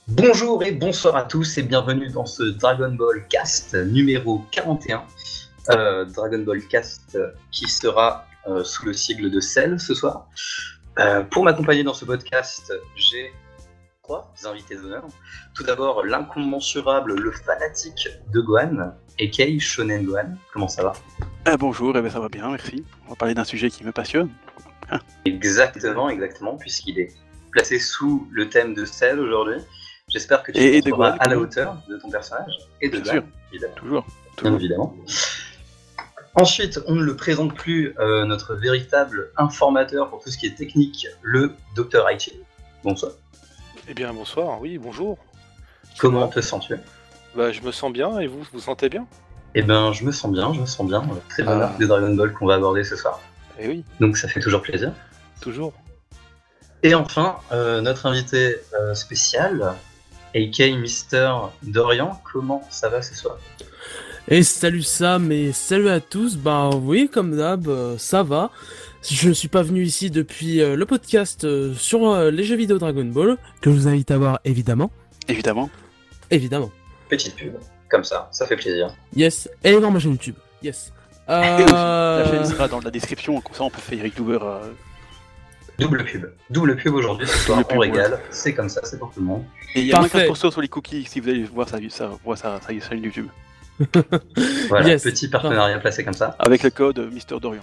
Bonjour et bonsoir à tous et bienvenue dans ce Dragon Ball Cast numéro 41. Dragon Ball Cast qui sera sous le sigle de Cell ce soir. Pour m'accompagner dans ce podcast, j'ai trois invités d'honneur. Tout d'abord, l'incommensurable, le fanatique de Gohan, aka Shonen Gohan. Comment ça va? Bonjour, ça va bien, merci. On va parler d'un sujet qui me passionne. Exactement, puisqu'il est placé sous le thème de Cell aujourd'hui. J'espère que tu seras à la hauteur de ton personnage et de Gohan, évidemment. Toujours. Bien évidemment. Ensuite, on ne le présente plus, notre véritable informateur pour tout ce qui est technique, le Dr Aichi. Bonsoir. Eh bien, bonsoir, oui, bonjour. Comment te sens-tu? Je me sens bien, et vous vous sentez bien? Eh bien, je me sens bien. Très bon arc de Dragon Ball qu'on va aborder ce soir. Eh oui. Donc ça fait toujours plaisir. Toujours. Et enfin, notre invité spécial, a.k.a. Mister Dorian, comment ça va ce soir? Et salut Sam et salut à tous, oui comme d'hab, ça va. Je ne suis pas venu ici depuis le podcast sur les jeux vidéo Dragon Ball, que je vous invite à voir évidemment. Évidemment. Petite pub, comme ça fait plaisir. Yes, et dans ma chaîne YouTube, yes. La chaîne sera dans la description, comme ça on peut faire Eric Louver. Double pub aujourd'hui, ce soir, on régale, c'est comme ça, c'est pour tout le monde. Et il y a moins 15% sur les cookies si vous allez voir sa chaîne YouTube. Voilà, yes. Petit partenariat placé comme ça. Avec le code Mister Dorian.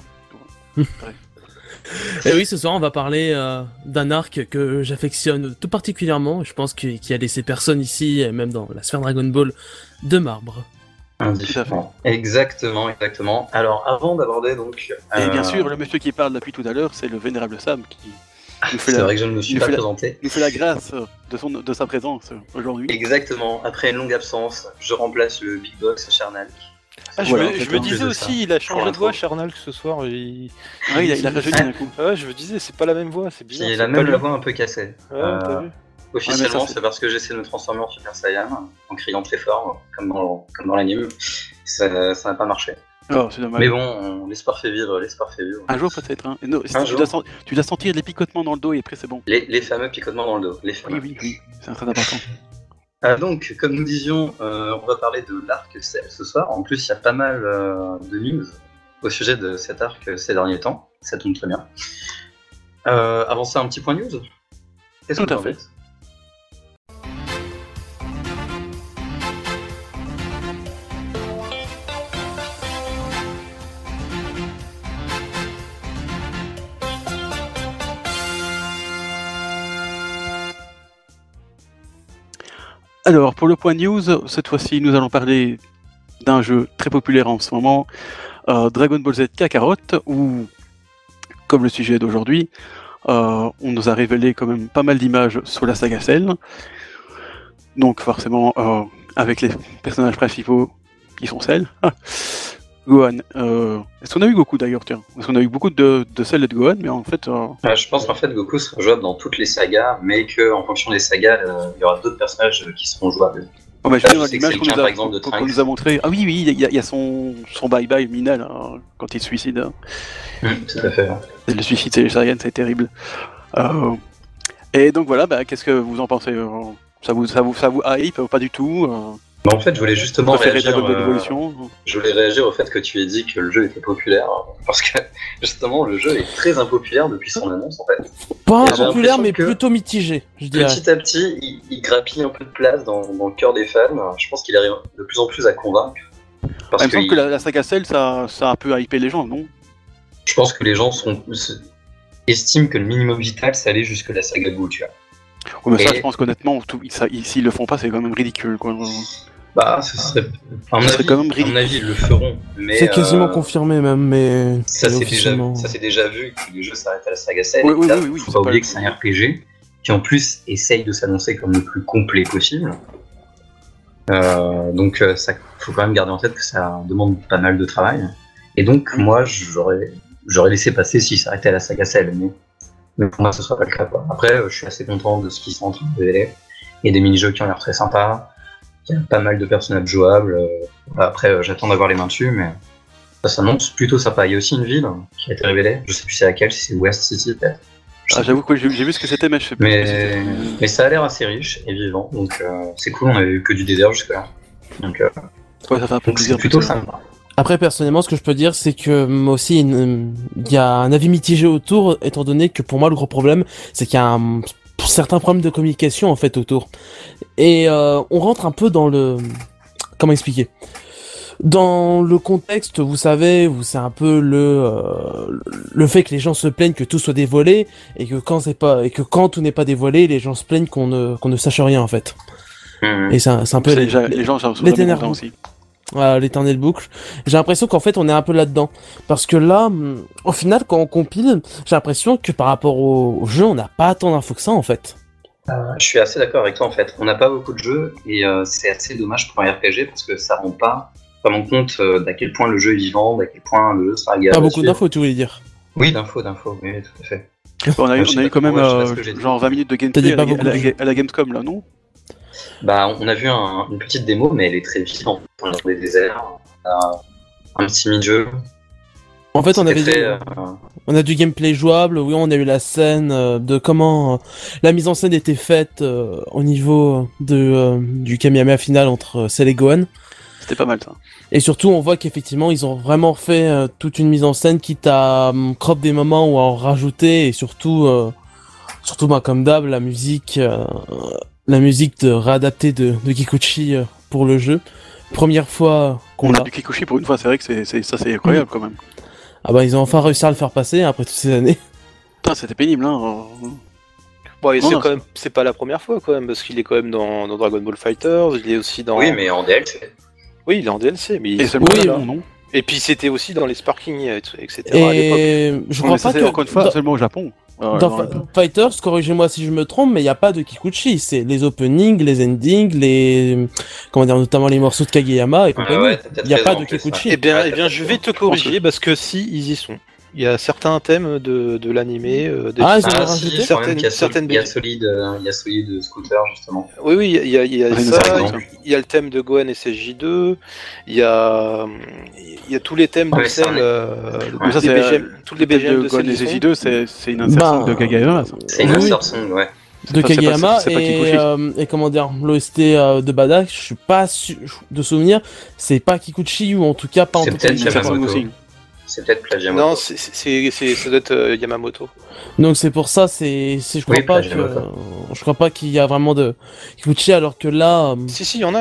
Et oui, ce soir on va parler d'un arc que j'affectionne tout particulièrement, je pense qu'il a laissé personne ici, et même dans la sphère Dragon Ball, de marbre. Indifférent. Exactement. Alors, avant d'aborder donc... Et bien sûr, le monsieur qui parle depuis tout à l'heure, c'est le vénérable Sam qui nous fait c'est vrai que je ne me suis pas présenté. Nous fait la grâce de sa présence aujourd'hui. Exactement. Après une longue absence, je remplace le Big Boss Charnal. Je me disais aussi, il a changé de voix, Charnal, ce soir. Il a rajeuni d'un coup. Ouais, je me disais, c'est pas la même voix, c'est bizarre. Il a même la voix un peu cassée. Ouais, t'as vu. Officiellement, c'est parce que j'essaie de me transformer en Super Saiyan en criant très fort, comme dans l'anime. Ça n'a pas marché. Oh, c'est dommage. Mais bon, l'espoir fait vivre. Un jour peut-être. Hein. Non, tu dois sentir les picotements dans le dos et après c'est bon. Les fameux picotements dans le dos. Oui, c'est très important. Donc, comme nous disions, on va parler de l'arc Cell ce soir. En plus, il y a pas mal de news au sujet de cet arc ces derniers temps. Ça tombe très bien. Avant ça, un petit point news. Qu'est-ce que Tout à t'en fait. fais? Alors, pour le point news, cette fois-ci, nous allons parler d'un jeu très populaire en ce moment, Dragon Ball Z Kakarot, où, comme le sujet d'aujourd'hui, on nous a révélé quand même pas mal d'images sur la saga Cell. Donc forcément, avec les personnages principaux qui sont Cell. Gohan. Est-ce qu'on a eu Goku d'ailleurs, tiens? Parce qu'on a eu beaucoup de Cell et de Gohan, mais en fait... Je pense qu'en fait Goku sera jouable dans toutes les sagas, mais qu'en fonction des sagas, il y aura d'autres personnages qui seront jouables. Je veux dire, l'image qu'on nous a montré... Ah oui, il y a son bye-bye Mina, là, quand il se suicide. Tout à fait. Le suicide Saiyajin, c'est terrible. Et donc voilà, qu'est-ce que vous en pensez? Ça vous hype? Pas du tout? En fait, je voulais justement réagir au fait que tu aies dit que le jeu était populaire, parce que justement le jeu est très impopulaire depuis son annonce en fait. Pas populaire mais plutôt mitigé, je dirais. Petit à petit, il grappille un peu de place dans le cœur des fans. Je pense qu'il arrive de plus en plus à convaincre. Il me semble que la saga Cell, ça a un peu hypé les gens, non? Je pense que les gens estiment que le minimum vital, c'est aller jusque la saga Buu, tu vois. Ouais, mais ça, je pense qu'honnêtement, s'ils le font pas, c'est quand même ridicule, quoi. Ce serait. À mon avis, ils le feront. Mais c'est quasiment confirmé, même, mais. Ça s'est déjà vu que les jeux s'arrêtent à la saga Cell. Oui. Faut pas oublier que c'est un RPG qui, en plus, essaye de s'annoncer comme le plus complet possible. Donc, faut quand même garder en tête que ça demande pas mal de travail. Et donc, moi, j'aurais laissé passer s'ils s'arrêtaient à la saga Cell. Mais pour moi, ce sera pas le cas, quoi. Après, je suis assez content de ce qu'ils sont en train de révéler. Il y a des mini-jeux qui ont l'air très sympas. Il y a pas mal de personnages jouables. Après, j'attends d'avoir les mains dessus, mais ça s'annonce plutôt sympa. Il y a aussi une ville qui a été révélée. Je sais plus c'est laquelle, si c'est West City peut-être. J'avoue que j'ai vu ce que c'était, mais je sais plus. Mais ça a l'air assez riche et vivant, donc c'est cool. On avait eu que du DDR jusque-là. Donc, ouais, ça fait un peu plaisir. C'est plutôt sympa. Après, personnellement, ce que je peux dire, c'est que moi aussi, il y a un avis mitigé autour, étant donné que pour moi, le gros problème, c'est qu'il y a certains problèmes de communication, en fait, autour. Et on rentre un peu dans le... Comment expliquer ? Dans le contexte, vous savez, où c'est un peu le fait que les gens se plaignent que tout soit dévoilé, et que quand tout n'est pas dévoilé, les gens se plaignent qu'on ne sache rien, en fait. Et c'est un peu... Les gens sont vraiment contents aussi. Voilà, l'éternelle boucle. J'ai l'impression qu'en fait on est un peu là-dedans. Parce que là, au final, quand on compile, j'ai l'impression que par rapport au jeu, on n'a pas tant d'infos que ça en fait. Je suis assez d'accord avec toi en fait. On n'a pas beaucoup de jeux et c'est assez dommage pour un RPG parce que ça rend pas vraiment compte d'à quel point le jeu est vivant, d'à quel point le jeu sera agréable. Pas beaucoup d'infos, tu voulais dire. Oui, d'infos, oui, tout à fait. On a eu quand même genre 20 minutes de gameplay à la Gamescom là, non ? Bah, on a vu une petite démo, mais elle est très vivante. On a des déserts, un petit mini-jeu. En fait, on a du gameplay jouable. Oui, on a eu la scène de comment la mise en scène était faite au niveau du Kamehameha final entre Cell et Gohan. C'était pas mal ça. Et surtout, on voit qu'effectivement, ils ont vraiment fait toute une mise en scène, quitte à crop des moments ou à en rajouter, et surtout, comme d'hab, la musique réadaptée de Kikuchi pour le jeu. Première fois qu'on a du Kikuchi pour une fois, c'est vrai que c'est incroyable quand même. Ah bah ils ont enfin réussi à le faire passer après toutes ces années. Putain, c'était pénible hein. Bon, c'est pas la première fois quand même, parce qu'il est quand même dans Dragon Ball FighterZ, il est aussi dans... Oui, mais en DLC. Oui, il est en DLC, mais... non. Et puis c'était aussi dans les Sparking, etc. Et à l'époque. Je crois pas que... Encore une fois, seulement au Japon. Dans Fighters, corrigez-moi si je me trompe, mais il n'y a pas de Kikuchi, c'est les openings, les endings, notamment les morceaux de Kageyama et compagnie. Il n'y a pas de Kikuchi. Eh bien, je vais te corriger parce que si, ils y sont. Il y a certains thèmes de l'animé, ils ont rajouté certaines il y a Solid Scooter justement. Oui, il y a ça. Il y a le thème de Gohan et SJ2. Il y a tous les thèmes de Cell. Tous les BGM de Gohan et SJ2, c'est une insertion de Kageyama. C'est une insertion, ouais. De Kageyama et comment dire, l'OST de Badak, je suis pas sûr de souvenir, c'est pas Kikuchi ou en tout cas pas en tout cas. C'est peut-être Plagiamoto. Non, ça doit être Yamamoto. Donc c'est pour ça, je crois pas qu'il y a vraiment de Kikuchi alors que là. Si, il y en a.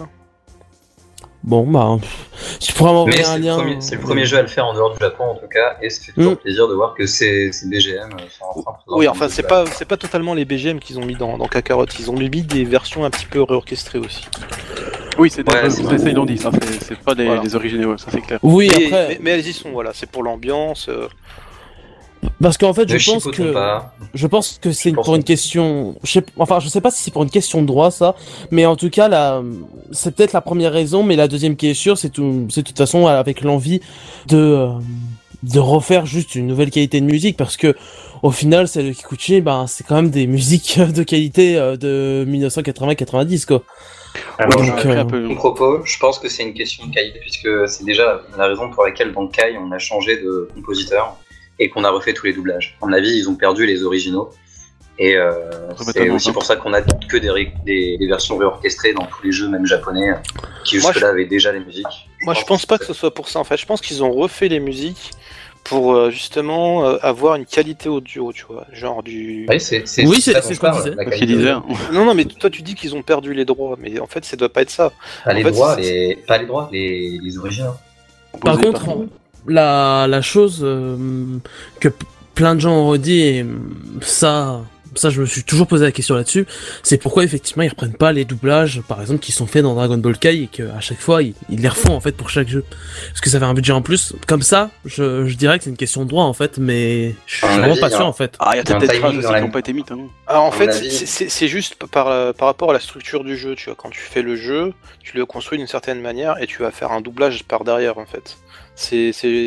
Bon bah, je pourrais m'envoyer un lien. C'est le premier jeu à le faire en dehors du Japon en tout cas, et ça fait toujours plaisir de voir que ces BGM sont enfin présents. Oui, enfin c'est pas totalement les BGM qu'ils ont mis dans Kakarot, ils ont mis des versions un petit peu réorchestrées aussi. Oui, ça ils l'ont dit, ça c'est pas des originaux, ça c'est clair. Oui, mais elles y sont, voilà, c'est pour l'ambiance. Parce qu'en fait, je pense que c'est pour une question. Je sais pas si c'est pour une question de droit, ça, mais en tout cas, c'est peut-être la première raison, mais la deuxième qui est sûre, c'est de toute façon avec l'envie de refaire juste une nouvelle qualité de musique, parce que au final, celle de Kikuchi, c'est quand même des musiques de qualité de 1980-90, quoi. Alors, mon propos, je pense que c'est une question de qualité, puisque c'est déjà la raison pour laquelle dans Kai, on a changé de compositeur et qu'on a refait tous les doublages. À mon avis, ils ont perdu les originaux. Et c'est aussi pour ça qu'on a que des versions réorchestrées dans tous les jeux, même japonais, qui jusque-là avaient déjà les musiques. Je pense pas que ce soit pour ça, en fait. Je pense qu'ils ont refait les musiques pour justement avoir une qualité audio, tu vois, genre du... Oui, c'est ce qu'on disait. Non, mais toi tu dis qu'ils ont perdu les droits, mais en fait ça doit pas être ça. Pas les droits, les originaux. Par contre, la chose que plein de gens ont redit, et ça je me suis toujours posé la question là-dessus, c'est pourquoi effectivement ils reprennent pas les doublages par exemple qui sont faits dans Dragon Ball Kai et qu'à chaque fois ils les refont en fait pour chaque jeu, parce que ça fait un budget en plus. Comme ça je dirais que c'est une question de droit en fait, mais je suis vraiment pas sûr en fait. Il y a peut-être des phrases qui n'ont pas été mises. En fait c'est juste par rapport à la structure du jeu, tu vois, quand tu fais le jeu tu le construis d'une certaine manière et tu vas faire un doublage par derrière en fait. C'est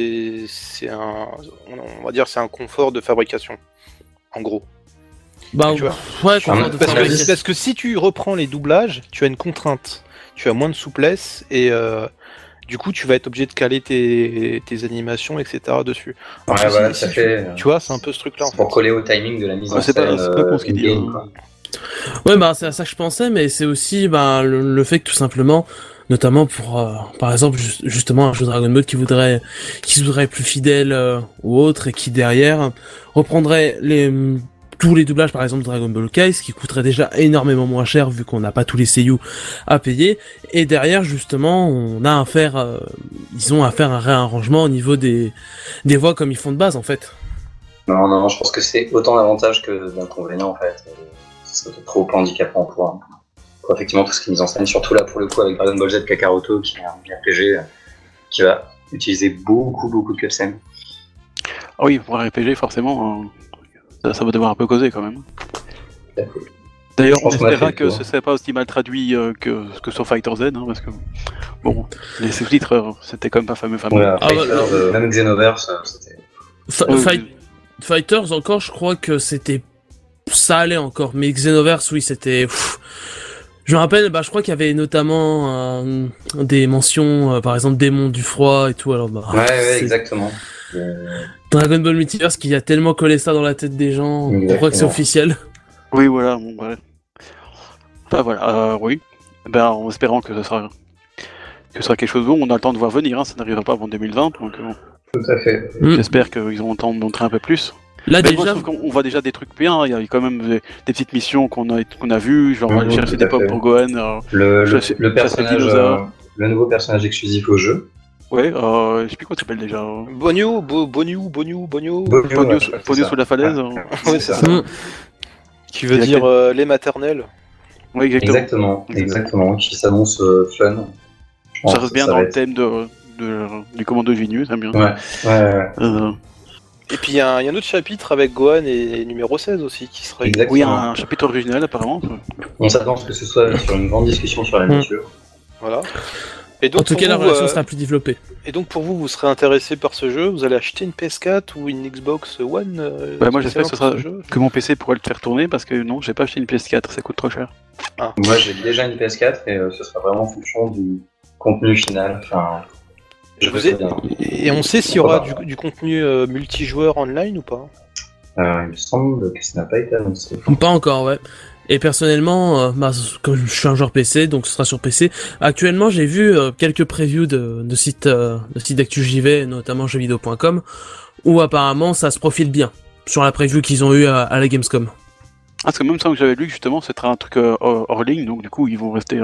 on va dire c'est un confort de fabrication en gros. Parce que si tu reprends les doublages, tu as une contrainte, tu as moins de souplesse et Du coup, tu vas être obligé de caler tes animations, etc. dessus. Alors, ça fait. Tu vois, c'est un peu ce truc-là. Pour coller au timing de la mise en scène. C'est pas con ce qu'il dit. Ouais, bah c'est à ça que je pensais, mais c'est aussi le fait que tout simplement, notamment pour par exemple justement un jeu Dragon Ball qui voudrait plus fidèle ou autre et qui derrière reprendrait tous les doublages par exemple de Dragon Ball Kai, ce qui coûterait déjà énormément moins cher vu qu'on n'a pas tous les seiyuu à payer, et derrière justement on a à faire un réarrangement au niveau des voix comme ils font de base en fait. Non, je pense que c'est autant d'avantages que d'inconvénients en fait. C'est trop handicapant pour effectivement tout ce qui est mis en scène, surtout là pour le coup avec Dragon Ball Z Kakaroto qui est un RPG qui va utiliser beaucoup de cutscenes. Ah oui, pour un RPG forcément, ça va devoir un peu causer quand même. D'ailleurs, on espéra que ce serait pas aussi mal traduit que sur Fighter Z, hein, parce que bon, les sous-titres c'était quand même pas fameux. Ouais, même Xenoverse, c'était. Fighters encore, je crois que ça allait encore, mais Xenoverse, oui, c'était. Je me rappelle, je crois qu'il y avait notamment des mentions, par exemple, démons du froid et tout. Alors, ouais, exactement. Dragon Ball Multiverse qui a tellement collé ça dans la tête des gens, on croit que c'est officiel. Oui, voilà. Bon, ouais. Oui. En espérant que ce sera quelque chose de bon, on a le temps de voir venir, hein, ça n'arrivera pas avant 2020, donc tout à fait. J'espère qu'ils auront le temps de montrer un peu plus. Là, mais déjà, moi, je trouve qu'on voit déjà des trucs bien, il y a quand même des petites missions qu'on a vues, genre aller chercher des pommes pour Gohan, le personnage, le nouveau personnage exclusif au jeu. Ouais, je sais plus comment il s'appelle déjà. Bonio sous la falaise. Ouais, c'est ça. Qui veut dire les maternelles. Oui, exactement, qui s'annonce fun. Ça reste bien dans le thème du commando de Genius, c'est bien. Ouais. Et puis il y a un autre chapitre avec Gohan et numéro 16 aussi qui serait. Exactement. Oui, un chapitre original apparemment. On s'attend à ce que ce soit sur une grande discussion sur la nature. Voilà. Et donc, en tout cas, la relation sera plus développée. Et donc pour vous serez intéressé par ce jeu, vous allez acheter une PS4 ou une Xbox One moi j'espère que mon PC pourra le faire tourner parce que non, j'ai pas acheté une PS4, ça coûte trop cher. Moi j'ai déjà une PS4 et ce sera vraiment en fonction du contenu final. Et on sait s'il y aura du contenu multijoueur online ou pas? Il me semble que ça n'a pas été annoncé. Pas encore, ouais. Et personnellement, comme je suis un joueur PC, donc ce sera sur PC. Actuellement, j'ai vu quelques previews de sites d'actu JV, notamment jeuxvideo.com, où apparemment ça se profile bien sur la preview qu'ils ont eu à la Gamescom. Parce que même ça que j'avais lu que justement, ce sera un truc hors ligne, donc du coup ils vont rester.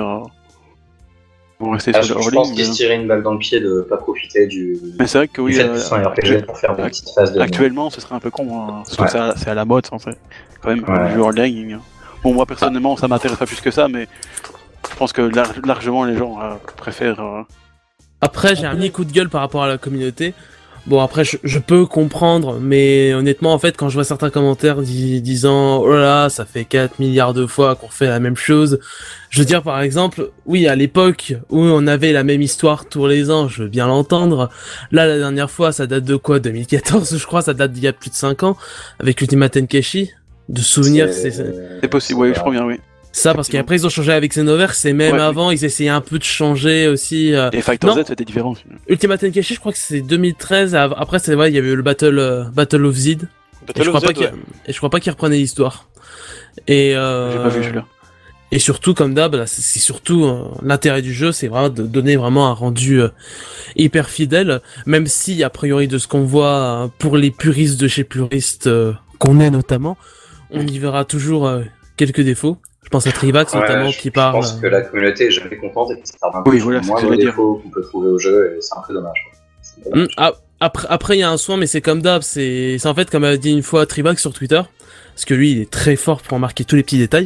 Je pense qu'ils se tiraient une balle dans le pied de pas profiter du. Mais c'est vrai que oui. RPG pour faire des petites phases de. Actuellement, ce serait un peu con, hein, surtout que c'est à la mode, en fait. Quand même, le jeu hors ligne. Bon, moi personnellement, ça m'intéresse pas plus que ça, mais je pense que largement les gens préfèrent. Après, j'ai un petit coup de gueule par rapport à la communauté. Bon, après, je peux comprendre, mais honnêtement, en fait, quand je vois certains commentaires disant « Oh là là, ça fait 4 milliards de fois qu'on fait la même chose », je veux dire, par exemple, oui, à l'époque où on avait la même histoire tous les ans, je veux bien l'entendre. Là, la dernière fois, ça date de quoi? 2014, je crois, ça date d'il y a plus de 5 ans, avec Ultimate Tenkeshi. De souvenir, c'est possible, oui, je crois bien, oui. Ça, parce qu'après, ils ont changé avec Xenoverse, et même avant, ils essayaient un peu de changer aussi. Et Fighter Z, c'était différent. Ultimate Tenkeshi, je crois que c'est 2013. Après, il y avait eu le Battle of Zid. Et je crois pas qu'il reprenait l'histoire. Et j'ai pas vu celui-là. Et surtout, comme d'hab, c'est surtout l'intérêt du jeu, c'est vraiment de donner vraiment un rendu hyper fidèle, même si, a priori, de ce qu'on voit pour les puristes de chez puristes qu'on est notamment, on y verra toujours quelques défauts. Je pense à Trivax notamment qui parle. Je pense que la communauté est jamais contente et que ça tarde un peu sur le moindre défaut qu'on peut trouver au jeu et c'est un peu dommage. Après, il y a un soin, mais c'est comme d'hab. C'est en fait, comme a dit une fois Trivax sur Twitter, parce que lui, il est très fort pour remarquer tous les petits détails.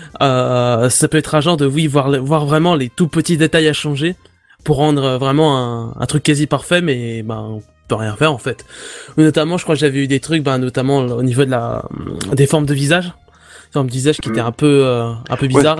Ça peut être un genre de voir vraiment les tout petits détails à changer pour rendre vraiment un truc quasi parfait, mais on peut rien faire en fait. Notamment, je crois que j'avais eu des trucs, notamment au niveau de des formes de visage. Forme de visage qui était un peu bizarre.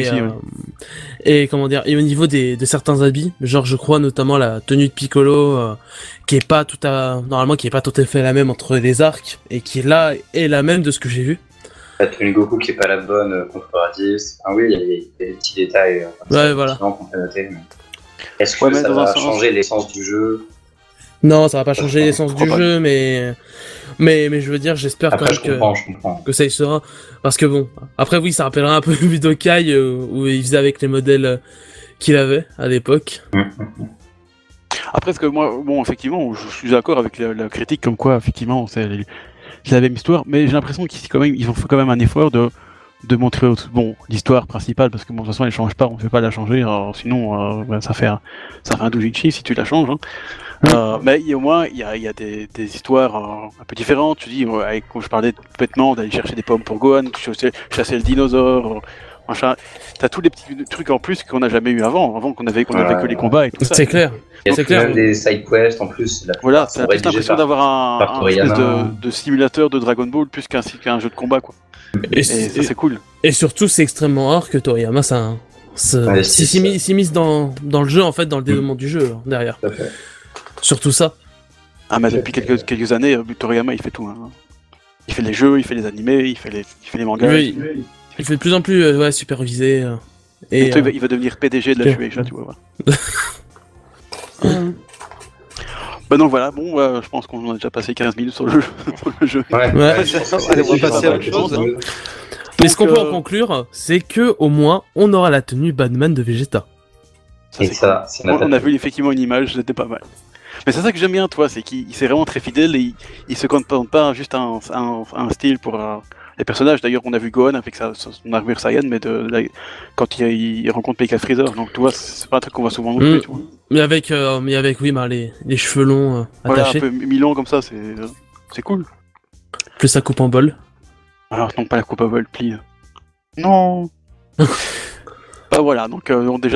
Et comment dire, et au niveau de certains habits, genre je crois notamment la tenue de Piccolo qui est pas tout à fait la même entre les arcs et qui là est la même de ce que j'ai vu. La tenue Goku qui est pas la bonne contre Raditz. Ah oui, il y a des petits détails voilà. qu'on peut noter. Est-ce que ça va changer l'essence du jeu? Non, ça va pas changer l'essence du jeu, mais je veux dire, j'espère après, quand même que ça y sera. Parce que bon, après oui, ça rappellera un peu Budokai où il faisait avec les modèles qu'il avait à l'époque. Après, ce que moi, bon, effectivement, je suis d'accord avec la critique comme quoi, effectivement, c'est la même histoire, mais j'ai l'impression qu'ils ont fait quand même un effort de montrer l'histoire principale, parce que bon, de toute façon, elle change pas, on ne peut pas la changer, sinon ça fait un doujinshi si tu la changes. Hein. Mais au moins, il y a des histoires un peu différentes. Tu dis, quand je parlais bêtement d'aller chercher des pommes pour Gohan, chasser le dinosaure, machin. T'as tous les petits trucs en plus qu'on n'a jamais eu avant qu'on avait que les combats et tout ça. C'est clair. Il y a même des side quests en plus. Voilà, t'as plus l'impression d'avoir un espèce de simulateur de Dragon Ball plus qu'un jeu de combat, quoi. Et ça, c'est cool. Et surtout, c'est extrêmement rare que Toriyama s'immisce dans le jeu, en fait, dans le développement du jeu, derrière. Surtout ça. Ah, mais depuis quelques années, Toriyama, il fait tout. Hein. Il fait les jeux, il fait les animés, il fait les mangas. Oui, il fait de plus en plus supervisé. Et il va devenir PDG de la Shueisha, tu vois. Bah donc voilà, bon, je pense qu'on a déjà passé 15 minutes sur le jeu. Ouais. Allez, on va passer à autre chose. Hein. Mais ce qu'on peut en conclure, c'est que au moins, on aura la tenue Batman de Vegeta. On a vu effectivement une image, c'était pas mal. Mais c'est ça que j'aime bien, toi, c'est qu'il est vraiment très fidèle et il se contente pas juste un style pour les personnages. D'ailleurs, on a vu Gohan avec son armure Saiyan, mais quand il rencontre Pekka Freezer. Donc, tu vois, c'est pas un truc qu'on voit souvent non plus. Tu vois. Mais avec oui, les cheveux longs attachés. Voilà, un peu mi-long comme ça, c'est cool. Plus sa coupe en bol. Alors, non, pas la coupe en bol, plie. Non. Bah voilà, donc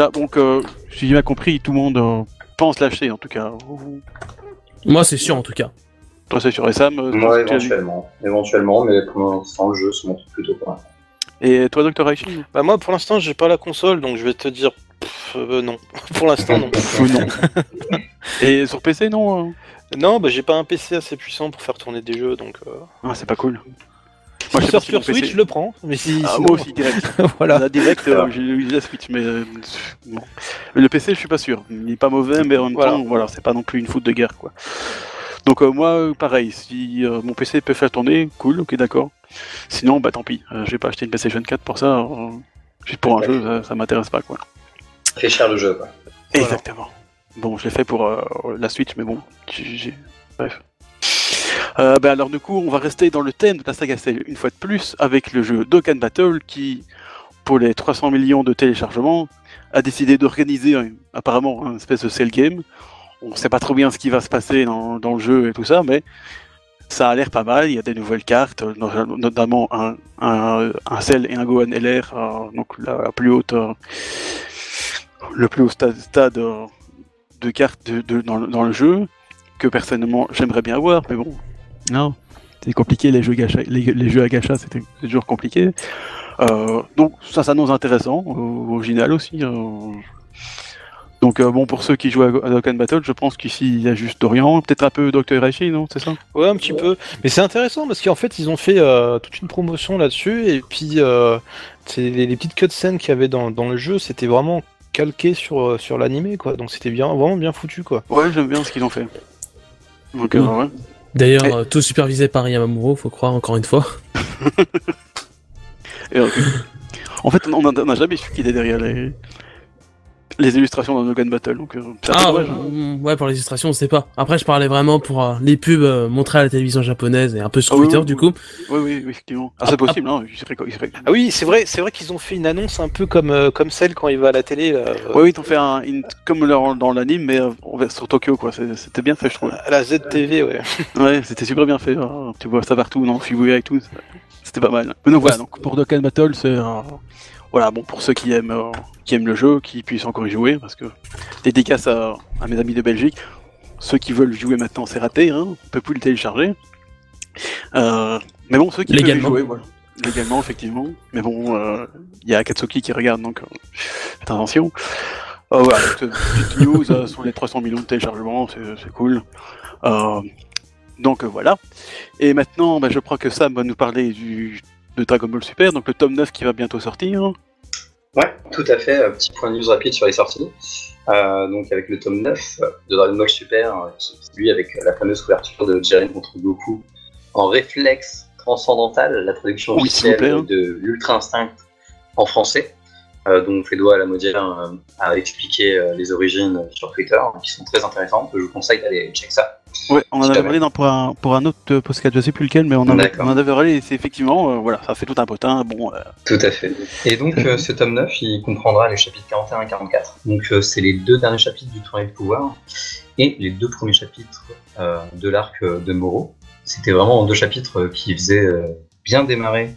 si j'ai bien compris, tout le monde pense l'acheter en tout cas. Moi, c'est sûr en tout cas. Toi, c'est sûr, et Sam moi, éventuellement, mais pour l'instant, le jeu se montre plutôt pas. Et toi, Dr. Aichi? Bah moi, pour l'instant, j'ai pas la console, donc je vais te dire non. Pour l'instant, non. Non. Et sur PC, non Non, bah j'ai pas un PC assez puissant pour faire tourner des jeux, donc... Ah, c'est pas cool. Moi, je sur Switch, je le prends, mais moi aussi, direct. Voilà. Direct, j'ai eu la Switch, mais bon. Le PC, je suis pas sûr. Il est pas mauvais, mais en même temps, voilà, c'est pas non plus une foot de guerre, quoi. Donc moi, pareil, si mon PC peut faire tourner, cool, ok, d'accord. Sinon, bah tant pis, je vais pas acheter une PlayStation 4 pour ça. Juste pour un jeu, ça m'intéresse pas, quoi. Fait cher le jeu, quoi. Exactement. Bon, je l'ai fait pour la Switch, mais bon, bref. Alors du coup, on va rester dans le thème de la saga Cell une fois de plus avec le jeu Dokkan Battle qui, pour les 300 millions de téléchargements, a décidé d'organiser apparemment un espèce de Cell Game. On sait pas trop bien ce qui va se passer dans le jeu et tout ça, mais ça a l'air pas mal. Il y a des nouvelles cartes, notamment un Cell et un Gohan LR, donc la plus haute, le plus haut stade de cartes dans le jeu, que personnellement j'aimerais bien avoir, mais bon, non, c'est compliqué, les jeux à gacha, c'est toujours compliqué. Donc ça s'annonce intéressant, original aussi. Donc bon, pour ceux qui jouent à Dokkan Battle, je pense qu'ici il y a juste Dorian, peut-être un peu Dr. Aichi, non? C'est ça? Ouais, un petit peu. Mais c'est intéressant parce qu'en fait ils ont fait toute une promotion là-dessus, et puis les petites cutscenes qu'il y avait dans le jeu, c'était vraiment calqué sur l'animé, quoi. Donc c'était vraiment bien foutu, quoi. Ouais, j'aime bien ce qu'ils ont fait. Donc, ouais. D'ailleurs, tout supervisé par Yamamuro, faut croire, encore une fois. En fait, on n'a jamais su qui était derrière les illustrations dans Dokkan Battle. Donc, ouais, pour les illustrations, on sait pas. Après, je parlais vraiment pour les pubs montrées à la télévision japonaise et un peu sur Twitter, du coup. Oui, effectivement. C'est possible, hein. Ah oui, c'est vrai qu'ils ont fait une annonce un peu comme celle quand il va à la télé. Oui, ils ont fait comme dans l'anime, mais sur Tokyo, quoi. C'était bien fait, je trouve. À la ZTV, ouais. Ouais, c'était super bien fait. Tu vois ça partout, non? Shibuya et tout. C'était pas mal. Mais donc voilà, pour Dokkan Battle, c'est voilà, bon, pour ceux qui aiment le jeu, qui puissent encore y jouer, parce que dédicace à mes amis de Belgique. Ceux qui veulent jouer maintenant, c'est raté, hein, on peut plus le télécharger. Mais bon, ceux qui veulent y jouer, voilà. Légalement, effectivement. Mais bon, il y a Akatsuki qui regarde, donc faites attention. Voilà, petite news sur les 300 millions de téléchargements, c'est cool. Donc voilà. Et maintenant, je crois que Sam va nous parler de Dragon Ball Super, donc le tome 9 qui va bientôt sortir. Ouais, tout à fait. Petit point de news rapide sur les sorties. Donc avec le tome 9 de Dragon Ball Super, qui lui avec la fameuse couverture de Jiren contre Goku en réflexe transcendantal, la traduction officielle de l'Ultra Instinct en français, dont Fédois Lamodière a expliqué les origines sur Twitter, qui sont très intéressantes. Je vous conseille d'aller checker ça. Ouais, on en avait parlé pour un autre podcast, je sais plus lequel, mais on en avait parlé, et c'est effectivement, voilà, ça fait tout un potin, bon... Tout à fait. Et donc, ce tome 9, il comprendra les chapitres 41 et 44. Donc, c'est les 2 derniers chapitres du Tournoi du Pouvoir, et les 2 premiers chapitres de l'arc de Moro. C'était vraiment 2 chapitres qui faisaient bien démarrer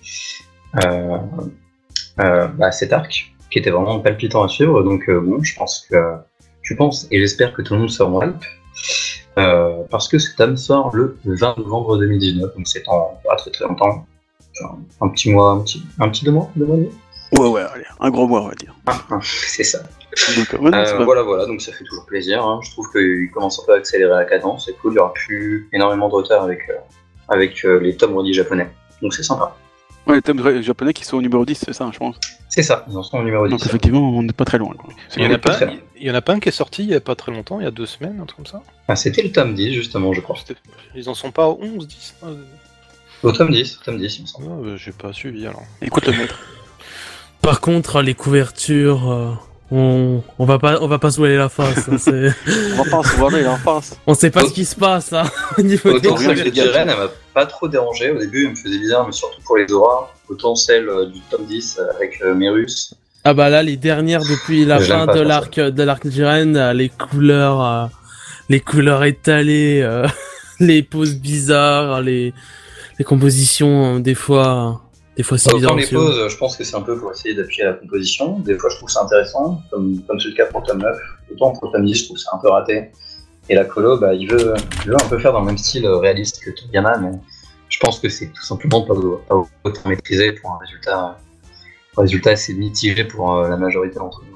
cet arc, qui était vraiment palpitant à suivre. Donc, bon, je pense et j'espère que tout le monde sera en hype. Parce que ce tome sort le 20 novembre 2019, donc c'est pas très très longtemps. Enfin, un petit 2 mois, 2 mois et demi. Ouais, allez, un gros mois, on va dire. C'est ça. Voilà, donc ça fait toujours plaisir. Hein. Je trouve qu'il commence un peu à accélérer la cadence, c'est cool, il n'y aura plus énormément de retard avec les tomes redits japonais, donc c'est sympa. Ouais, les tomes japonais qui sont au numéro 10, c'est ça, je pense. C'est ça, ils en sont au numéro 10. Donc effectivement, on n'est pas très loin. Il y en a pas un qui est sorti il y a pas très longtemps, il y a 2 semaines, un truc comme ça. Ah, c'était le tome 10, justement, je crois. Ils en sont pas au 11, 10 Au tome 10, il me semble. Non, j'ai pas suivi alors. Écoute le maître. Par contre, les couvertures, on va pas se voiler la face. Hein, on va pas se voiler la face. On sait pas ce qui se passe, hein, au niveau des couvertures. Autant celle de Jiren, elle m'a pas trop dérangé. Au début, elle me faisait bizarre, mais surtout pour les auras. Autant celle du tome 10 avec Merus. Ah bah là, les dernières depuis la fin de l'arc Jiren, les couleurs étalées, les poses bizarres, les compositions des fois c'est bizarre. Autant les poses, je pense que c'est un peu pour essayer d'appuyer la composition. Des fois, je trouve ça intéressant, comme c'est le cas pour le tome 9. Autant pour le tome 10, je trouve ça un peu raté. Et la colo, il veut un peu faire dans le même style réaliste que Toriyama, mais je pense que c'est tout simplement pas autant maîtrisé pour un résultat assez mitigé pour la majorité d'entre nous.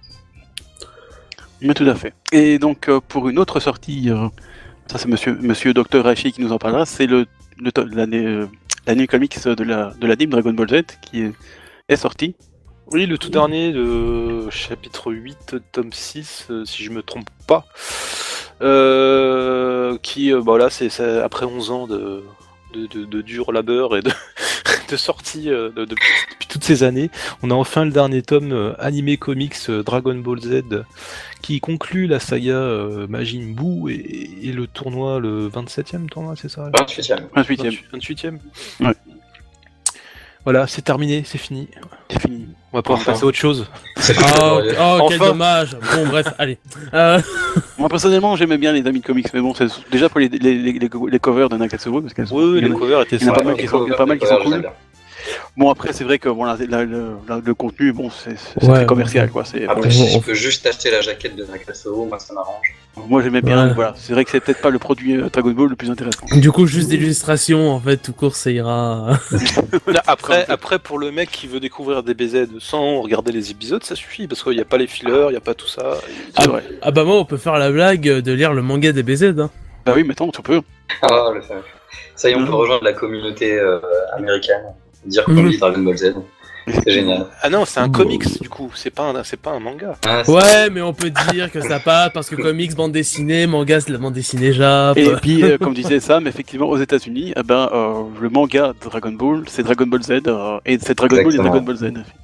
Mais tout à fait. Et donc, pour une autre sortie, ça c'est monsieur Dr. Hashi qui nous en parlera, c'est l'anime comics de l'anime Dragon Ball Z qui est sorti. Oui, le tout dernier, le chapitre 8, tome 6, si je me trompe pas. Qui, c'est après 11 ans de dur labeur et de sortie depuis toutes ces années. On a enfin le dernier tome animé comics Dragon Ball Z qui conclut la saga Majin Buu et le tournoi, le 27e tournoi, c'est ça ? 28e. Ouais. Voilà, c'est terminé, c'est fini. On va pouvoir passer à autre chose. Quel dommage. Bon, bref, allez. Moi, personnellement, j'aimais bien les amis de comics, mais bon, c'est déjà pour les covers de Nakatsubo, parce les covers étaient sympas. Il y en a pas mal qui sont cool. Bon, après, c'est vrai que le contenu, bon, c'est très commercial, quoi. Après, si je peux juste acheter la jaquette de Nakatsubo, moi, ça m'arrange. Moi, j'aimais bien, voilà. C'est vrai que c'est peut-être pas le produit Dragon Ball le plus intéressant. Du coup, juste d'illustration, en fait, tout court, ça ira. Après, pour le mec qui veut découvrir des BZ sans regarder les épisodes, ça suffit, parce qu'il n'y a pas les fillers, il n'y a pas tout ça. C'est vrai. Ah bah moi, on peut faire la blague de lire le manga des BZ, hein. Bah oui, mettons, tu peux. Ah, le fameux. Ça y est, on peut rejoindre la communauté américaine. Dire qu'on lit Dragon Ball Z. C'est génial. Ah non, c'est un comics du coup, c'est pas un manga. Ouais, mais on peut dire que ça passe parce que comics, bande dessinée, manga, c'est la bande dessinée Jap. Et puis, comme disait Sam, effectivement, aux États-Unis, le manga Dragon Ball, c'est Dragon Ball Z, et c'est Dragon Ball et Dragon Ball Z.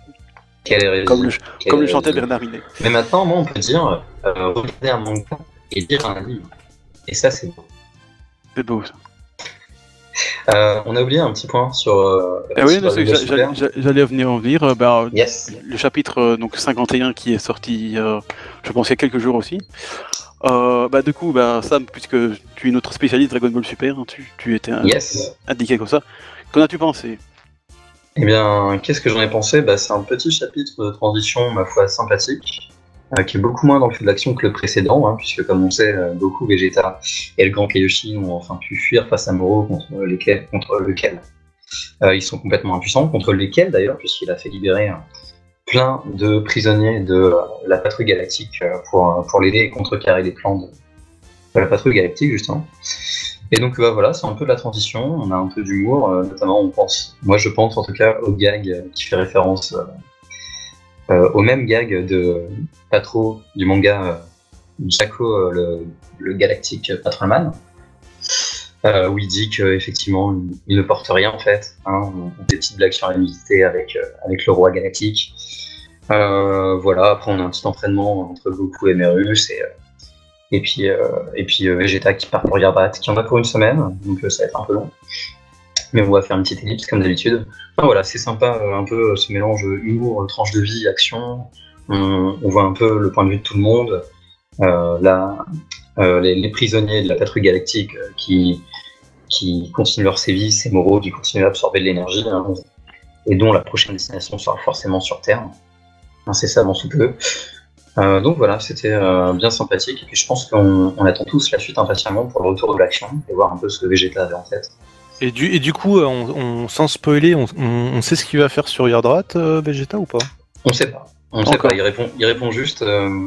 Comme le chantait Bernard Minet. Mais maintenant, moi, on peut dire regarder un manga et lire un anime. Et ça, c'est beau. C'est beau, ça. On a oublié un petit point sur. J'allais en venir. Yes. Le chapitre donc 51 qui est sorti, je pense il y a quelques jours aussi. Du coup, Sam, puisque tu es notre spécialiste Dragon Ball Super, hein, tu étais indiqué comme ça. Qu'en as-tu pensé ? Eh bien, qu'est-ce que j'en ai pensé ? C'est un petit chapitre de transition, ma foi, sympathique. Qui est beaucoup moins dans le feu de l'action que le précédent, hein, puisque comme on sait, Goku, Vegeta et le grand Kaioshin ont enfin pu fuir face à Moro, contre lequel ils sont complètement impuissants, contre lesquels d'ailleurs, puisqu'il a fait libérer plein de prisonniers de la patrouille galactique pour l'aider et contrecarrer les plans de la patrouille galactique, justement. Et donc voilà, c'est un peu de la transition, on a un peu d'humour, notamment je pense en tout cas au gag qui fait référence au même gag de Patro du manga Jaco, le galactique Patrolman, où il dit qu'effectivement il ne porte rien en fait, hein, des petites blagues sur la nudité avec le roi galactique. Voilà, après on a un petit entraînement entre Goku et Merus, et puis Vegeta qui part pour Yardrat, qui en a pour une semaine, donc ça va être un peu long. Mais on va faire une petite ellipse comme d'habitude. Enfin, voilà, c'est sympa, un peu ce mélange humour, tranche de vie, action. On voit un peu le point de vue de tout le monde. Les prisonniers de la patrouille galactique qui continuent leur sévice, et Moro qui continue à absorber de l'énergie, hein, et dont la prochaine destination sera forcément sur Terre. Incessamment sous peu. Donc voilà, c'était bien sympathique, et puis je pense qu'on attend tous la suite impatiemment pour le retour de l'action, et voir un peu ce que Vegeta avait en tête. Et du coup, sans spoiler, on sait ce qu'il va faire sur Yardrat, Vegeta, ou pas? On sait pas. Il répond juste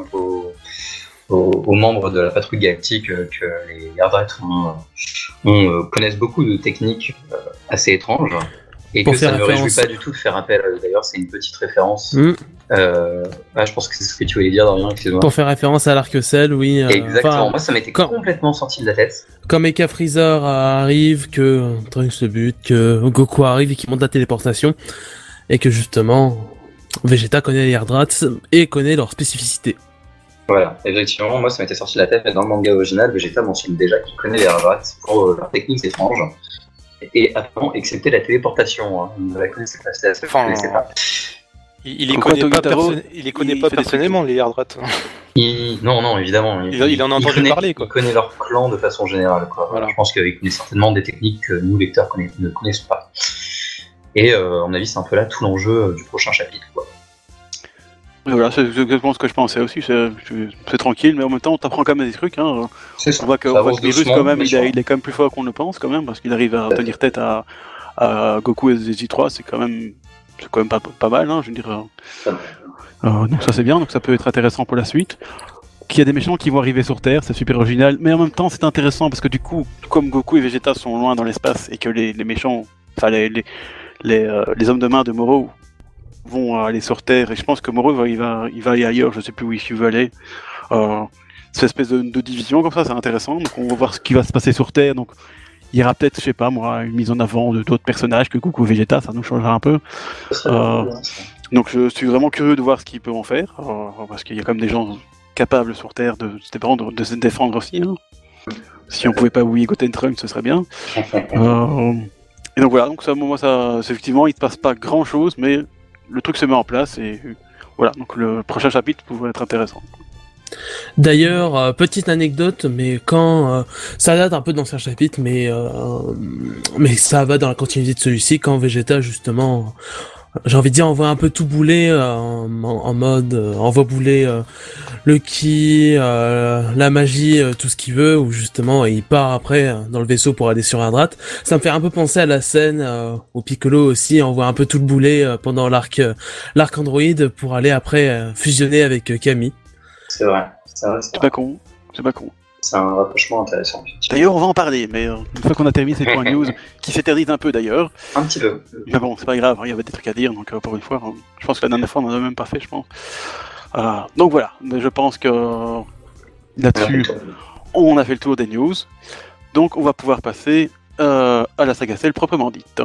aux membres de la patrouille galactique que les Yardrat connaissent beaucoup de techniques assez étranges, et que ça ne me réjouit pas du tout de faire appel. D'ailleurs, c'est une petite référence. Je pense que c'est ce que tu voulais dire, Dorian, excuse-moi. Pour faire référence à l'Arc-Cell, oui. Exactement, moi ça m'était complètement sorti de la tête. Quand Mecha Freezer arrive, que Trunks se bute, que Goku arrive et qu'il monte la téléportation, et que justement Vegeta connaît les Yardrats et connaît leurs spécificités. Voilà, effectivement, moi ça m'était sorti de la tête, mais dans le manga original, Vegeta mentionne déjà qu'il connaît les Yardrats pour leurs techniques étranges. Et avant, excepté la téléportation, hein. On ne la connaissait pas, c'est la seule que je ne connaissais pas. Il les connaît pas personnellement, les Yardrats. Non, évidemment. Il en a entendu parler, quoi. Il connaît leur clan de façon générale, quoi. Voilà. Je pense qu'il connaît certainement des techniques que nous, lecteurs, ne connaissons pas. Et à mon avis, c'est un peu là tout l'enjeu du prochain chapitre, quoi. Voilà, c'est exactement ce que je pensais aussi. C'est tranquille, mais en même temps, on t'apprend quand même des trucs. Hein. C'est ça. On voit que Virus, quand même, il est quand même plus fort qu'on le pense, quand même, parce qu'il arrive à tenir tête à Goku et Z3. C'est quand même pas mal, hein, je veux dire. Donc ça c'est bien, donc ça peut être intéressant pour la suite. Qu'il y a des méchants qui vont arriver sur Terre, c'est super original, mais en même temps c'est intéressant parce que du coup, comme Goku et Vegeta sont loin dans l'espace et que les méchants, enfin les hommes de main de Moro vont aller sur Terre, et je pense que Moro il va aller ailleurs, je sais plus où il veut aller. Cette espèce de division comme ça, c'est intéressant, donc on va voir ce qui va se passer sur Terre. Donc il y aura peut-être, je sais pas moi, une mise en avant de d'autres personnages que Goku et Vegeta, ça nous changera un peu. Donc je suis vraiment curieux de voir ce qu'ils peuvent en faire, parce qu'il y a quand même des gens capables sur Terre de se défendre aussi. Hein. Si on pouvait pas oublier Goten Trunks, ce serait bien. Et donc voilà, donc ça, moi, ça, effectivement, il ne se passe pas grand-chose, mais le truc se met en place, et voilà, donc le prochain chapitre pourrait être intéressant. D'ailleurs, petite anecdote, mais quand ça date un peu dans l'ancien chapitre, mais ça va dans la continuité de celui-ci, quand Vegeta justement, j'ai envie de dire, envoie un peu tout bouler en mode envoie bouler le ki, la magie, tout ce qu'il veut, ou justement il part après dans le vaisseau pour aller sur Yardrat. Ça me fait un peu penser à la scène où Piccolo aussi envoie un peu tout le boulet pendant l'arc Android pour aller après fusionner avec Camille. C'est vrai. C'est pas con. C'est un rapprochement intéressant. D'ailleurs, on va en parler, mais une fois qu'on a terminé ces points news, qui s'éternisent un peu d'ailleurs. Un petit peu. Mais bon, c'est pas grave, il y avait des trucs à dire, donc pour une fois, je pense que la dernière fois, on n'en a même pas fait, je pense. Donc voilà, mais je pense que là-dessus, on a fait le tour des news. Donc on va pouvoir passer à la saga Cell proprement dite.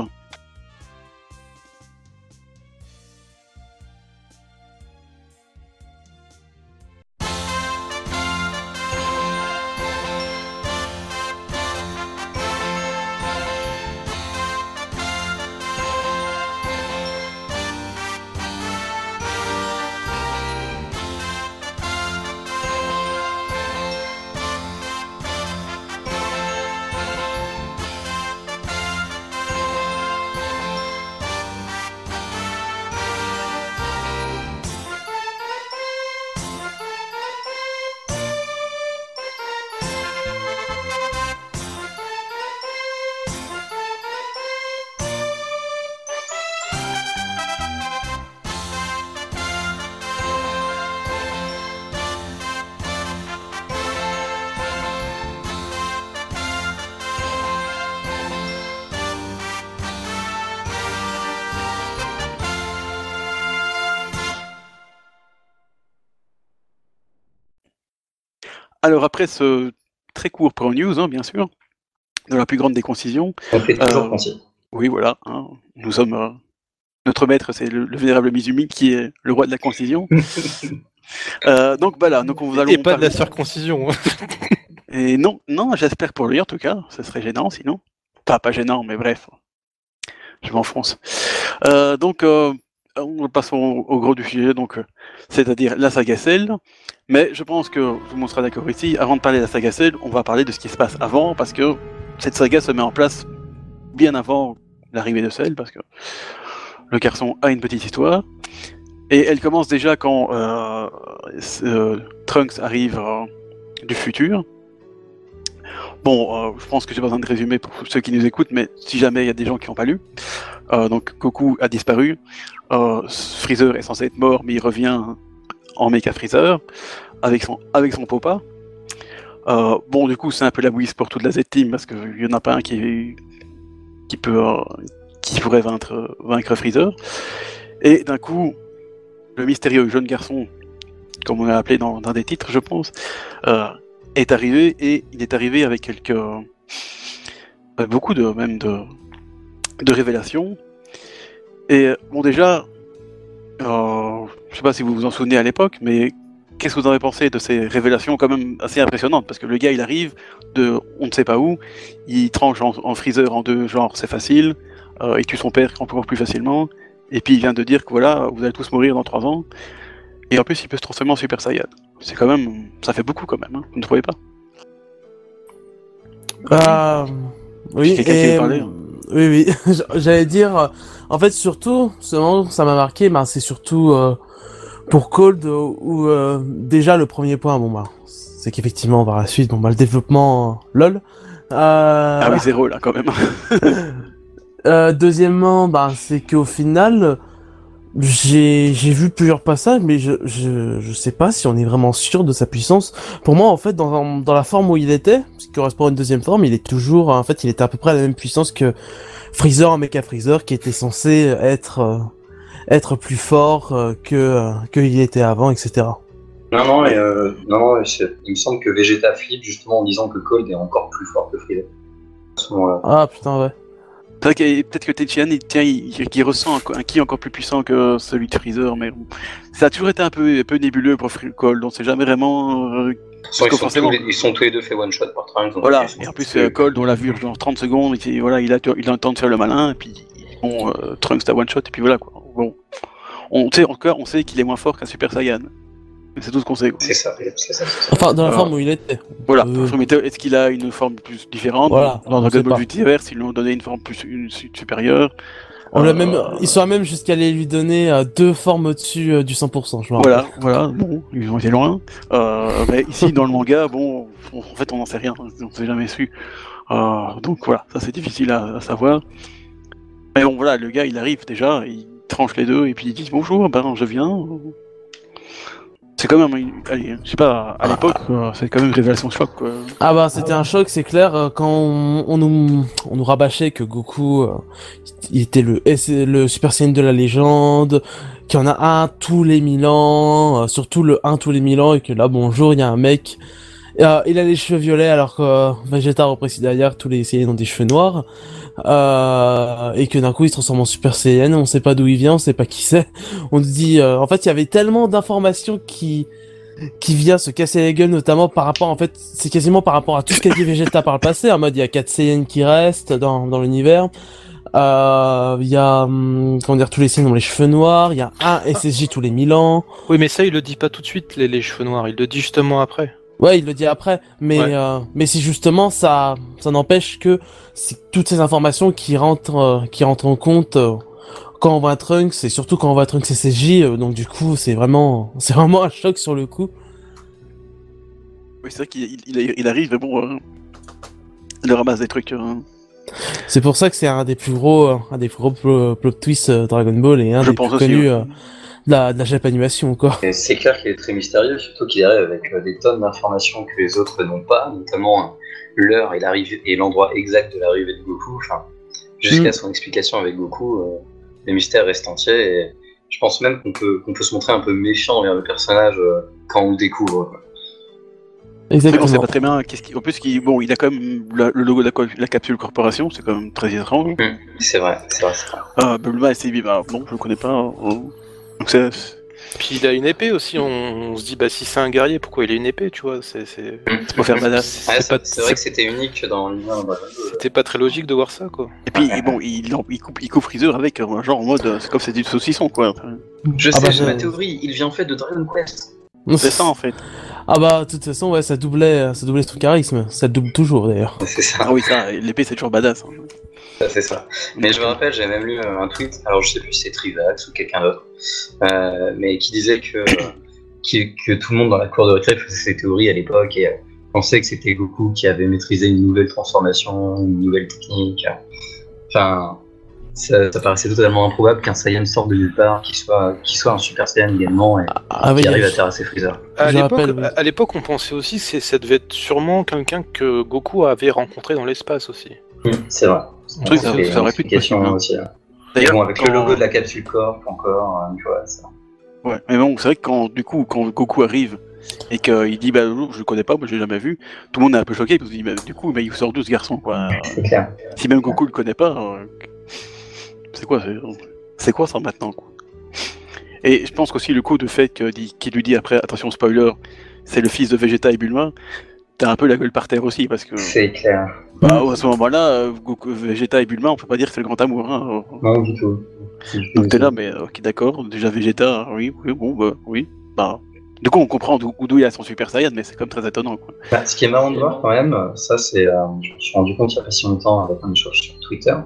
Alors après ce très court Pro News, hein, bien sûr, de la plus grande des concisions. On fait toujours concis. Oui, voilà. Hein, nous sommes... notre maître, c'est le vénérable Mizumi, qui est le roi de la concision. Donc voilà, donc on vous allons Et pas de la circoncision. Et non, j'espère pour lui en tout cas, ce serait gênant sinon. Enfin, pas gênant, mais bref, je m'enfonce. Donc, passons au gros du sujet, donc, c'est-à-dire la saga Cell. Mais je pense que tout le monde sera d'accord ici. Avant de parler de la saga Cell, on va parler de ce qui se passe avant, parce que cette saga se met en place bien avant l'arrivée de Cell, parce que le garçon a une petite histoire. Et elle commence déjà quand Trunks arrive du futur. Bon, je pense que j'ai pas besoin de résumer pour ceux qui nous écoutent, mais si jamais il y a des gens qui n'ont pas lu. Donc Goku a disparu. Freezer est censé être mort, mais il revient en Mecha Freezer avec son Popa. Bon, du coup, c'est un peu la bouise pour toute la Z-Team parce qu'il y en a pas un qui pourrait vaincre Freezer. Et d'un coup, le mystérieux jeune garçon, comme on l'a appelé dans des titres, je pense, est arrivé, et il est arrivé avec beaucoup de révélations. Et bon, déjà, je sais pas si vous vous en souvenez à l'époque, mais qu'est-ce que vous en avez pensé de ces révélations quand même assez impressionnantes? Parce que le gars, il arrive de on ne sait pas où, il tranche en Freezer en deux, genre c'est facile, il tue son père encore plus facilement, et puis il vient de dire que voilà, vous allez tous mourir dans 3 ans, et en plus il peut se transformer en Super Saiyan. C'est quand même, ça fait beaucoup quand même, hein, vous ne trouvez pas? Oui, Quelqu'un qui veut parler, hein. Oui, j'allais dire, en fait, surtout, ce moment, ça m'a marqué, c'est surtout pour Cold, où déjà le premier point, c'est qu'effectivement, par la suite, le développement, lol. Ah oui, 0 là, quand même. Deuxièmement, c'est qu'au final, j'ai vu plusieurs passages, mais je sais pas si on est vraiment sûr de sa puissance. Pour moi, en fait, dans la forme où il était, ce qui correspond à une deuxième forme, il est toujours, en fait, il était à peu près à la même puissance que Freezer en Mecha Freezer, qui était censé être plus fort qu'il était avant, etc. Non, il me semble que Vegeta flippe justement en disant que Cold est encore plus fort que Freezer. À ce moment-là. Ah putain, ouais. C'est vrai que peut-être que Tenshinhan, il ressent un ki encore plus puissant que celui de Freezer, mais bon, ça a toujours été un peu nébuleux pour Cold, on sait jamais vraiment... Ils sont tous les deux fait one-shot par Trunks. Voilà, et en plus Cold, on l'a vu genre 30 secondes, et voilà, il a le temps de faire le malin, et puis bon, Trunks t'a one-shot, et puis voilà quoi. Bon, on sait qu'il est moins fort qu'un Super Saiyan. C'est tout ce qu'on sait, quoi. C'est ça. Enfin, dans la forme où il était. Voilà, est-ce qu'il a une forme plus différente? Voilà, dans Dragon Ball Multiverse, ils lui ont donné une forme une supérieure. Ils sont même jusqu'à aller lui donner 2 formes au-dessus du 100%, je me rappelle. Voilà, bon, ils ont été loin. Mais ici, dans le manga, bon, en fait, on n'en sait rien, on s'est jamais su. Donc voilà, ça c'est difficile à savoir. Mais bon, voilà, le gars, il arrive déjà, il tranche les deux, et puis il dit bonjour, je viens. C'est quand même, allez, je sais pas, à l'époque, c'est quand même une révélation choc, quoi. Ah c'était un choc, c'est clair, quand on nous rabâchait que Goku, il était le Super Saiyan de la légende, qu'il y en a un tous les 1000 ans, surtout le 1 tous les 1000 ans, et que là, bonjour, il y a un mec, il a les cheveux violets, alors que Vegeta reprécise derrière, tous les Saiyans ont des cheveux noirs, et que d'un coup il se transforme en Super Saiyan, on sait pas d'où il vient, on sait pas qui c'est, on se dit, en fait il y avait tellement d'informations qui vient se casser la gueule, notamment par rapport, en fait, c'est quasiment par rapport à tout ce qu'a dit Vegeta par le passé, en mode il y a 4 Saiyans qui restent dans l'univers, il y a, tous les Saiyans ont les cheveux noirs, il y a un SSJ tous les 1000 ans. Oui, mais ça il le dit pas tout de suite, les cheveux noirs, il le dit justement après. Ouais, il le dit après, mais c'est justement ça n'empêche que c'est toutes ces informations qui rentrent en compte quand on voit Trunks, et surtout quand on voit Trunks SSJ, donc du coup c'est vraiment un choc sur le coup. Oui, c'est vrai qu'il arrive, mais bon, il ramasse des trucs. C'est pour ça que c'est un des plus gros plot twists Dragon Ball, et un des plus connus de la Japanimation, quoi. Et c'est clair qu'il est très mystérieux, surtout qu'il arrive avec des tonnes d'informations que les autres n'ont pas, notamment l'heure et l'endroit exact de l'arrivée de Goku, jusqu'à son explication avec Goku, le mystère reste entier, et je pense même qu'on peut se montrer un peu méfiant envers le personnage quand on le découvre, quoi. Exactement. On sait pas très bien. En plus, il a quand même le logo de la capsule corporation, c'est quand même très étrange. C'est vrai. Bulma, c'est non, je le connais pas. Donc c'est. Puis il a une épée aussi, on se dit, bah si c'est un guerrier, pourquoi il a une épée, tu vois, c'est pour faire badass. C'est vrai que c'était unique dans l'univers de Dragon Ball. C'était pas très logique de voir ça, quoi. Et puis, il coupe Freezer avec un genre en mode, c'est comme si c'était du saucisson, quoi. Je sais, j'ai ma théorie, il vient en fait de Dragon Quest. C'est ça, en fait. Ah bah, de toute façon, ouais, ça doublait son charisme. Ça le double toujours, d'ailleurs. C'est ça. Ah oui, ça, l'épée, c'est toujours badass. C'est ça. Mais je me rappelle, j'ai même lu un tweet, alors je sais plus si c'est Trivax ou quelqu'un d'autre, mais qui disait que tout le monde dans la cour de récré faisait ses théories à l'époque et pensait que c'était Goku qui avait maîtrisé une nouvelle transformation, une nouvelle technique. Enfin, ça paraissait totalement improbable qu'un Saiyan sorte de nulle part, qu'il soit un Super Saiyan également et qu'il arrive à terrasser Freezer. À l'époque, on pensait aussi que ça devait être sûrement quelqu'un que Goku avait rencontré dans l'espace aussi. C'est vrai. Ça aurait pu être possible, aussi. D'ailleurs, bon, avec le logo de la capsule Corp encore, tu vois ça. Ouais, mais bon, c'est vrai que quand Goku arrive et qu'il dit bah je le connais pas, moi je l'ai jamais vu, tout le monde est un peu choqué parce qu'il dit du coup il sort d'où ce garçon, quoi. C'est clair. Si même Goku le connaît pas, c'est quoi ça maintenant, quoi. Et je pense qu'aussi le coup de fait qu'il lui dit après attention spoiler, c'est le fils de Vegeta et Bulma. T'as un peu la gueule par terre aussi parce que. C'est clair. Bah, à ce moment-là, Vegeta et Bulma, on peut pas dire que c'est le grand amour. Hein. Non, du tout. Donc t'es là, mais ok, d'accord. Déjà Vegeta, oui. Bah. Du coup, on comprend d'où il a son Super Saiyan, mais c'est comme très étonnant, quoi. Bah, ce qui est marrant de voir quand même, ça c'est. Je me suis rendu compte il y a pas si longtemps avec un échange sur Twitter,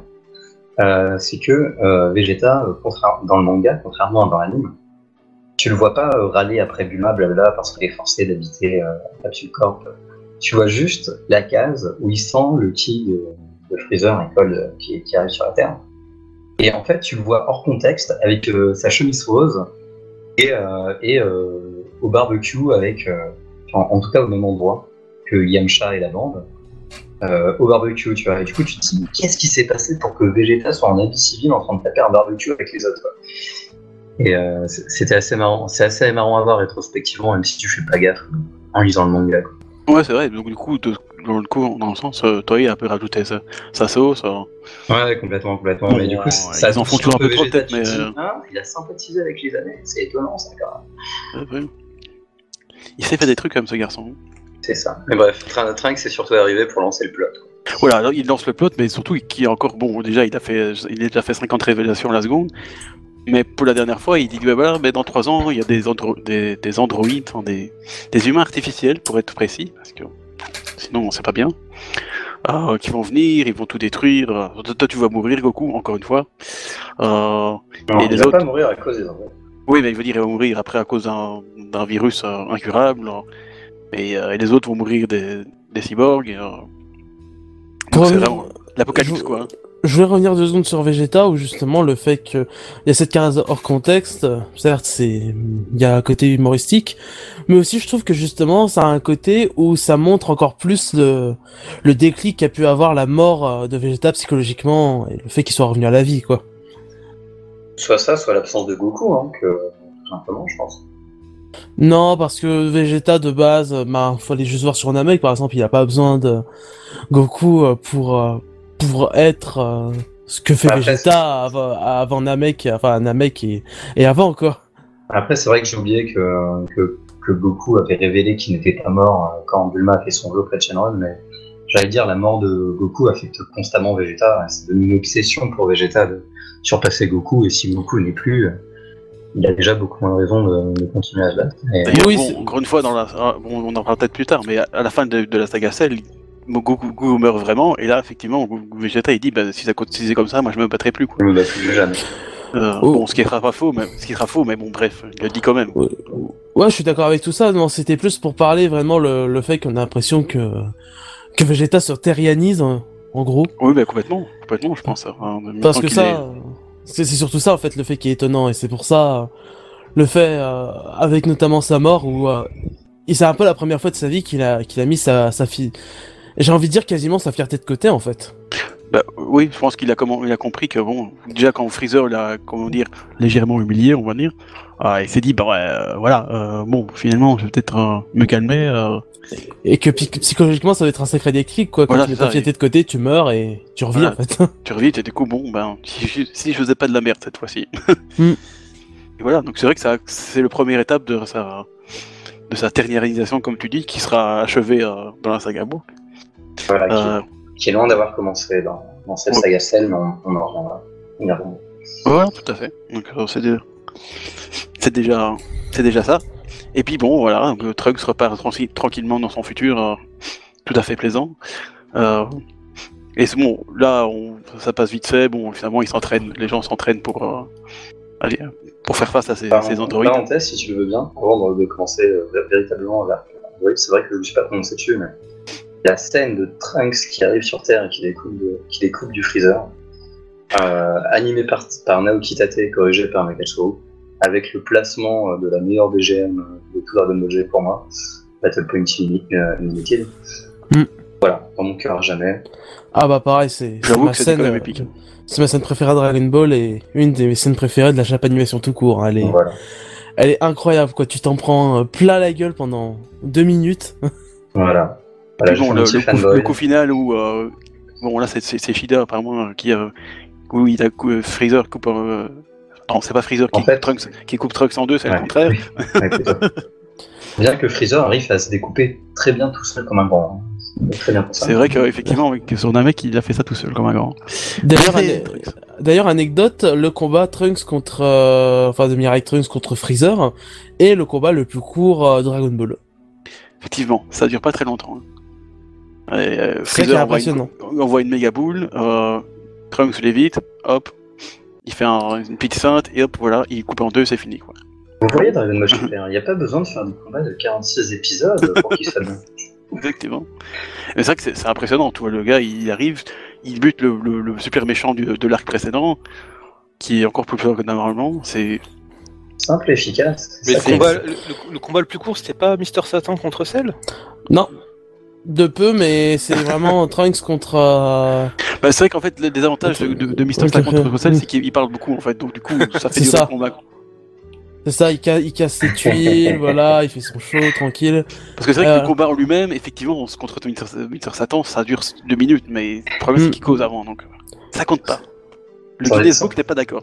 c'est que Vegeta, dans le manga, contrairement à dans l'anime, tu le vois pas râler après Bulma, blabla, parce qu'il est forcé d'habiter Capsule Corp. Tu vois juste la case où il sent le ki de Freezer, l'école qui arrive sur la Terre. Et en fait, tu le vois hors contexte avec sa chemise rose et au barbecue avec, en tout cas au même endroit que Yamcha et la bande, au barbecue, tu vois. Et du coup, tu te dis, qu'est-ce qui s'est passé pour que Vegeta soit en habit civil en train de taper un barbecue avec les autres, quoi. Et c'était assez marrant. C'est assez marrant à voir rétrospectivement, même si tu fais pas gaffe en lisant le manga, quoi. Ouais, c'est vrai. Donc du coup, dans le sens, Toei a un peu rajouté sa sauce. Ouais, complètement. Bon, mais du coup, ça ils en font toujours un peu trop, peut-être, mais. Il a sympathisé avec les années. C'est étonnant, ça, quand même. Ouais. Il s'est fait des trucs comme ce garçon. C'est ça. Mais bref, Trunks c'est surtout arrivé pour lancer le plot, quoi. Voilà, alors il lance le plot, mais surtout qui est encore bon. Déjà, il a déjà fait 50 révélations la seconde. Mais pour la dernière fois, il dit que voilà, mais dans 3 ans, il y a des androïdes, enfin, des humains artificiels, pour être précis, parce que sinon, c'est pas bien, qui vont venir, ils vont tout détruire. Toi, tu vas mourir, Goku, encore une fois. Non, et il les va autres... pas mourir à cause des androïdes. Oui, mais il veut dire qu'il va mourir après à cause d'un virus incurable. Et les autres vont mourir des cyborgs. Donc c'est vraiment l'apocalypse, quoi. Je voulais revenir 2 secondes sur Vegeta, où justement le fait qu'il y a cette case hors contexte, certes il y a un côté humoristique, mais aussi je trouve que justement ça a un côté où ça montre encore plus le déclic qu'a pu avoir la mort de Vegeta psychologiquement, et le fait qu'il soit revenu à la vie, quoi. Soit ça, soit l'absence de Goku, tout simplement, je pense. Non, parce que Vegeta de base, fallait juste voir sur Namek par exemple, il a pas besoin de Goku pour être ce que fait Vegeta avant Namek, enfin Namek et avant, quoi. Après, c'est vrai que j'ai oublié que Goku avait révélé qu'il n'était pas mort quand Bulma a fait son vœu près de Shenron, mais j'allais dire la mort de Goku affecte constamment Vegeta. C'est devenu une obsession pour Vegeta de surpasser Goku, et si Goku n'est plus, il a déjà beaucoup moins de raisons de continuer à se battre. D'ailleurs, encore une fois, on en parlera peut-être plus tard, mais à la fin de la saga Cell, Goku meurt vraiment, et là, effectivement, Vegeta il dit si ça continue comme ça, moi je me battrai plus, quoi. Je me bats plus jamais. Bon, ce qui sera faux, mais bon, bref, il le dit quand même. Ouais, je suis d'accord avec tout ça. Non, c'était plus pour parler vraiment le fait qu'on a l'impression que Vegeta se terrianise, en gros. Oui, mais complètement, je pense. Parce que ça, c'est surtout ça en fait le fait qui est étonnant, et c'est pour ça le fait avec notamment sa mort où c'est un peu la première fois de sa vie qu'il a mis sa fille. J'ai envie de dire quasiment sa fierté de côté, en fait. Bah, oui, je pense qu'il a, il a compris que, bon, déjà quand Freezer l'a, comment dire, légèrement humilié, on va dire, il s'est dit, bah ouais, voilà, bon, finalement, je vais peut-être me calmer. Et que psychologiquement, ça va être un sacré déclic, quoi. Quand Voilà, tu mets c'est ça, ta fierté de côté, tu meurs et tu reviens, Voilà. en fait. Tu revis, et du coup, bon, ben, si je faisais pas de la merde cette fois-ci. Mm. Et voilà, donc c'est vrai que c'est le première étape de sa terniarisation, comme tu dis, qui sera achevée dans la saga Bourg. Voilà, qui est loin d'avoir commencé dans cette saga Cell, mais on en reviendra. On y reviendra. Voilà, tout à fait. Donc c'est déjà ça. Et puis bon, voilà, donc, Trunks repart tranquillement dans son futur, tout à fait plaisant. Et c'est bon, là, ça passe vite fait. Bon, finalement, les gens s'entraînent pour faire face à ces androïdes. Parenthèse, si tu le veux bien, avant de commencer véritablement là. Oui, c'est vrai que je ne suis pas prononcé dessus, mais la scène de Trunks qui arrive sur Terre et qui découpe du Freezer, animé par Naoki Tate, corrigé par Nakatsuru, avec le placement de la meilleure BGM de tout Dragon Ball G pour moi, Battle Point Unlimited. Voilà, dans mon cœur à jamais. Ah bah pareil, c'est ma scène épique. C'est ma scène préférée de Dragon Ball et une des scènes préférées de la Japanimation tout court. Hein. Elle est incroyable, quoi. Tu t'en prends plein la gueule pendant 2 minutes. Voilà. Bon, le coup final où bon là c'est Shida apparemment où Freezer coupe non, c'est pas Freezer qui coupe Trunks en deux, c'est le contraire. Bien que Freezer arrive à se découper très bien tout seul comme un grand. Très bien pour ça. C'est vrai qu'effectivement, avec son mec, il a fait ça tout seul comme un grand. D'ailleurs, anecdote, le combat Trunks contre, de Mirai Trunks contre Freezer est le combat le plus court de Dragon Ball. Effectivement, ça dure pas très longtemps. Freezer envoie une méga boule, Trunks l'évite, hop, il fait une petite feinte et hop, voilà, il coupe en deux, c'est fini, quoi. Vous voyez Dragon Ball Super, il n'y a pas besoin de faire des combats de 46 épisodes pour qu'il soit bien. Exactement. Mais c'est vrai que c'est impressionnant, tu vois, le gars, il arrive, il bute le super méchant de l'arc précédent, qui est encore plus fort que normalement, c'est... Simple et efficace. Mais le combat le plus court, c'était pas Mister Satan contre Cell ? Non. De peu, mais c'est vraiment Trunks contre... Bah, c'est vrai qu'en fait, le désavantage de Mister Satan contre Cell, c'est qu'il parle beaucoup, en fait, donc du coup, ça fait du combat. C'est ça, il casse ses tuiles, voilà, il fait son show, tranquille. Parce que c'est vrai que le combat en lui-même, effectivement, contre Mr. Satan, ça dure 2 minutes, mais le problème c'est qu'il cause avant, donc ça compte pas. Le Guinness Book n'est pas d'accord.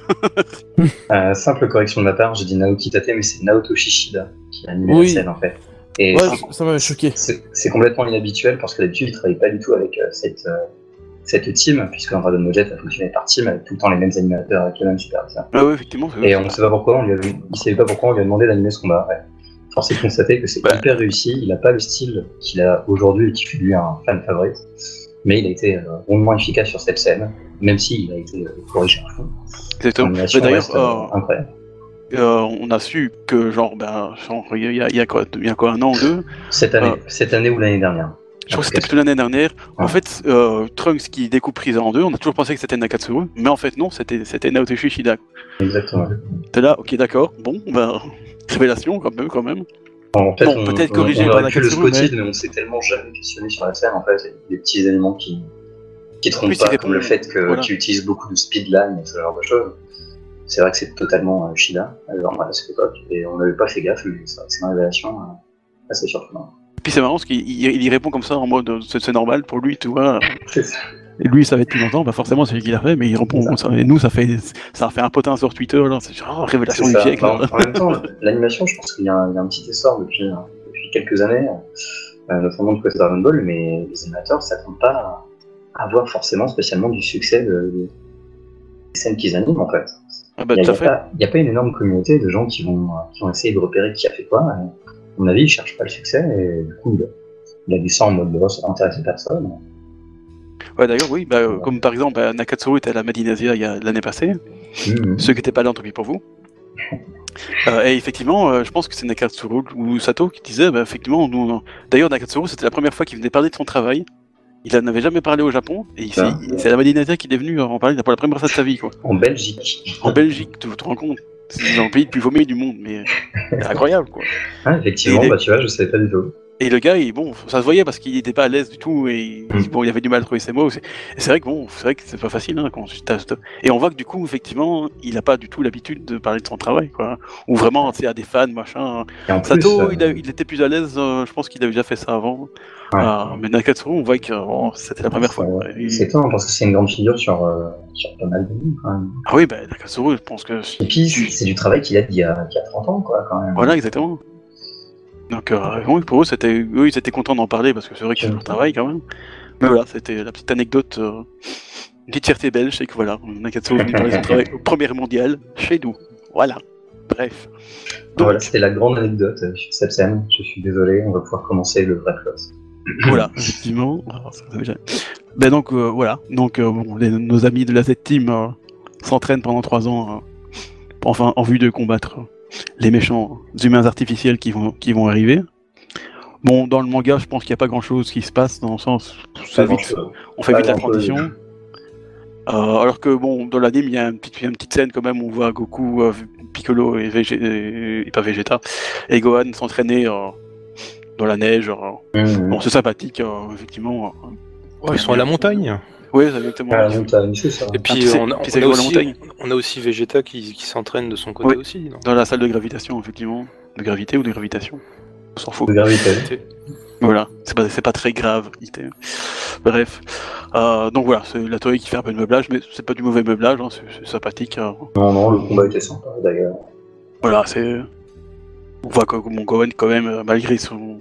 Simple correction de ma part, j'ai dit Naoki Tate, mais c'est Naoto Shishida qui a animé la scène en fait. Et ça m'avait choqué. C'est complètement inhabituel parce que d'habitude il travaille pas du tout avec cette team, puisque Dragon Ball Z a fonctionné par team avec tout le temps les mêmes animateurs avec les mêmes superviseurs. Ah ouais, effectivement. Et on ne sait pas pourquoi, il savait pas pourquoi on lui a demandé d'animer ce combat. Ouais. Force est de constater que c'est hyper réussi, il n'a pas le style qu'il a aujourd'hui et qui fait de lui un fan favorite, mais il a été rondement efficace sur cette scène, même s'il a été corrigé à fond. Exactement. D'ailleurs, incroyable. On a su que il y a quoi, 1 an ou 2 cette année ou l'année dernière. Je crois que c'était plutôt l'année dernière. Ouais. En fait, Trunks qui découpe Freezer en deux, on a toujours pensé que c'était Nakatsuru, mais en fait non, c'était Naoto Shishida. Exactement. T'es là, ok, d'accord, bon, révélation quand même. En fait, bon, peut-être corrigé par Nakatsuru, mais on s'est tellement jamais questionné sur la scène, en fait, il y a des petits éléments qui trompent pas, comme le fait qu'il utilise beaucoup de speedline et ce genre de choses. C'est vrai que c'est totalement Shida, à cette époque, et on n'avait pas fait gaffe, mais c'est une révélation assez surprenante. Et puis c'est marrant parce qu'il y répond comme ça en mode c'est normal pour lui, tu vois. C'est ça. Et lui, ça va être plus longtemps, forcément c'est lui qui l'a fait, mais il répond ça. Et nous, ça a fait un potin sur Twitter, là, c'est genre révélation du siècle. En même temps, l'animation, je pense qu'il y a un petit essor depuis quelques années, notamment du côté Dragon Ball, mais les animateurs ne s'attendent pas à avoir forcément spécialement du succès des scènes qu'ils animent en fait. Il n'y a pas une énorme communauté de gens qui vont essayer de repérer qui a fait quoi. À mon avis, il ne cherche pas le succès et du coup, il a dit ça en mode de ça n'intéressait personne. Ouais, d'ailleurs, oui, comme par exemple, Nakatsuru était à la Made in Asia l'année passée, ceux qui n'étaient pas là, tant pis pour vous. Et effectivement, je pense que c'est Nakatsuru ou Sato qui disait, effectivement, d'ailleurs, Nakatsuru, c'était la première fois qu'il venait parler de son travail. Il n'en avait jamais parlé au Japon, et c'est à la Made in Asia qu'il est venu en parler pour la première fois de sa vie, quoi. En Belgique. En Belgique, tu te rends compte. C'est dans le pays le plus paumé du monde, mais c'est incroyable, quoi. Ah, effectivement, tu vois, je savais pas du tout. Et le gars, bon, ça se voyait parce qu'il était pas à l'aise du tout et bon, il avait du mal à trouver ses mots. Et c'est vrai que c'est pas facile hein, quand tu tasses. Et on voit que du coup, effectivement, il a pas du tout l'habitude de parler de son travail, quoi. Ou vraiment, tu sais, à des fans, machin. Et en Sato, plus, il était plus à l'aise. Je pense qu'il avait déjà fait ça avant. Ouais. Mais Nakatsuru, on voit que c'était la première fois. C'est étonnant parce que c'est une grande figure sur pas mal de nous, quand même. Ah oui, Nakatsuru, je pense que. Et puis, c'est du travail qu'il a d'il y a 30 ans, quoi, quand même. Voilà, exactement. Donc, oui, pour eux, ils étaient contents d'en parler parce que c'est vrai que c'est leur travail quand même. Mais voilà, c'était la petite anecdote, une petite fierté belge, c'est que voilà, Nakatsuru est venu parler de son travail au premier mondial chez nous. Voilà, bref. Donc, voilà, c'était la grande anecdote sur cette scène. Je suis désolé, on va pouvoir commencer le vrai plot. Voilà, effectivement. Ben donc, voilà, donc nos amis de la Z-Team s'entraînent pendant 3 ans, enfin, en vue de combattre les méchants humains artificiels qui vont arriver. Bon, dans le manga, je pense qu'il n'y a pas grand-chose qui se passe, dans le sens on fait vite la transition. Alors que, bon, dans l'anime, il y a une petite scène quand même où on voit Goku, Piccolo et pas Vegeta, et Gohan s'entraîner dans la neige. Bon, c'est sympathique, effectivement. Ouais, ils sont à la montagne. Oui, exactement. À la montagne, c'est ça. Et puis, on a aussi Vegeta qui s'entraîne de son côté aussi. Non dans la salle de gravitation, effectivement. De gravité ou de gravitation. On s'en fout. De gravité. Voilà, c'est pas très grave. Bref. Donc voilà, c'est la Toei qui fait un peu de meublage, mais c'est pas du mauvais meublage, hein, c'est sympathique. Non, le combat était sympa, d'ailleurs. Voilà, on voit que mon Gohan, quand même, malgré son...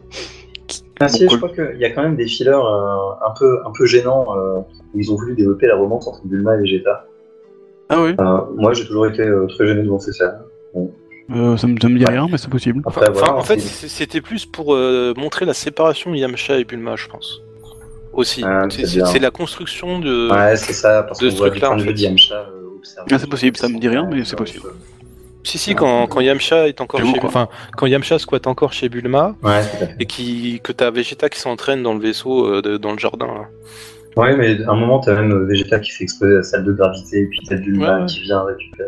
Je crois qu'il y a quand même des fillers un peu gênants où ils ont voulu développer la romance entre Bulma et Vegeta. Ah oui. Moi, j'ai toujours été très gêné devant ces scènes. Bon. Ça me dit rien, mais c'est possible. En fait, c'était plus pour montrer la séparation de Yamcha et Bulma, je pense. Aussi. C'est la construction de. Ouais, c'est ça, parce de qu'on voit du point en de vue fait. de Yamcha observer. C'est possible, ça me dit rien, mais c'est possible. Si, quand Yamcha est encore quand Yamcha squatte encore chez Bulma, ouais, et que t'as Vegeta qui s'entraîne dans le vaisseau, dans le jardin. Là. Ouais, mais à un moment, t'as même Vegeta qui fait exploser la salle de gravité, et puis t'as Bulma qui vient récupérer.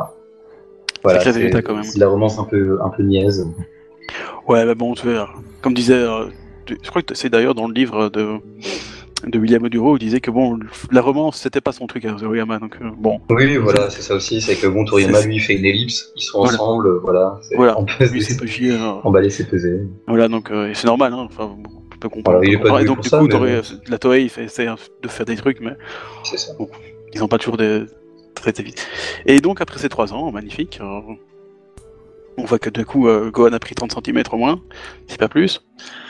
Voilà, c'est quand même. C'est la romance un peu niaise. Ouais, mais bon, tu vois, comme disait, je crois que c'est d'ailleurs dans le livre de William Oduro, il disait que bon, la romance c'était pas son truc à Toriyama, donc bon. Oui, voilà, c'est ça aussi, c'est que bon, Toriyama lui fait une ellipse, ils sont ensemble, voilà. Lui c'est pas chier. Emballer, c'est pesé. Voilà, donc c'est normal, hein. Enfin, on peut comprendre. Voilà, il est pas et donc du ça, coup, la Toei essaie de faire des trucs, mais c'est ça. Bon, ils ont pas toujours très vite. Et donc après ces 3 ans, magnifique. On voit que du coup, Gohan a pris 30 cm au moins, si pas plus.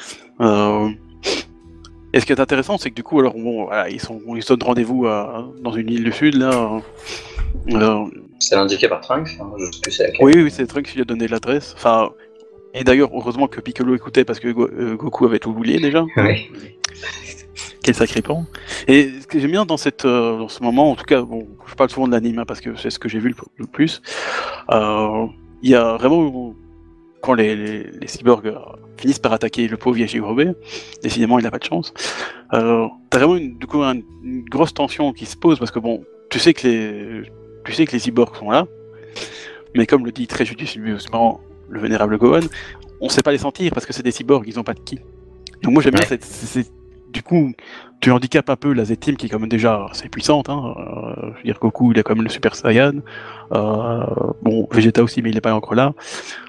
Et ce qui est intéressant, c'est que du coup, alors bon, voilà, ils se donnent rendez-vous dans une île du sud là. C'est indiqué par Trunks, hein, je sais plus c'est laquelle. Oui, c'est Trunks qui lui a donné l'adresse. Enfin, et d'ailleurs, heureusement que Piccolo écoutait parce que Goku avait tout oublié déjà. Oui. Quel sacré pan. Et ce que j'aime bien dans ce moment, en tout cas, bon, je parle souvent de l'anime hein, parce que c'est ce que j'ai vu le plus. Il y a vraiment quand les cyborgs finissent par attaquer le pauvre Yajirobe, décidément il n'a pas de chance. T'as vraiment une grosse tension qui se pose parce que bon, tu sais que les cyborgs sont là, mais comme le dit très judicieusement le vénérable Gohan, on sait pas les sentir parce que c'est des cyborgs, ils ont pas de ki. Donc moi j'aime bien du coup, tu handicapes un peu la Z-Team qui est quand même déjà assez puissante. Hein. Je veux dire, Goku, il a quand même le Super Saiyan. Bon, Vegeta aussi, mais il n'est pas encore là.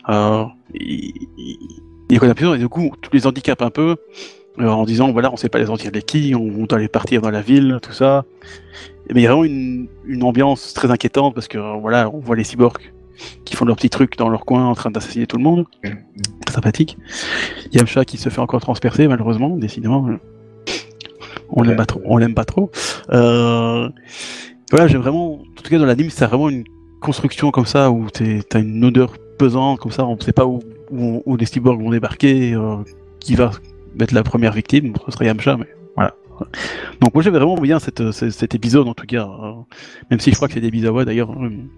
Il est quand même puissant, et du coup, tu les handicapes un peu en disant, voilà, on sait pas les sentir les ki, on doit les partir dans la ville, tout ça. Mais il y a vraiment une ambiance très inquiétante parce que, voilà, on voit les cyborgs qui font leurs petits trucs dans leur coin en train d'assassiner tout le monde. Très sympathique. Yamcha qui se fait encore transpercer, malheureusement, décidément. On l'aime pas trop. Voilà, j'ai vraiment, en tout cas dans l'anime, c'est vraiment une construction comme ça où t'as une odeur pesante comme ça, on sait pas où les cyborgs vont débarquer, qui va être la première victime, ce serait Yamcha, mais voilà. Donc moi j'aimais vraiment bien cet épisode en tout cas, même si je crois que c'est des Bizawa d'ailleurs.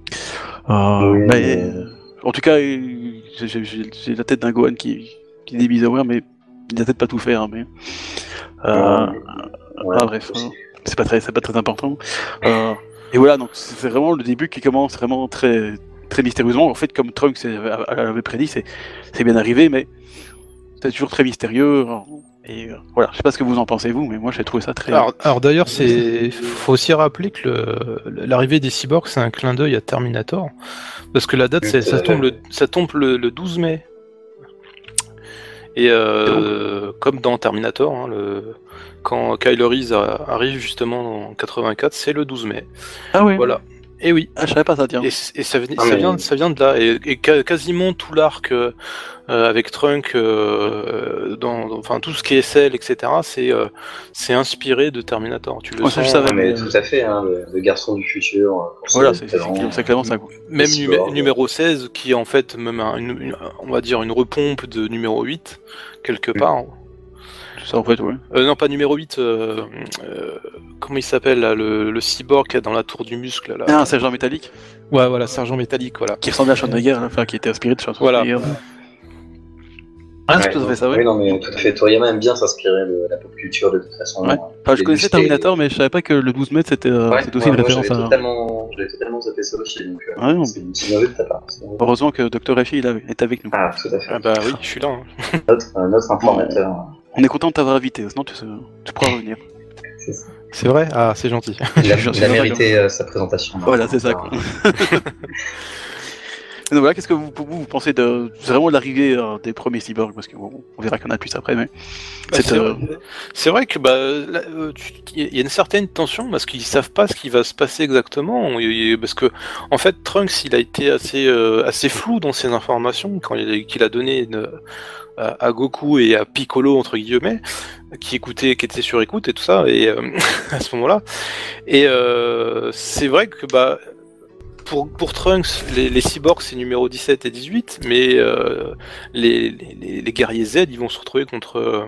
Mais en tout cas, j'ai la tête d'un Gohan qui est des Bizawa, mais il n'a peut-être pas tout faire, mais. Bref, c'est pas très important. Et voilà, donc c'est vraiment le début qui commence vraiment très, très mystérieusement. En fait, comme Trunks avait prédit, c'est bien arrivé, mais c'est toujours très mystérieux. Et voilà, je sais pas ce que vous en pensez vous, mais moi j'ai trouvé ça très. Alors d'ailleurs, faut aussi rappeler que l'arrivée des cyborgs, c'est un clin d'œil à Terminator, parce que la date, ça tombe le 12 mai. Et comme dans Terminator, hein, quand Kyle Reese arrive justement en 84, c'est le 12 mai. Ah oui. Voilà. Et oui. Ah, je savais pas ça, tiens. Et ça vient de là. Et quasiment tout l'arc avec Trunk, enfin tout ce qui est Cell, etc. C'est inspiré de Terminator. Tu le sens. Je savais, mais tout à fait. Hein, le garçon du futur. Voilà, c'est clairement ça. Quoi. Même numéro 16, qui est en fait même on va dire une repompe de numéro 8 quelque part. Hein. Ça en fait, ouais. Non, pas numéro 8. Comment il s'appelle là, le cyborg qui est dans la tour du muscle là. Ah, un sergent métallique. Ouais, voilà, sergent métallique, voilà. Qui ressemblait à Schwarzenegger, enfin qui était inspiré de Schwarzenegger. Voilà. Ah, c'est tout à fait ça, ouais. Oui, non, mais tout à fait. Toriyama aime bien s'inspirer de la pop culture de toute façon. Ouais. Enfin, je connaissais Terminator, mais je savais pas que le 12 mètres c'était aussi une référence à. J'avais totalement zappé ça aussi, donc c'est une petite de ta part. Heureusement que Dr. Effie est avec nous. Ah, tout à fait. Ah bah oui, je suis là. Hein. Notre informateur. On est content de t'avoir invité, sinon tu pourras revenir. C'est ça. C'est vrai ? Ah, c'est gentil. Il a mérité sa présentation. Voilà, c'est ça. Donc voilà, qu'est-ce que vous pensez vraiment de l'arrivée des premiers cyborgs, parce qu'on verra qu'il y en a plus après, mais c'est vrai que il y a une certaine tension parce qu'ils savent pas ce qui va se passer exactement, parce que en fait Trunks il a été assez flou dans ses informations quand qu'il a donné à Goku et à Piccolo entre guillemets, qui étaient sur écoute et tout ça, et à ce moment-là, et c'est vrai que pour Trunks, les cyborgs c'est numéro 17 et 18, mais les guerriers Z ils vont se retrouver contre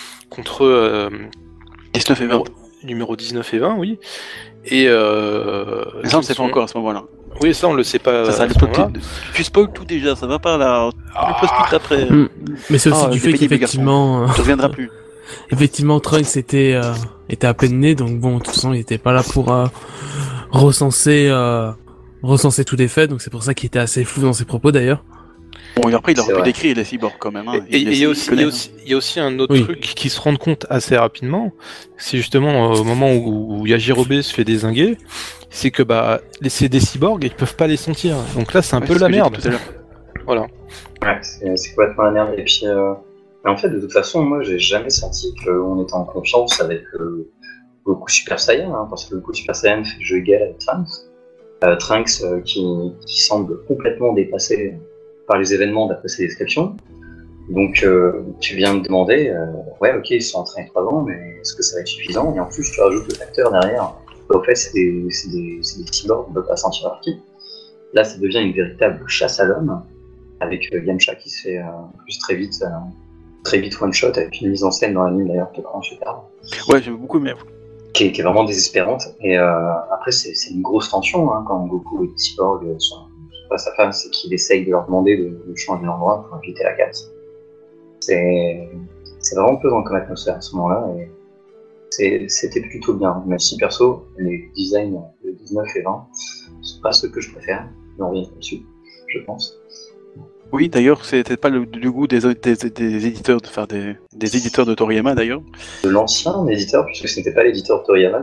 19 et 20. Numéro 19 et 20, oui. Et mais ça on ne sait pas encore à ce moment-là. Oui, ça on le sait pas. Tu spoil tout déjà, ça va pas là. Le post-it après. Mais c'est aussi du fait qu'effectivement. Tu reviendras plus. Effectivement, Trunks était à peine né, donc bon, de toute façon, il était pas là pour recenser tous les faits, donc c'est pour ça qu'il était assez flou dans ses propos d'ailleurs. Bon, et après, il aurait pu décrire les cyborgs quand même. Hein. Et il y a aussi un autre truc qui se rend compte assez rapidement, c'est justement au moment où Yajirobe se fait dézinguer, c'est que c'est des cyborgs et ils peuvent pas les sentir. Donc là, c'est un peu la merde. Voilà. Ouais, c'est complètement la merde. Et puis, mais en fait, de toute façon, moi, j'ai jamais senti qu'on était en confiance avec Goku Super Saiyan, hein, parce que Goku Super Saiyan fait jeu égal avec Trunks, qui semble complètement dépassé par les événements d'après ses descriptions. Donc, tu viens me demander, ouais, ok, ils sont entraînés 3 ans, mais est-ce que ça va être suffisant ? Et en plus, tu rajoutes le facteur derrière. Au fait, c'est des cyborgs, on ne peut pas sentir leur qui. Là, ça devient une véritable chasse à l'homme, avec Yamcha qui se fait plus très vite one shot, avec une mise en scène dans l'anime d'ailleurs qui est vraiment super. Ouais, j'aime beaucoup, mais qui est vraiment désespérante. Et après, c'est une grosse tension hein, quand Goku et les cyborgs sont face à face et qu'il essaye de leur demander de changer d'endroit pour éviter la casse. C'est vraiment pesant comme atmosphère à ce moment-là. Et c'était plutôt bien. Même si perso, les designs de 19 et 20 sont pas ceux que je préfère. On revient dessus, je pense. Oui, d'ailleurs, c'était pas du goût des éditeurs de faire des éditeurs de Toriyama d'ailleurs. De l'ancien éditeur, puisque ce n'était pas l'éditeur de Toriyama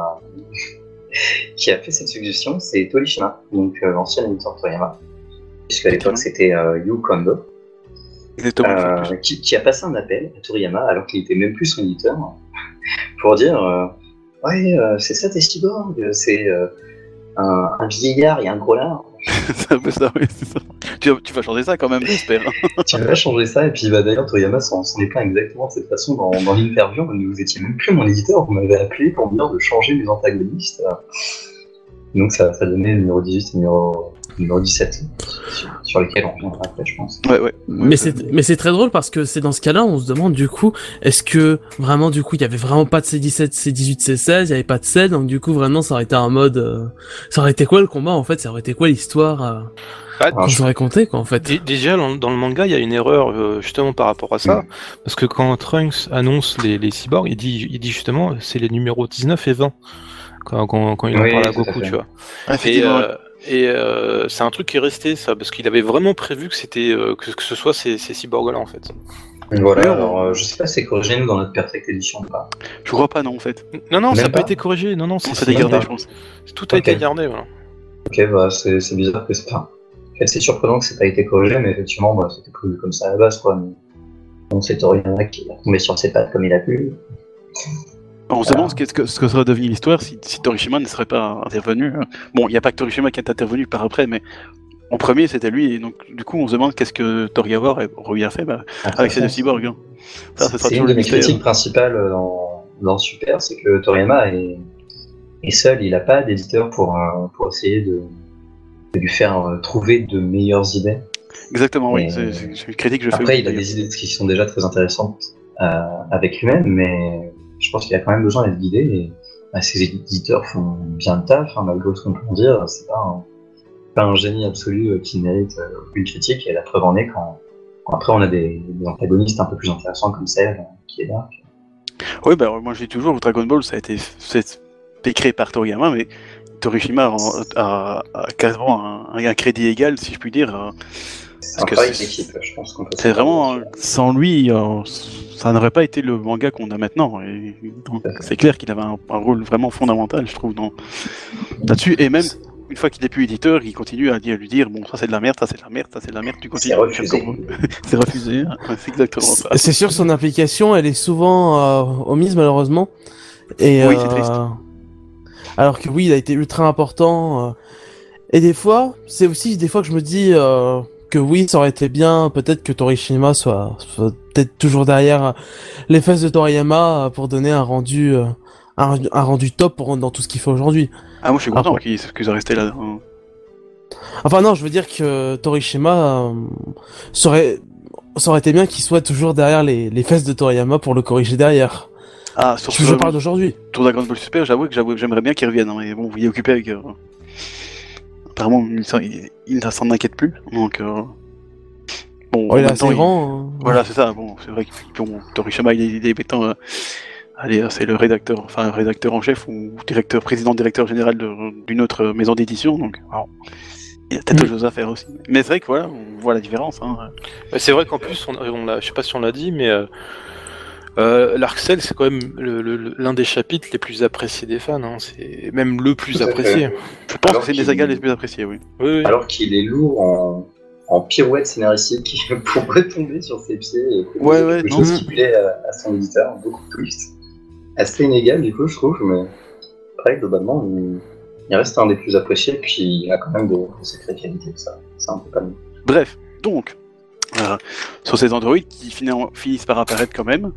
qui a fait cette suggestion, c'est Torishima, donc l'ancien éditeur de Toriyama. Puisqu'à l'époque c'était Yu Kondo, qui a passé un appel à Toriyama alors qu'il était même plus son éditeur, pour dire ouais, c'est ça tes cyborgs, c'est un vieillard et un gros lard. C'est un peu ça, oui, c'est ça. Tu vas changer ça quand même, j'espère. Tu vas changer ça, et puis d'ailleurs, Toriyama s'en est plaint exactement de cette façon dans l'interview. Vous étiez même plus mon éditeur, vous m'avez appelé pour me dire de changer mes antagonistes. Donc ça donnait le numéro 18 et le numéro 17, sur lesquels on reviendra après, je pense. Ouais. Mais c'est très drôle parce que c'est dans ce cas-là, on se demande du coup, est-ce que vraiment du coup, il y avait vraiment pas de C17, C18, C16, il y avait pas de Cell, donc du coup vraiment ça aurait été un mode, ça aurait été quoi le combat en fait, ça aurait été quoi l'histoire qu'on aurait compté quoi en fait. Déjà dans le manga, il y a une erreur justement par rapport à ça, parce que quand Trunks annonce les cyborgs, il dit justement c'est les numéros 19 et 20 quand il en parle à Goku, tu vois. Et c'est un truc qui est resté, ça, parce qu'il avait vraiment prévu que c'était que ce soit ces cyborgs-là, en fait. Voilà, alors je sais pas si c'est corrigé nous dans notre Perfect Edition ou pas. Je crois pas, non, en fait. Non, Même ça n'a pas pas été corrigé. Non, Ça a c'est été gardé, pas. je pense. tout a été Ok. gardé, voilà. Ok, bah c'est bizarre que c'est pas. En fait, c'est surprenant que ça n'ait pas été corrigé, mais effectivement, bah, c'était prévu comme ça à la base, quoi. Mais bon, c'est Toriyama qui a tombé sur ses pattes comme il a pu. On se demande ce que serait devenue l'histoire si Torishima ne serait pas intervenu. Bon, il n'y a pas que Torishima qui est intervenu par après, mais en premier c'était lui, et donc du coup on se demande qu'est-ce que Toriyama aurait bien fait avec ses deux cyborgs. Hein. Ça sera C'est toujours une de le mes mystère. critiques principales dans Super, c'est que Toriyama est seul, il n'a pas d'éditeur pour essayer de lui faire trouver de meilleures idées. Exactement, oui, Et- c'est une critique que je fais. Après, aussi, il a d'ailleurs. des idées qui sont déjà très intéressantes avec lui-même, mais je pense qu'il a quand même besoin d'être guidé. Et ses éditeurs font bien le taf, hein, malgré ce qu'on peut en dire. C'est pas un génie absolu qui mérite aucune critique. Et la preuve en est quand après on a des antagonistes un peu plus intéressants comme Cell qui est là. Oui, bah, moi je dis toujours, Dragon Ball ça a été créé par Toriyama, mais Torishima a quasiment un crédit égal, si je puis dire. C'est un que travail c'est- d'équipe, je pense qu'on peut C'est se vraiment, dire dessus. sans lui, ça n'aurait pas été le manga qu'on a maintenant. Et donc, c'est clair qu'il avait un rôle vraiment fondamental, je trouve, là-dessus. Et même, une fois qu'il n'est plus éditeur, il continue à lui dire, bon, ça c'est de la merde, ça c'est de la merde, ça c'est de la merde, tu continues. C'est refusé. C'est refusé, hein. C'est exactement ça. C'est sûr, son implication, elle est souvent omise malheureusement. Et, Oui, c'est triste. Alors que oui, il a été ultra important. Et des fois, c'est aussi des fois que je me dis que oui, ça aurait été bien, peut-être que Torishima soit peut-être toujours derrière les fesses de Toriyama pour donner un rendu top dans tout ce qu'il fait aujourd'hui. Ah, moi je suis content Ah, qu'ils aient resté là. Hein. Enfin non, je veux dire que Torishima ça aurait été bien qu'il soit toujours derrière les fesses de Toriyama pour le corriger derrière. Ah, Je parle d'aujourd'hui. Tour Dragon Ball Super, j'avoue que j'aimerais bien qu'il revienne, hein, mais bon, il est occupé avec. Apparemment, il ne s'en inquiète plus, donc. Bon, Oh, en il est même temps, assez grand. Voilà, c'est ça. Bon, c'est vrai que bon, Torishima, il est étant, allez, c'est le rédacteur en chef ou président directeur général d'une autre maison d'édition, donc. Alors, il y a peut-être autre chose à faire aussi. Mais c'est vrai que voilà, on voit la différence. Hein. C'est vrai qu'en plus, je sais pas si on l'a dit, mais l'arc Cell, c'est quand même l'un des chapitres les plus appréciés des fans. Hein. C'est même le plus Tout à fait. apprécié. Je pense Alors que c'est des qu'il- sagas les plus appréciées, oui. Oui. Alors qu'il est lourd en pirouette scénaristique pour retomber sur ses pieds et Ouais, ouais, quelque non. chose qui plaît à son éditeur, beaucoup de twists. Assez inégal du coup je trouve, mais après globalement il reste un des plus appréciés, puis il a quand même de sacrées qualités, ça c'est un peu pas mieux. Bref, donc, sur ces androïdes qui finissent par apparaître quand même,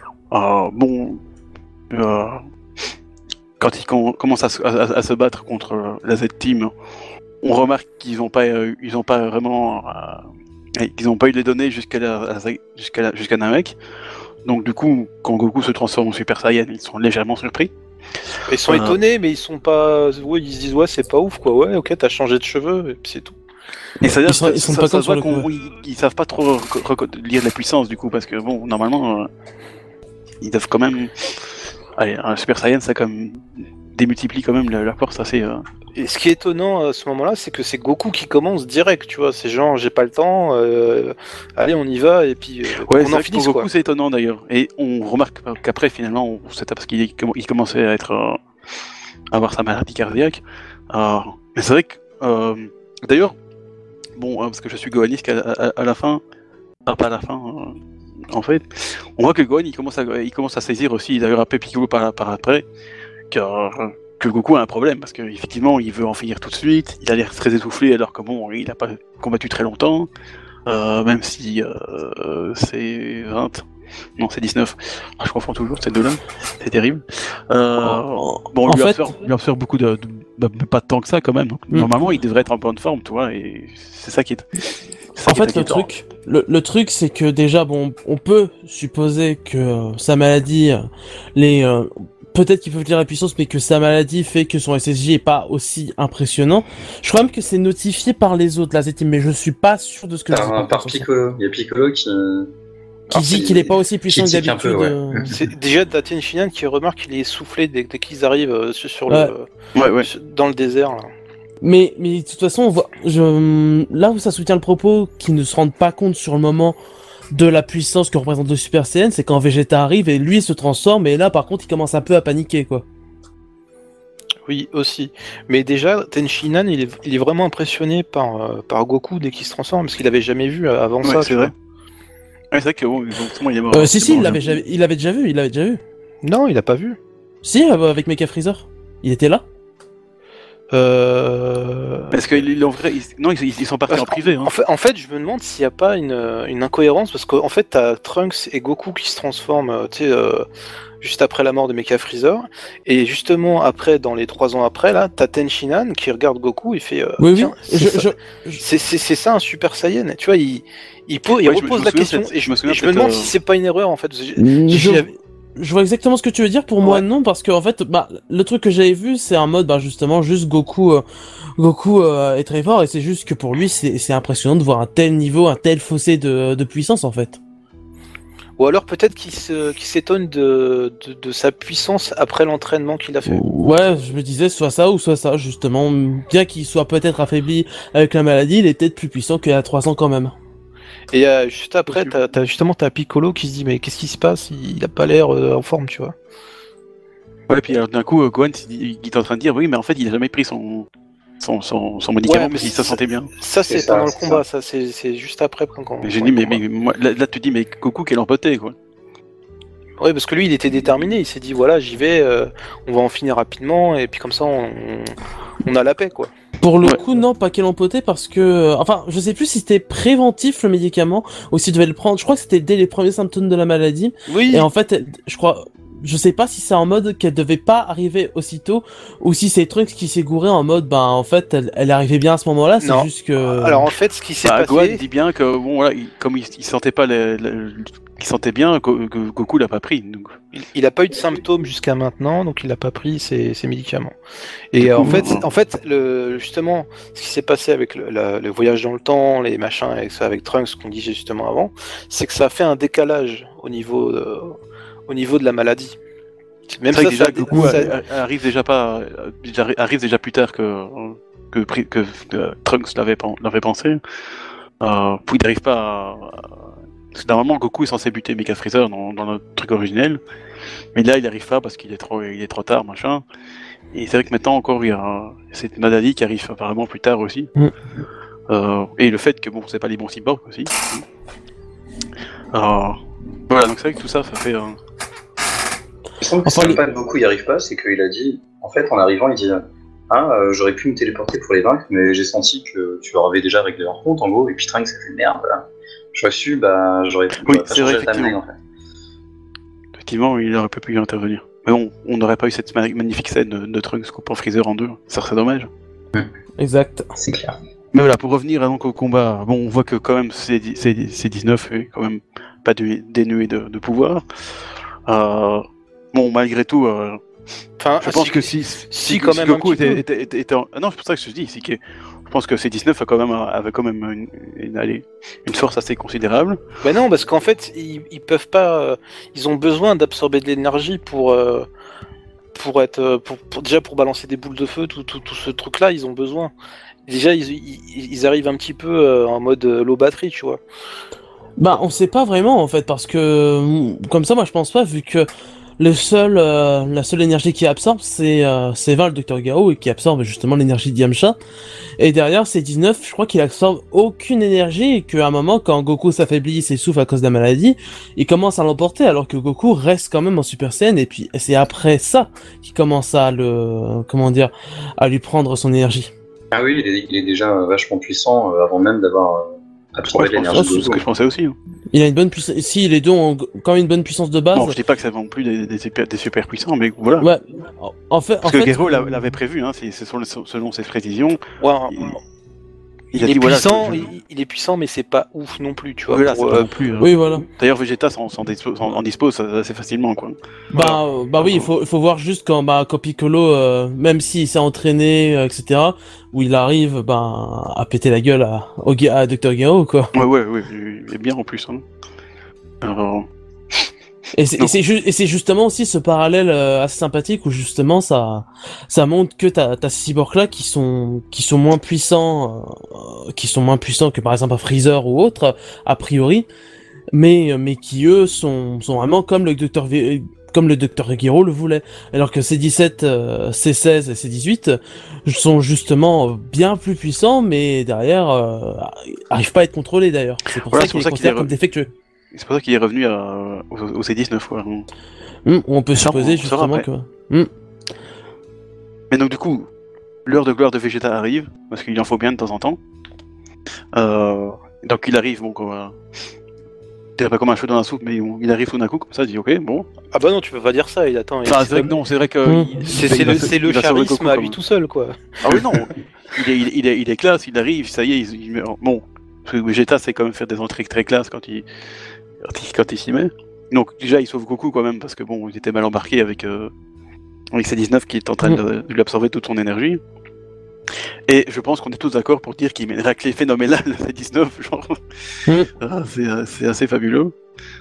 quand ils commencent à se battre contre la Z-Team, on remarque qu'ils n'ont pas vraiment, qu'ils n'ont pas eu les données jusqu'à Namek. Donc du coup, quand Goku se transforme en Super Saiyan, ils sont légèrement surpris. Ils sont étonnés, mais ils sont pas. Ouais, ils se disent ouais, c'est pas ouf quoi. Ouais, ok, t'as changé de cheveux, et puis c'est tout. Et c'est-à-dire Ils sont pas ça contents se voit sur le coup. qu'ils savent pas trop lire la puissance du coup, parce que bon, normalement, ils doivent quand même. Allez, un Super Saiyan, ça quand même démultiplie quand même leur force assez. Et ce qui est étonnant à ce moment-là, c'est que c'est Goku qui commence direct, tu vois. C'est genre, j'ai pas le temps, allez, on y va, et puis Ouais, on c'est en vrai que finisse pour quoi. Goku, c'est étonnant d'ailleurs. Et on remarque qu'après, finalement, c'était parce qu'il commençait à être. À avoir sa maladie cardiaque. Mais c'est vrai que. D'ailleurs, bon, parce que je suis gohaniste à la fin. Pas à la fin. En fait, on voit que Gohan il commence à saisir aussi, d'ailleurs après Piccolo par après, que Goku a un problème, parce qu'effectivement il veut en finir tout de suite, il a l'air très essoufflé alors que bon, il n'a pas combattu très longtemps, même si c'est 20, non c'est 19, je confonds toujours ces deux-là, c'est terrible. Bon, En fait, lui absorbe beaucoup pas de temps que ça quand même, donc normalement il devrait être en bonne forme, tu vois, et c'est ça qui est... En fait, le truc, c'est que déjà, bon, on peut supposer que sa maladie, peut-être qu'ils peuvent lire la puissance, mais que sa maladie fait que son SSJ est pas aussi impressionnant. Je crois même que c'est notifié par les autres, la Z-Team, mais je suis pas sûr de ce que Par Piccolo, il y a Piccolo qui dit qu'il est pas aussi puissant que critique un d'habitude. peu, ouais. C'est déjà Datien Shinan qui remarque qu'il est essoufflé dès qu'ils arrivent sur Ouais. Ouais. dans le désert. Là. Mais de toute façon, là où ça soutient le propos, qu'ils ne se rendent pas compte sur le moment de la puissance que représente le Super Saiyan, c'est quand Vegeta arrive et lui se transforme, et là par contre il commence un peu à paniquer, quoi. Oui, aussi. Mais déjà, Tenshinhan, il est vraiment impressionné par Goku dès qu'il se transforme, parce qu'il avait jamais vu avant ça. C'est vrai. Ouais, c'est vrai que bon, il est mort. Si, il l'avait déjà vu. Non, il a pas vu. Si, avec Mecha Freezer. Il était là. Parce qu'ils ils sont partis en privé. Hein. En fait, je me demande s'il n'y a pas une incohérence, parce qu'en fait, t'as Trunks et Goku qui se transforment, juste après la mort de Mecha Freezer, et justement après, dans les 3 ans après, là, t'as Tenshinhan qui regarde Goku et fait tiens, c'est ça un Super Saiyan. Tu vois, il repose la question, et je me demande si c'est pas une erreur en fait. Je vois exactement ce que tu veux dire. Pour moi, non, parce que en fait, le truc que j'avais vu, c'est un mode, justement, juste Goku est très fort, et c'est juste que pour lui, c'est impressionnant de voir un tel niveau, un tel fossé de puissance, en fait. Ou alors peut-être qu'il s'étonne de sa puissance après l'entraînement qu'il a fait. Ouais, je me disais soit ça, justement. Bien qu'il soit peut-être affaibli avec la maladie, il est peut-être plus puissant qu'il y a 3 ans quand même. Et juste après, t'as Piccolo qui se dit mais qu'est-ce qui se passe? Il a pas l'air en forme, tu vois. Ouais, puis alors d'un coup, Gohan il est en train de dire oui, mais en fait, il a jamais pris son médicament, mais il se sentait bien. Ça, c'est pendant le combat, ça, c'est juste après. J'ai dit, mais moi, là, tu dis, mais Goku, quel empoté, quoi. Ouais, parce que lui, il était déterminé, il s'est dit, voilà, j'y vais, on va en finir rapidement, et puis comme ça, on a la paix, quoi. Pour le coup, non, pas qu'elle empotait, parce que... Enfin, je sais plus si c'était préventif, le médicament, ou s'il devait le prendre. Je crois que c'était dès les premiers symptômes de la maladie. Oui. Et en fait, je sais pas si c'est en mode qu'elle devait pas arriver aussitôt, ou si c'est Trunks qui s'est gouré en mode, en fait, elle arrivait bien à ce moment-là, c'est juste que... Alors en fait, ce qui s'est passé... Gohan dit bien que, bon, voilà, comme il sentait pas qu'il sentait bien, Goku l'a pas pris. Donc. Il a pas eu de symptômes jusqu'à maintenant, donc il a pas pris ses médicaments. Et en fait, justement, ce qui s'est passé avec le voyage dans le temps, les machins avec Trunks qu'on disait justement avant, c'est que ça a fait un décalage au niveau de la maladie. Même ça, déjà, Goku arrive déjà plus tard que Trunks l'avait pensé. Puis il n'arrive pas Parce que normalement, Goku est censé buter Mecha Freezer dans le truc originel, mais là il n'arrive pas parce qu'il est trop tard, machin. Et c'est vrai que maintenant encore il y a cette maladie qui arrive apparemment plus tard aussi. Et le fait que bon, c'est pas les bons cyborgs aussi. Voilà, donc c'est vrai que tout ça fait. Il semble que c'est pas Goku y arrive pas, c'est qu'il a dit, en fait, en arrivant, il dit j'aurais pu me téléporter pour les vaincre, mais j'ai senti que tu leur avais déjà réglé leur compte en gros, et puis Trunks ça fait merde. J'aurais su, j'aurais pu changer le timeline en fait. Effectivement, il aurait pu y intervenir. Mais bon, on n'aurait pas eu cette magnifique scène de Trunks coupant Freezer en deux, ça serait dommage. Exact. C'est clair. Mais voilà, pour revenir donc au combat, bon, on voit que quand même C19 est quand même pas dénué de pouvoir. Bon, malgré tout, je pense que si quand même Goku était en... non, c'est pour ça que je te dis, c'est que je pense que C19 avait quand même une force assez considérable. Ben non, parce qu'en fait, ils peuvent pas, ils ont besoin d'absorber de l'énergie pour balancer des boules de feu, tout ce truc-là, ils ont besoin. Déjà, ils arrivent un petit peu en mode low batterie, tu vois. On sait pas vraiment en fait, parce que comme ça, moi je pense pas, vu que la seule énergie qui absorbe, c'est Val, le Dr Gao, et qui absorbe justement l'énergie de Yamcha. Et derrière, c'est 19, je crois qu'il absorbe aucune énergie, et qu'à un moment, quand Goku s'affaiblit, s'essouffle à cause de la maladie, il commence à l'emporter, alors que Goku reste quand même en Super Saiyan, et puis c'est après ça qu'il commence à lui prendre son énergie. Ah oui, il est déjà vachement puissant avant même d'avoir absorbé l'énergie. C'est ce que je pensais aussi. Il a une bonne puissance. Si, les deux ont quand même une bonne puissance de base. Non, je dis pas que ça non plus des super puissants, mais voilà. Ouais. Parce que Gero l'avait prévu, hein, c'est selon ses précisions. Ouais. Il est puissant, il est puissant, mais c'est pas ouf non plus, tu vois. Voilà, c'est pas non plus. Oui, voilà. D'ailleurs, Vegeta en dispose assez facilement, quoi. Oui, il faut voir juste quand Piccolo, même s'il s'est entraîné, etc., où il arrive, à péter la gueule à Dr Gao, quoi. Ouais, il est bien en plus, hein. Alors... Et c'est justement aussi ce parallèle assez sympathique où justement ça montre que t'as ces cyborgs là qui sont moins puissants que par exemple un Freezer ou autre a priori, mais qui eux sont vraiment comme le docteur Gero le voulait, alors que C17, C16 et C18 sont justement bien plus puissants, mais derrière arrivent pas à être contrôlés d'ailleurs. C'est pour ça qu'ils les considèrent comme défectueux. C'est pour ça qu'il est revenu au C19, quoi. On peut supposer justement que... Mais donc du coup, l'heure de gloire de Vegeta arrive, parce qu'il en faut bien de temps en temps. Donc il arrive, bon quoi... Je dirais pas comme un cheveu dans la soupe, mais il arrive tout d'un coup, comme ça, il dit ok, bon. Ah bah non, tu peux pas dire ça, il attend. Enfin, c'est vrai que non, c'est vrai que... C'est le charisme à lui tout seul, quoi. Ah oui, non, il est classe, il arrive, ça y est, bon... Parce que Vegeta, c'est quand même faire des entrées très classes quand il s'y met. Donc déjà, il sauve Goku quand même, parce que bon, il était mal embarqué avec ses 19 qui est en train de lui absorber toute son énergie. Et je pense qu'on est tous d'accord pour dire qu'il met une raclée phénoménale à ses 19, genre. C'est assez fabuleux.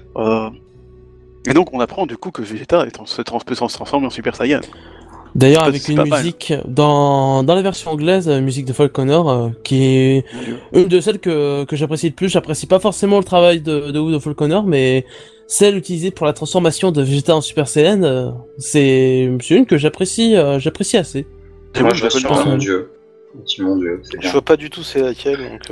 Et donc on apprend du coup que Vegeta se transforme en Super Saiyan. D'ailleurs, avec une musique dans la version anglaise, musique de Folk Connor, qui est une de celles que j'apprécie le plus. J'apprécie pas forcément le travail de Folk Connor, mais celle utilisée pour la transformation de Vegeta en Super Saiyan, c'est une que j'apprécie assez. Moi, je suis mon dieu. Mon dieu, c'est bien. Je vois pas du tout c'est laquelle, donc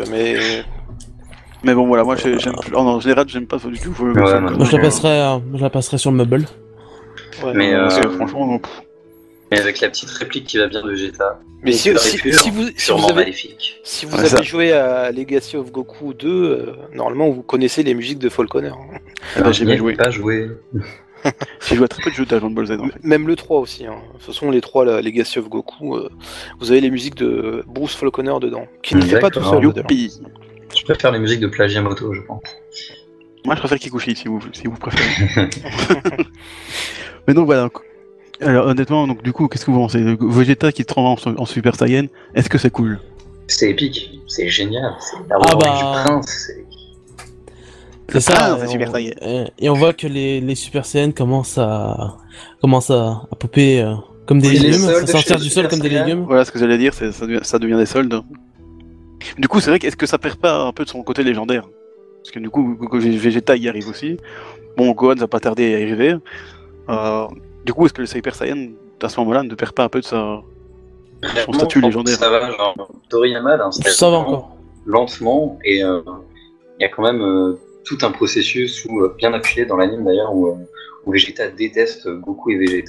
mais bon voilà, moi en général j'aime pas du tout. Moi je la passerai sur le meuble. Ouais, mais franchement non. Mais avec la petite réplique qui va bien de Vegeta. Mais si vous avez, maléfique. Si vous avez joué à Legacy of Goku 2, normalement vous connaissez les musiques de Falconer. J'ai pas joué. J'ai joué à très peu de jeux de Dragon Ball Z en fait. Même le 3 aussi. Hein. De toute façon, les 3, la Legacy of Goku, vous avez les musiques de Bruce Falconer dedans. Qui ne fait pas tout seul. Je préfère les musiques de Plagiamoto, je pense. Moi je préfère Kikuchi si vous préférez. Mais donc voilà. Alors honnêtement, donc du coup, qu'est-ce que vous pensez? Vegeta qui se transforme en Super Saiyan, est-ce que c'est cool? C'est épique, c'est génial, c'est la du prince. C'est ça, c'est Super Saiyan. Et on voit que les Super Saiyan commencent à popper comme des légumes, à sortir du sol comme des légumes. Voilà ce que j'allais dire, ça devient des soldes. Du coup, c'est vrai, est-ce que ça perd pas un peu de son côté légendaire? Parce que du coup, Vegeta y arrive aussi. Bon, Gohan va pas tarder à y arriver. Du coup, est-ce que le Super Saiyan, à ce moment-là, ne perd pas un peu de son statut légendaire? Ça va, genre, Toriyama, ça va encore. Lentement, et il y a quand même tout un processus bien appuyé dans l'anime d'ailleurs, où Vegeta déteste Goku et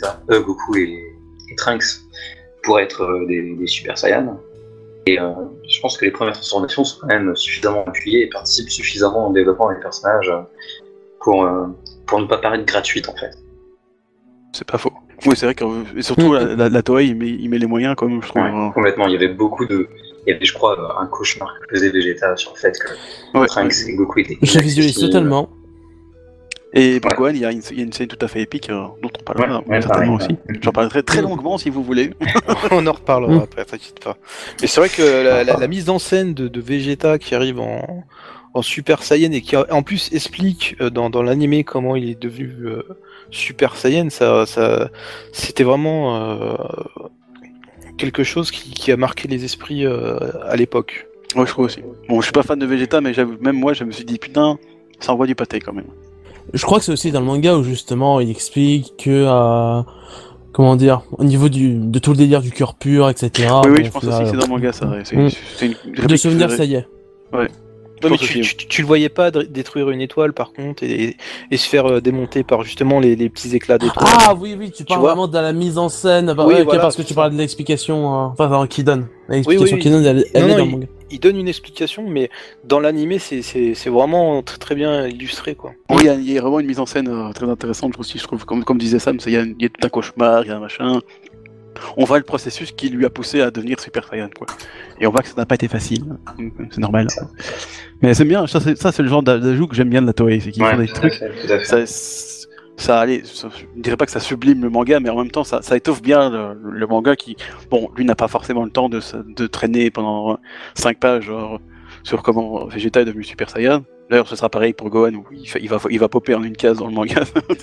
Trunks pour être des Super Saiyans. Et je pense que les premières transformations sont quand même suffisamment appuyées et participent suffisamment au développement des personnages pour ne pas paraître gratuites en fait. C'est pas faux. Oui, c'est vrai que surtout la Toei, il met les moyens quand même, je trouve. Ouais, complètement. Il y avait je crois, un cauchemar que faisait Vegeta sur le fait que Trunks et Goku étaient. Je visualise totalement. Et pour Gohan, il y a une scène tout à fait épique dont on parlera certainement aussi. J'en parlerai très longuement si vous voulez. On en reparlera après, t'inquiète pas. Mais c'est vrai que la mise en scène de Vegeta qui arrive en Super Saiyan et qui en plus explique dans l'animé comment il est devenu Super Saiyan, ça c'était vraiment quelque chose qui a marqué les esprits à l'époque. Ouais, je trouve aussi. Bon, je suis pas fan de Vegeta, mais même moi, je me suis dit putain, ça envoie du pâté quand même. Je crois que c'est aussi dans le manga où justement il explique que comment dire, au niveau de tout le délire du cœur pur, etc. Oui, je pense aussi que c'est dans le manga ça. C'est une de souvenir, ça y est. Ouais. Non, mais tu le voyais pas détruire une étoile par contre et se faire démonter par justement les petits éclats d'étoiles. Ah oui, tu parles vraiment de la mise en scène. Voilà. Parce que tu parles de l'explication, qui donne. L'explication qui donne, elle est dans le manga. Il donne une explication, mais dans l'animé, c'est vraiment très, très bien illustré, quoi. Oui, il y a vraiment une mise en scène très intéressante aussi, je trouve. Comme disait Sam, il y a tout un cauchemar, il y a un machin. On voit le processus qui lui a poussé à devenir Super Saiyan, quoi. Et on voit que ça n'a pas été facile, c'est normal. Mais c'est bien, ça c'est le genre d'ajout que j'aime bien de la Toei, c'est qu'ils font des trucs. Ça allait, je dirais pas que ça sublime le manga, mais en même temps ça étoffe bien le manga qui, bon, lui n'a pas forcément le temps de traîner pendant 5 pages, genre, sur comment Vegeta est devenu Super Saiyan. D'ailleurs, ce sera pareil pour Gohan, où il va popper en une case dans le manga.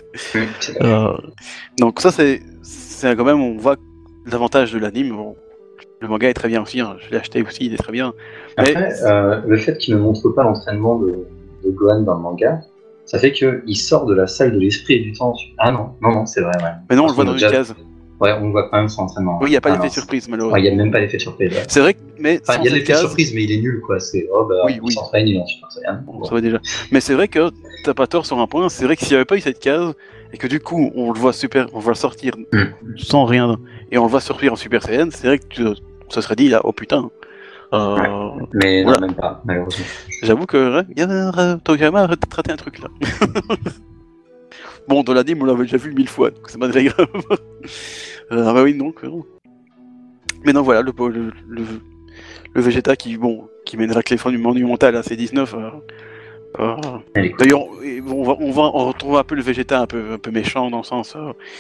Donc ça, c'est quand même, on voit l'avantage de l'anime. Bon, le manga est très bien aussi, hein. Je l'ai acheté aussi, il est très bien. Après, le fait qu'il ne montre pas l'entraînement de Gohan dans le manga, ça fait qu'il sort de la salle de l'esprit et du temps. Ah non, c'est vrai. Ouais. Mais non, on le voit dans une case. Ouais, on voit quand même son entraînement. Oui, il n'y a pas d'effet de surprise, malheureusement. Ouais, il n'y a même pas d'effet de surprise. Ouais. C'est vrai que, mais il y a l'effet de surprise, mais il est nul, quoi. C'est, il s'entraîne, il est en Super Saiyan. Bon, ça va déjà. Mais c'est vrai que t'as pas tort sur un point, c'est vrai que s'il n'y avait pas eu cette case, et que du coup, on le voit sortir sans rien, et on le voit sortir en Super Saiyan, c'est vrai que on se serait dit, là, oh putain. Mais voilà. Non, même pas, malheureusement. J'avoue que Toriyama a raté un truc là. Bon, dans l'anime, on l'avait déjà vu 1000 fois, donc c'est pas très grave. Bah oui, donc. Mais non, voilà, le Vegeta qui mène la clé monumentale à C19. D'ailleurs, on retrouve un peu le Vegeta un peu méchant dans le sens.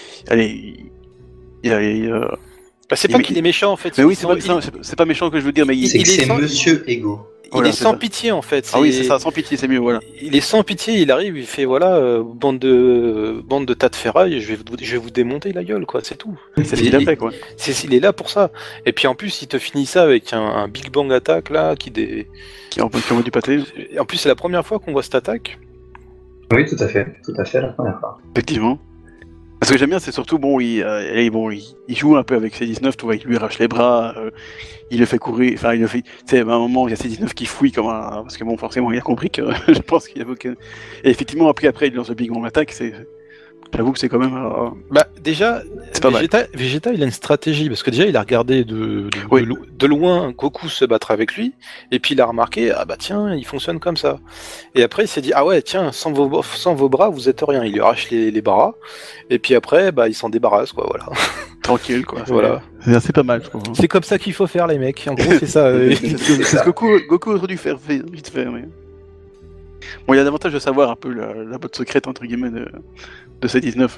C'est pas qu'il est méchant en fait. Mais oui, c'est pas méchant que je veux dire, mais c'est Monsieur Ego. Il est sans pitié en fait. Ah oui, c'est ça, sans pitié, c'est mieux, voilà. Il est sans pitié, il arrive, il fait voilà, bande de tas de ferraille, je vais vous démonter la gueule, quoi, c'est tout. C'est ce qu'il a fait, quoi. Il est là pour ça. Et puis en plus, il te finit ça avec un Big Bang attaque là, qui envoie du pâté. En plus, c'est la première fois qu'on voit cette attaque. Oui, tout à fait, la première fois. Effectivement. Ce que j'aime bien, c'est surtout, il joue un peu avec C19, tu vois, il lui arrache les bras, il le fait courir, enfin, il le fait, tu sais, à un moment, il y a C19 qui fouille comme un, parce que bon, forcément, il a compris que, je pense qu'il y avait aucun... Et effectivement, après, il lance le Big Bang Attack, j'avoue que c'est quand même... déjà, Vegeta, il a une stratégie, parce que déjà, il a regardé de loin Goku se battre avec lui, et puis il a remarqué, ah bah tiens, il fonctionne comme ça. Et après, il s'est dit, ah ouais, tiens, sans vos bras, vous êtes rien. Il lui arrache les bras, et puis après, il s'en débarrasse, quoi, voilà. Tranquille, quoi. Voilà. C'est pas mal, je trouve. C'est comme ça qu'il faut faire, les mecs. En gros, c'est ça. C'est ce que Goku aurait dû faire vite fait, mais... Bon, il y a l'avantage de savoir un peu la botte secrète, entre guillemets, de C19.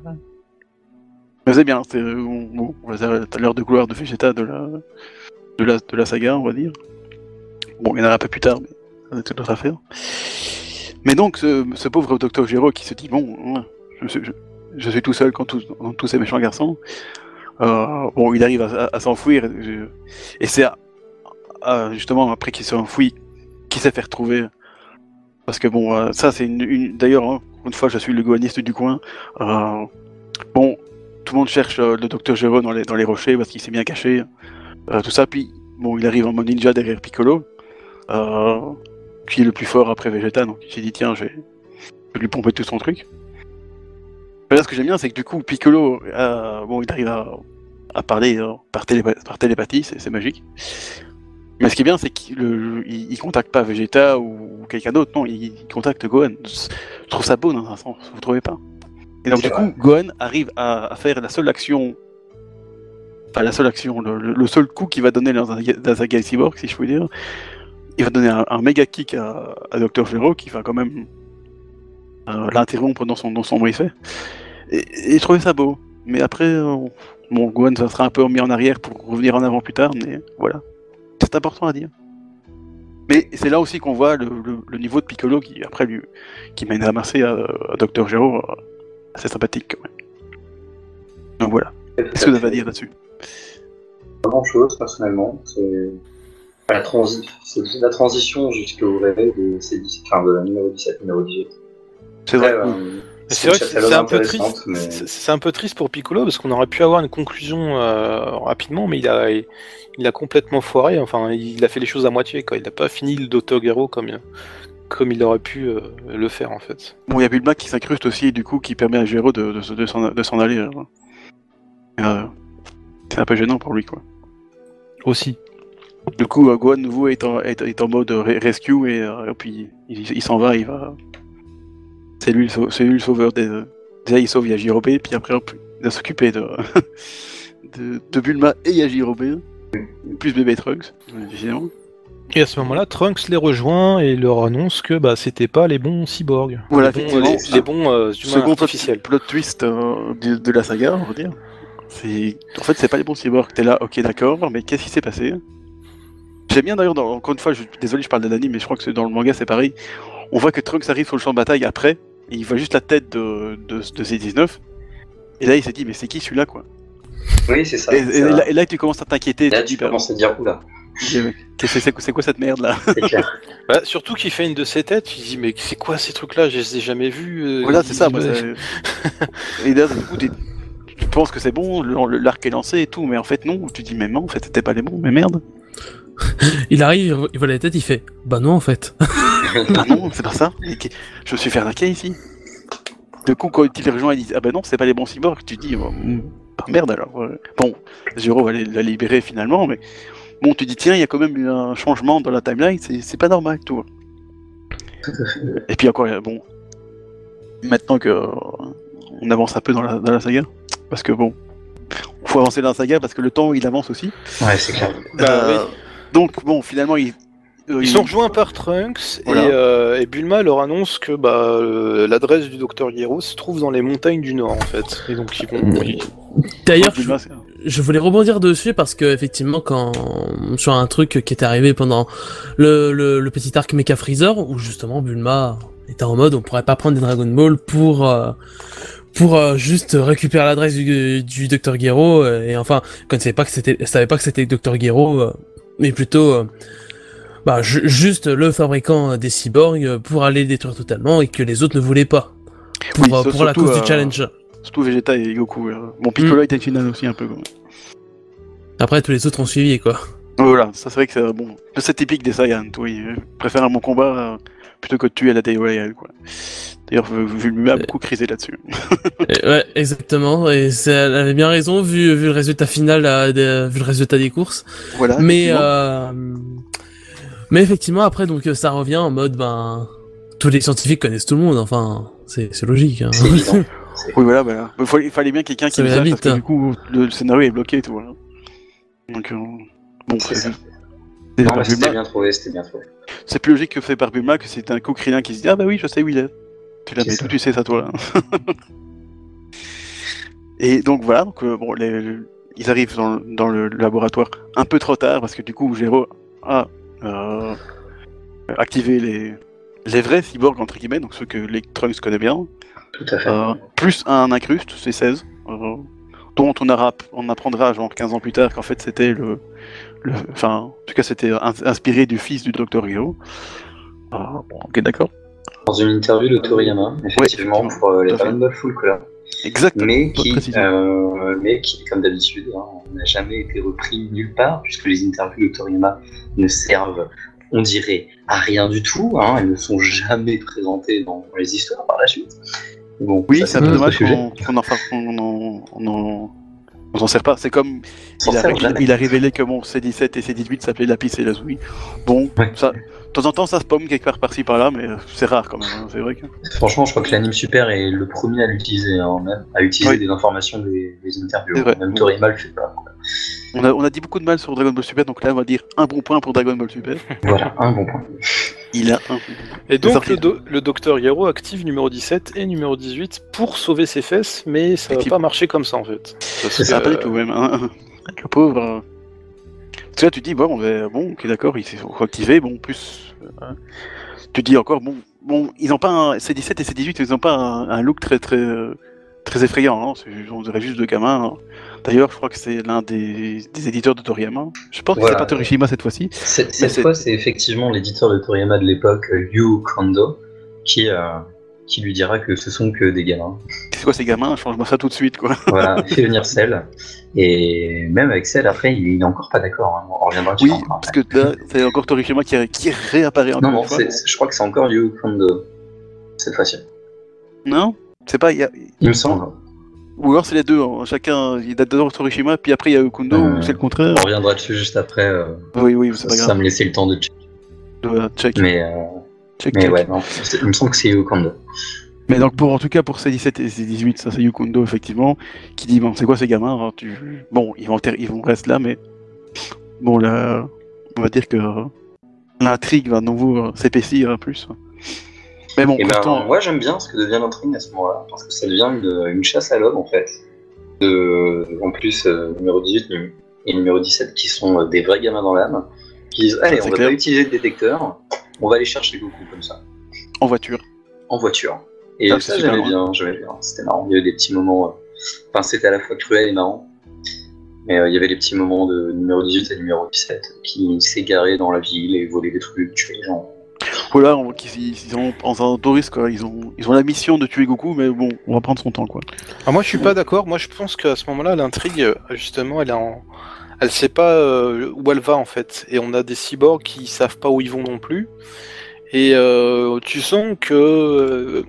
Mais c'est bien, t'as l'heure de gloire de Vegeta de la saga, on va dire. Bon, il y en aura un peu plus tard, mais ça c'est toute autre affaire. Mais donc, ce pauvre Dr. Gero qui se dit, bon, je suis tout seul contre tous ces méchants garçons. Il arrive à s'enfuir, et c'est justement après qu'il s'est enfui qu'il s'est fait retrouver. Parce que ça c'est d'ailleurs, une fois je suis le gohaniste du coin. Tout le monde cherche le Dr. Gero dans les rochers parce qu'il s'est bien caché. Tout ça, puis il arrive en mode ninja derrière Piccolo, qui est le plus fort après Vegeta, donc il s'est dit tiens, je vais lui pomper tout son truc. Mais là, ce que j'aime bien, c'est que du coup Piccolo, il arrive à parler par télépathie, c'est magique. Mais ce qui est bien, c'est qu'il contacte pas Vegeta ou quelqu'un d'autre, non, il contacte Gohan. Je trouve ça beau dans un sens, vous trouvez pas? Et donc du coup, Gohan arrive à faire la seule action, le seul coup qu'il va donner dans un Saga Cyborg, si je puis dire. Il va donner un méga kick à Dr. Gero qui va quand même l'interrompre dans son briefet. Et je trouvais ça beau. Mais après, Gohan ça sera un peu mis en arrière pour revenir en avant plus tard, mais voilà. C'est important à dire. Mais c'est là aussi qu'on voit le niveau de Piccolo qui mène ramasser à Dr. Gero. C'est sympathique quand même. Donc voilà. Qu'est-ce que vous avez à dire là-dessus? Pas grand-chose personnellement. C'est la transition jusqu'au réveil de la numéro 17, numéro 18. C'est vrai. C'est vrai que c'est un peu triste. Mais... C'est un peu triste pour Piccolo parce qu'on aurait pu avoir une conclusion rapidement, mais il a complètement foiré. Enfin, il a fait les choses à moitié, quoi. Il n'a pas fini le Dr. Gero comme il aurait pu le faire en fait. Bon, il y a Bulma qui s'incruste aussi, et du coup, qui permet à Gero de s'en aller. C'est un peu gênant pour lui, quoi. Aussi. Du coup, Gohan nouveau est en mode rescue, et puis il s'en va, il va. C'est lui le sauveur déjà il sauve Yajirobe, puis après il va s'occuper de Bulma et Yajirobe, plus bébé Trunks, évidemment. Et à ce moment-là, Trunks les rejoint et leur annonce que c'était pas les bons cyborgs. Voilà, les bons humains second artificiels. Plot twist de la saga, on va dire. En fait, c'est pas les bons cyborgs. T'es là, ok, d'accord, mais qu'est-ce qui s'est passé? J'aime bien d'ailleurs, encore une fois, désolé, je parle de l'anime, mais je crois que dans le manga c'est pareil. On voit que Trunks arrive sur le champ de bataille après, et il voit juste la tête de C19, et là il s'est dit, mais c'est qui celui-là, quoi. Oui, c'est ça. Et là tu commences à t'inquiéter. Là, te tu dis, bah, commences à dire, oula, c'est quoi cette merde là? c'est clair. Bah, surtout qu'il fait une de ses têtes, il dit mais c'est quoi ces trucs-là, je les ai jamais vus. Voilà, c'est ça. il- Moi, et là, du coup, tu penses que c'est bon, l'arc est lancé et tout, mais en fait non. Tu dis mais non, en fait c'était pas les bons, mais merde. Il arrive, il voit la tête, il fait bah non en fait. Ah non, c'est pas ça. Je me suis fait arnaquer ici. Du coup, quand il les rejoint, il dit ah bah non, c'est pas les bons cyborgs. Tu dis merde alors. Bon, Zero va la libérer finalement, mais bon, tu dis tiens, il y a quand même eu un changement dans la timeline, c'est pas normal, tout. Et puis encore, bon, maintenant que on avance un peu dans la saga, parce que bon, faut avancer dans la saga parce que le temps il avance aussi. Ouais, c'est clair. Bah, oui. Donc bon, finalement Ils sont rejoints par Trunks Voilà. et Bulma leur annonce que l'adresse du Dr Gero se trouve dans les montagnes du Nord en fait. Et donc ils vont. D'ailleurs, Bulma, c'est- je voulais rebondir dessus parce que effectivement, quand sur un truc qui est arrivé pendant le petit arc Mecha Freezer, où justement Bulma était en mode on pourrait pas prendre des Dragon Ball pour juste récupérer l'adresse du Dr Gero et enfin quand elle savait pas que c'était Dr Gero, mais plutôt juste le fabricant des cyborgs pour aller les détruire totalement et que les autres ne voulaient pas pour Oui, pour la surtout, cause du challenge. Surtout Vegeta et Goku. Bon, Piccolo était final aussi un peu. Quoi. Après tous les autres ont suivi quoi. Voilà, ça c'est vrai que c'est bon. C'est typique des Saiyans, oui. Je préfère mon combat plutôt que de tuer la Day Royale, quoi. D'ailleurs, Bulma a beaucoup crisé là-dessus. Ouais, exactement. Et elle avait bien raison vu le résultat final, vu le résultat des courses. Voilà. Mais effectivement, après, donc ça revient en mode, tous les scientifiques connaissent tout le monde. Enfin, c'est logique. Hein. C'est évident. Oui, voilà. Il fallait bien quelqu'un qui Ça le va sache, vite, parce que hein. du coup, le scénario est bloqué et tout. Voilà. Donc, bon, C'est ça. c'est Non, par mais c'était Bulma. bien trouvé, c'était bien trouvé. C'est plus logique que fait par Bulma que c'est un coup Krillin qui se dit ah bah oui, je sais où il est. Tu l'as C'est mais ça. tout tu sais ça toi. Et donc voilà, donc, bon, ils arrivent dans le laboratoire un peu trop tard parce que du coup Gero a activé les vrais cyborgs entre guillemets, donc ceux que les Trunks connaît bien, Tout à fait. plus un incruste, c'est 16, dont on apprendra genre 15 ans plus tard qu'en fait c'était enfin en tout cas c'était inspiré du fils du Dr Gero. Bon, ok d'accord. Dans une interview de Toriyama, effectivement, effectivement, pour les tout à fait. Dragon Ball Full Color, Exactement. mais bonne qui, précision. comme d'habitude, n'a jamais été repris nulle part, puisque les interviews de Toriyama ne servent, on dirait, à rien du tout. Elles ne sont jamais présentées dans les histoires par la suite. Bon, Oui, ça, c'est un peu autre dommage sujet. on s'en sert pas. C'est comme S'en sert jamais. il a révélé que bon, C17 et C18 s'appelaient Lapis et Lazuli. Bon, Ouais. ça, de temps en temps ça se pomme quelque part par-ci par-là, mais c'est rare quand même. Hein, c'est vrai que. Franchement, je crois que l'anime Super est le premier à l'utiliser, même, à utiliser Oui. des informations des interviews. C'est vrai. Même Toriyama le fait pas. Quoi. On a dit beaucoup de mal sur Dragon Ball Super, donc là on va dire un bon point pour Dragon Ball Super. Voilà, un bon point. Il a un. Et donc sorti. le Dr Gero active numéro 17 et numéro 18 pour sauver ses fesses, mais ça va Effectivement. pas marcher comme ça en fait. Parce C'est un peu que, tout même. Hein. Le pauvre. Tu vois, tu dis bon, ok d'accord, il s'est activé, bon plus. Tu dis encore bon, ils n'ont pas un C17 et C18, ils n'ont pas un look très effrayant. Hein. On dirait juste deux gamins. Hein. D'ailleurs, je crois que c'est l'un des éditeurs de Toriyama. Je pense que Voilà. c'est pas Torishima cette fois-ci. Cette fois, c'est effectivement l'éditeur de Toriyama de l'époque, Yu Kondo, qui lui dira que ce sont que des gamins. C'est quoi ces gamins? Change-moi ça tout de suite, quoi. Voilà, il fait venir Cell. Et même avec Cell, après, il est encore pas d'accord. On reviendra dessus Oui, encore parce après. que là, c'est encore Torishima qui réapparaît encore Non, une fois. je crois que c'est encore Yu Kondo, cette fois-ci. Non, c'est pas. Il me semble. Ou alors c'est les deux. Hein. Chacun, il date d'abord Torishima, puis après il y a Okundo, ou c'est le contraire. On reviendra dessus juste après. Oui, c'est pas Ça grave. me laissait le temps de check. Check. Mais Check. ouais, non, il me semble que c'est Yu Kondo. Mais donc en tout cas pour C17 et C18, ça c'est Yukundo effectivement, qui dit bon c'est quoi ces gamins hein, bon ils vont rester là mais bon là on va dire que l'intrigue va à nouveau s'épaissir plus. Mais bon, Et pourtant, moi j'aime bien ce que devient l'intrigue à ce moment-là, parce que ça devient une chasse à l'homme en fait. En plus, numéro 18 et numéro 17 qui sont des vrais gamins dans l'âme. Qui disent allez, Ça, on c'est va clair. pas utiliser le détecteur, on va aller chercher Goku comme ça, En voiture. en voiture. Et Ah, ça, c'est super j'aimais bien, c'était marrant. Il y avait des petits moments, enfin, c'était à la fois cruel et marrant. Mais il y avait les petits moments de numéro 18 et numéro 17 qui s'égaraient dans la ville et volaient des trucs, tuaient les gens. Voilà, ils ont en tourisme, quoi. Ils ont la mission de tuer Goku, mais bon, on va prendre son temps, quoi. Alors moi je suis pas d'accord, moi je pense qu'à ce moment-là l'intrigue justement elle sait pas où elle va en fait, et on a des cyborgs qui savent pas où ils vont non plus, et tu sens que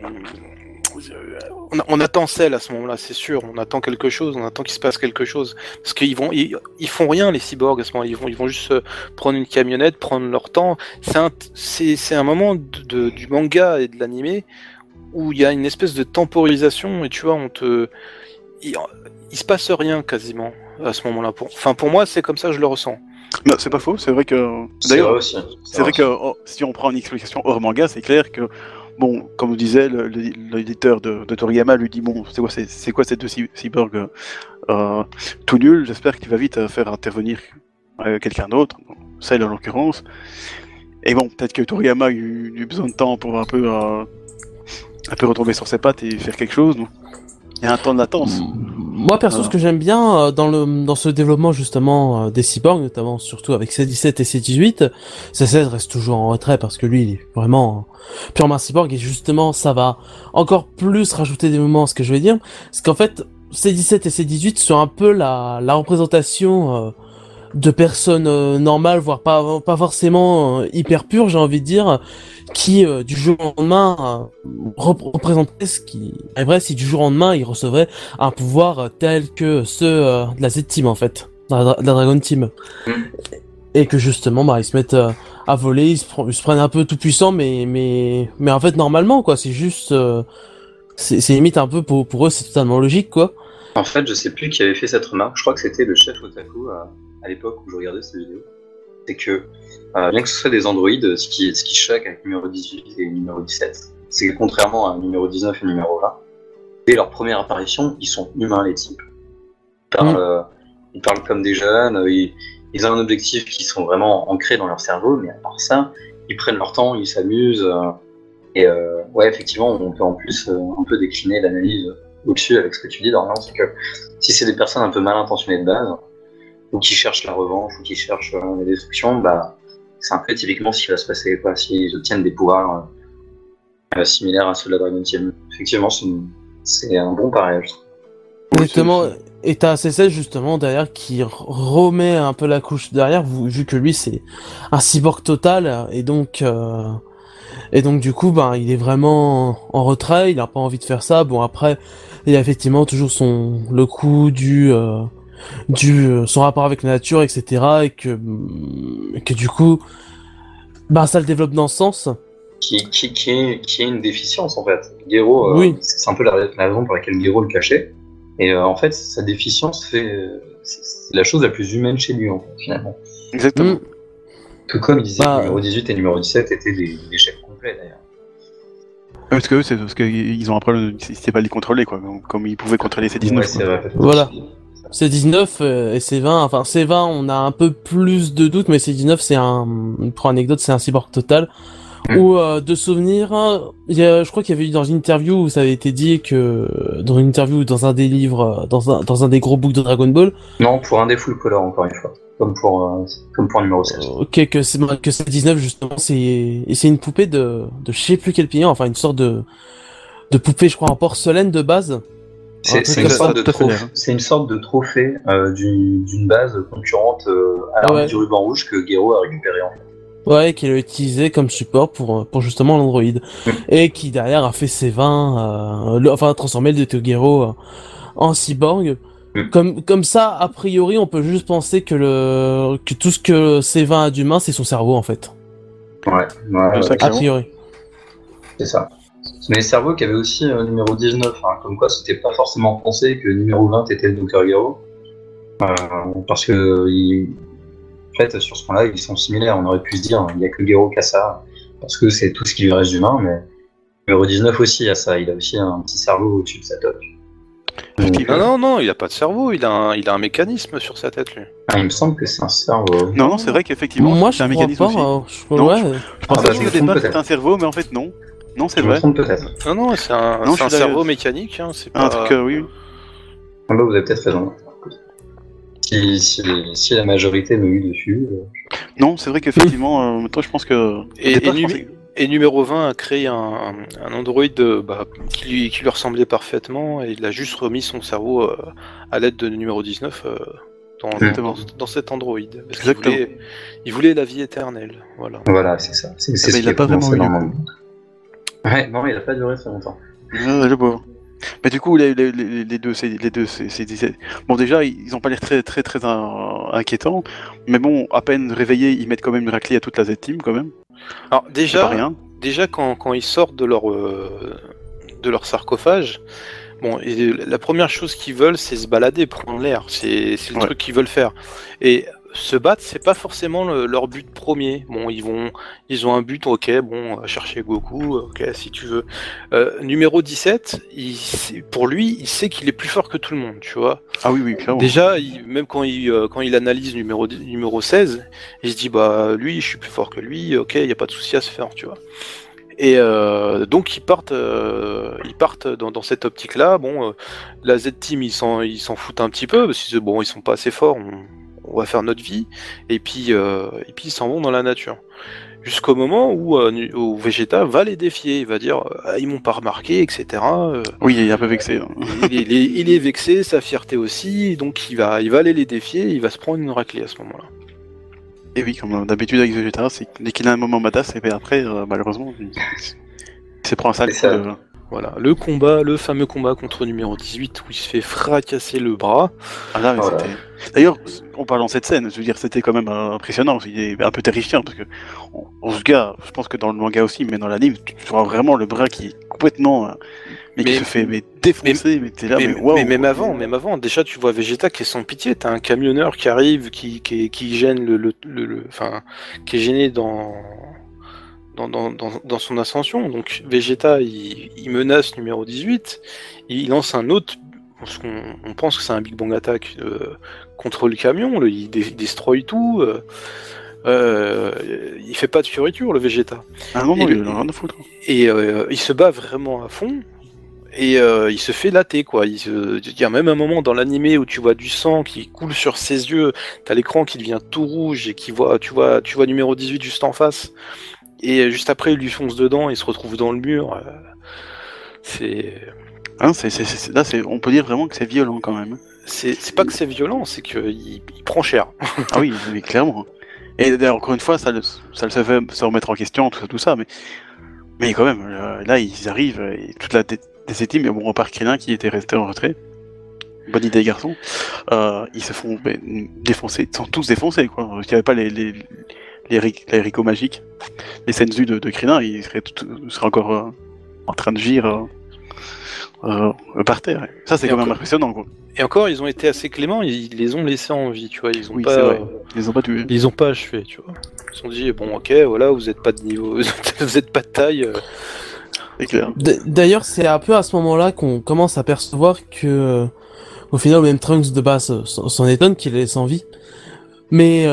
on attend celle à ce moment-là, c'est sûr, on attend quelque chose, on attend qu'il se passe quelque chose, parce qu'ils font rien les cyborgs à ce moment-là, ils vont juste prendre une camionnette, prendre leur temps. C'est un moment du manga et de l'animé où il y a une espèce de temporisation, et tu vois, il se passe rien quasiment à ce moment-là. Pour moi, c'est comme ça que je le ressens. Non, c'est pas faux, c'est vrai que. C'est D'ailleurs, vrai aussi. c'est vrai que si on prend une explication hors manga, c'est clair que, bon, comme on disait, l'éditeur de Toriyama lui dit bon, c'est quoi ces deux cyborgs tout nuls, j'espère qu'il va vite faire intervenir quelqu'un d'autre, celle en l'occurrence. Et bon, peut-être que Toriyama a eu besoin de temps pour un peu retomber sur ses pattes et faire quelque chose. Donc, il y a un temps de latence. Moi perso, ce que j'aime bien dans ce développement justement des cyborgs, notamment surtout avec C17 et C18, C16 reste toujours en retrait parce que lui il est vraiment purement un cyborg, et justement ça va encore plus rajouter des moments. Ce que je veux dire, c'est qu'en fait C17 et C18 sont un peu la représentation de personnes normales, voire pas forcément hyper pures, j'ai envie de dire, qui du jour au lendemain représenteraient ce qui arriverait si du jour au lendemain ils recevraient un pouvoir tel que ceux de la Z-Team en fait, de la Dragon Team. Et que justement ils se mettent à voler, ils se prennent un peu tout puissants, mais en fait normalement quoi, c'est juste c'est limite un peu pour eux c'est totalement logique quoi. En fait, je sais plus qui avait fait cette remarque, je crois que c'était le chef Otaku à l'époque où je regardais cette vidéo. C'est que, bien que ce soit des androïdes, ce qui choque avec numéro 18 et numéro 17, c'est que contrairement à numéro 19 et numéro 20, dès leur première apparition, ils sont humains les types. Ils parlent comme des jeunes, ils ont un objectif qui sont vraiment ancrés dans leur cerveau, mais à part ça, ils prennent leur temps, ils s'amusent. Ouais, effectivement, on peut en plus un peu décliner l'analyse au-dessus avec ce que tu dis, Dorian, c'est que si c'est des personnes un peu mal intentionnées de base, ou qui cherchent la revanche, ou qui cherchent la destruction, bah, c'est un peu typiquement ce qui va se passer, quoi, s'ils obtiennent des pouvoirs similaires à ceux de la Dragon Team. Effectivement, c'est un bon parallèle. Exactement, et t'as C16 justement derrière qui remet un peu la couche derrière, vu que lui c'est un cyborg total, et donc du coup ben il est vraiment en retrait, il a pas envie de faire ça. Bon après il y a effectivement toujours le coup son rapport avec la nature, etc., et que du coup ben ça le développe dans ce sens. Qui est une déficience en fait. Gero, Oui. C'est un peu la raison pour laquelle Gero le cachait. Et en fait, sa déficience c'est la chose la plus humaine chez lui, en fait, finalement. Exactement. Tout comme il disait Bah, que numéro 18 et numéro 17 étaient des échecs complets, d'ailleurs. Parce que eux, c'est parce qu'ils ont un problème, c'était pas les contrôler, quoi. Comme ils pouvaient contrôler ces 19. Ouais, c'est vrai. Voilà. C19 et C20, enfin C20 on a un peu plus de doutes, mais C19 pour anecdote, c'est un cyborg total. Ou de souvenirs, je crois qu'il y avait eu dans une interview où ça avait été dit que dans une interview ou dans un des livres, dans un des gros books de Dragon Ball. Non, pour un des full color encore une fois, comme pour numéro 16. Ok, que C19 justement c'est une poupée de je sais plus quel pays, enfin une sorte de poupée, je crois, en porcelaine de base. C'est une sorte de trophée d'une base concurrente à l'armée du ruban rouge que Gero a récupéré en fait. Ouais, qu'il a utilisé comme support pour justement l'Android. Et qui derrière a fait C20, transformé le Togero en cyborg. Comme ça, a priori, on peut juste penser que tout ce que C20 a d'humain, c'est son cerveau en fait. Ouais. A priori. C'est ça. Mais le cerveau qui avait aussi numéro 19, hein, comme quoi c'était pas forcément pensé que numéro 20 était le Dr Gero. Parce que en fait, sur ce point-là, ils sont similaires. On aurait pu se dire, il n'y a que Gero qui a ça, parce que c'est tout ce qui lui reste d'humain, mais numéro 19 aussi a ça. Il a aussi un petit cerveau au-dessus de sa toque. Effectivement. Non, il a pas de cerveau, il a un mécanisme sur sa tête, lui. Ah, il me semble que c'est un cerveau. Non, c'est vrai qu'effectivement, Moi, c'est je un crois mécanisme pas. aussi. Non, Non, ouais. Je pensais bah, aussi je me au départ trompe que c'était un cerveau, mais en fait, non. Non, c'est Je me vrai. trompe peut-être. Non, c'est un Non, je suis cerveau d'accord. mécanique, hein, c'est Un pas... truc, oui. Ah bah, vous avez peut-être raison. Si la majorité me hue dessus. Non, c'est vrai qu'effectivement, toi, je pense que. Au départ, je pensais- Et numéro 20 a créé un Android qui lui ressemblait parfaitement, et il a juste remis son cerveau à l'aide de numéro 19 dans cet Android. Parce Exactement. il voulait la vie éternelle. Voilà. Voilà, c'est ça. C'est bah, ce il qui a a pas commencé vraiment eu. dans le monde. Ouais, non, il a pas duré très longtemps. Le pauvre. Mais du coup, les deux, c'est 17. Bon, déjà, ils ont pas l'air très inquiétants. Mais bon, à peine réveillés, ils mettent quand même une raclée à toute la Z-Team, quand même. Alors C'est pas rien. déjà quand ils sortent de leur sarcophage, bon, et la première chose qu'ils veulent, c'est se balader, prendre l'air. C'est le truc qu'ils veulent faire. Et se battre, c'est pas forcément leur but premier. Bon, ils ont un but, ok, bon, chercher Goku, ok, si tu veux. Numéro 17, pour lui, il sait qu'il est plus fort que tout le monde, tu vois. Ah oui, clairement. Déjà, même quand il analyse numéro 16, il se dit, bah, lui, je suis plus fort que lui, ok, il n'y a pas de souci à se faire, tu vois. Et donc ils partent dans cette optique-là. Bon, la Z-Team, ils s'en foutent un petit peu, parce que bon, ils sont pas assez forts, on va faire notre vie, et puis ils s'en vont dans la nature. Jusqu'au moment où Vegeta va les défier, il va dire ils m'ont pas remarqué, etc. Oui, il est un peu vexé. Hein. il est vexé, sa fierté aussi, donc il va aller les défier, il va se prendre une raclée à ce moment-là. Et oui, comme d'habitude avec Vegeta, c'est que dès qu'il a un moment badass, et bien après, malheureusement, il se prend un sale coup de... Voilà, le fameux combat contre numéro 18 où il se fait fracasser le bras. Ah là, mais c'était... D'ailleurs, en parlant de cette scène, je veux dire, c'était quand même impressionnant, il est un peu terrifiant, parce que ce gars, je pense que dans le manga aussi, mais dans l'anime, tu vois vraiment le bras qui est complètement... mais qui se fait défoncer, mais t'es là, mais waouh. Mais même avant, déjà tu vois Vegeta qui est sans pitié, t'as un camionneur qui arrive, qui gêne enfin, qui est gêné dans son ascension. Donc Vegeta, il menace numéro 18, il lance un autre, parce qu'on pense que c'est un Big Bang Attack contre le camion, il destroy tout, il fait pas de fioriture le Vegeta. Ah non, il a rien à foutre. Et il se bat vraiment à fond. Et il se fait latter, quoi. Il y a même un moment dans l'animé où tu vois du sang qui coule sur ses yeux, t'as l'écran qui devient tout rouge et tu vois numéro 18 juste en face. Et juste après, il lui fonce dedans, il se retrouve dans le mur. Hein, là, on peut dire vraiment que c'est violent quand même. C'est pas que c'est violent, c'est qu'il prend cher. Ah oui, mais clairement. Et d'ailleurs, encore une fois, ça le fait se remettre en question, tout ça, mais quand même, là, ils arrivent, et toute la team, mais bon, on part Krillin qui était resté en retrait. Bonne idée, garçon. Ils se font défoncer, ils sont tous défoncés, quoi. S'il n'y avait pas les Rico magiques, les Senzu de Krillin, ils seraient encore en train de gire par terre. Ça, c'est quand même impressionnant, quoi. Et encore, ils ont été assez cléments, ils les ont laissés en vie, tu vois. Ils ont oui, pas, c'est vrai. Ils les ont pas tués. Ils ont pas achevé, tu vois. Ils se sont dit, bon, ok, voilà, vous êtes pas de niveau, vous êtes pas de taille. C'est clair. D'ailleurs, c'est un peu à ce moment-là qu'on commence à percevoir que, au final, même Trunks de base s'en étonne qu'il est sans vie. Mais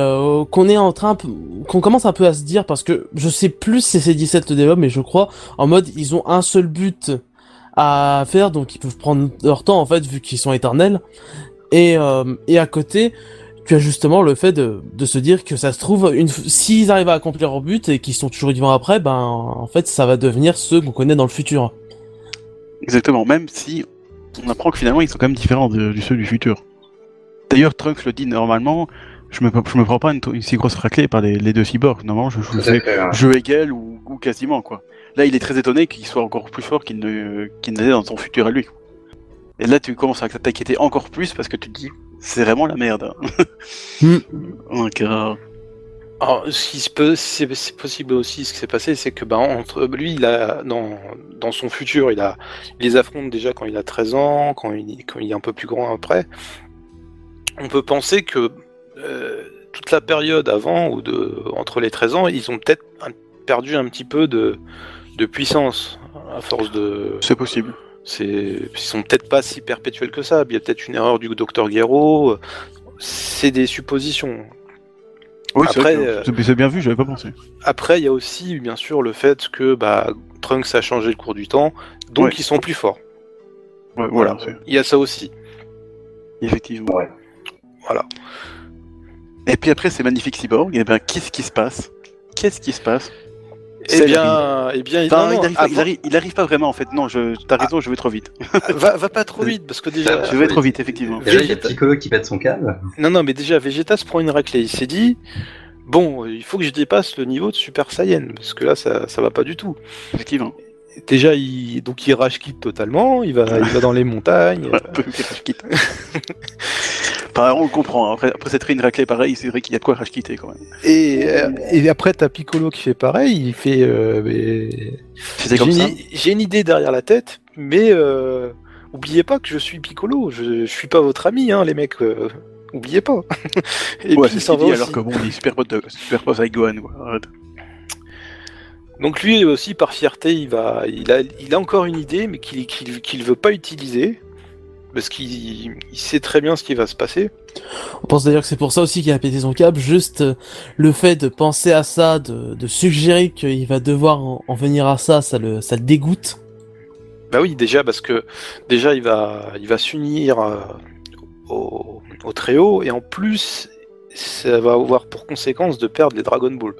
qu'on commence un peu à se dire, parce que je sais plus si c'est 17 le développe, mais je crois, en mode, ils ont un seul but à faire, donc ils peuvent prendre leur temps, en fait, vu qu'ils sont éternels. Et à côté, tu as justement le fait de se dire que ça se trouve, s'ils arrivent à accomplir leur but et qu'ils sont toujours vivants après, ben, en fait, ça va devenir ceux qu'on connaît dans le futur. Exactement, même si on apprend que finalement, ils sont quand même différents de ceux du futur. D'ailleurs, Trunks le dit normalement, je me prends pas une si grosse raclée par les deux cyborgs. Normalement, je fais jeu égal ou quasiment, quoi. Là, il est très étonné qu'il soit encore plus fort qu'il n'était dans son futur à lui. Et là, tu commences à t'inquiéter encore plus parce que tu te dis, c'est vraiment la merde. Donc, alors, c'est possible aussi, ce qui s'est passé, c'est que entre lui, il a dans son futur, il les affronte déjà quand il a 13 ans, quand il est un peu plus grand après. On peut penser que toute la période avant ou entre les 13 ans, ils ont peut-être perdu un petit peu de puissance à force de. C'est possible. Ils sont peut-être pas si perpétuels que ça. Il y a peut-être une erreur du docteur Guerreau. C'est des suppositions. Oui, Après, c'est bien vu, j'avais pas pensé. Après, il y a aussi, bien sûr, le fait que Trunks a changé le cours du temps, donc ils sont plus forts. Ouais, voilà. Il y a ça aussi. Effectivement. Ouais. Voilà. Et puis après ces magnifiques cyborgs, et ben qu'est-ce qui se passe Eh bien, il arrive pas vraiment en fait. Non, t'as raison, je vais trop vite. va pas trop vite parce que déjà. Je vais trop vite, effectivement. Déjà, il y a Piccolo qui pète son câble. Non, mais déjà, Vegeta se prend une raclée. Il s'est dit, bon, il faut que je dépasse le niveau de Super Saiyan parce que là, ça va pas du tout. Effectivement. Déjà, il rage quitte totalement. Il va dans les montagnes. Il rage quitte. On le comprend. Après cette une raclée pareil, c'est vrai qu'il y a de quoi rage quitter quand même. Et après, t'as Piccolo qui fait pareil. Il fait. J'ai une idée derrière la tête, mais oubliez pas que je suis Piccolo. Je suis pas votre ami, hein, les mecs. Oubliez pas. Et puis il s'en va aussi. Alors que bon, il est super pote avec Gohan. Quoi. Arrête. Donc lui aussi, par fierté, il a encore une idée, mais qu'il veut pas utiliser. Parce qu'il sait très bien ce qui va se passer. On pense d'ailleurs que c'est pour ça aussi qu'il a pété son câble. Juste le fait de penser à ça, de suggérer qu'il va devoir en venir à ça, ça le dégoûte. Bah oui, déjà parce que il va s'unir au Très-Haut et en plus ça va avoir pour conséquence de perdre les Dragon Ball.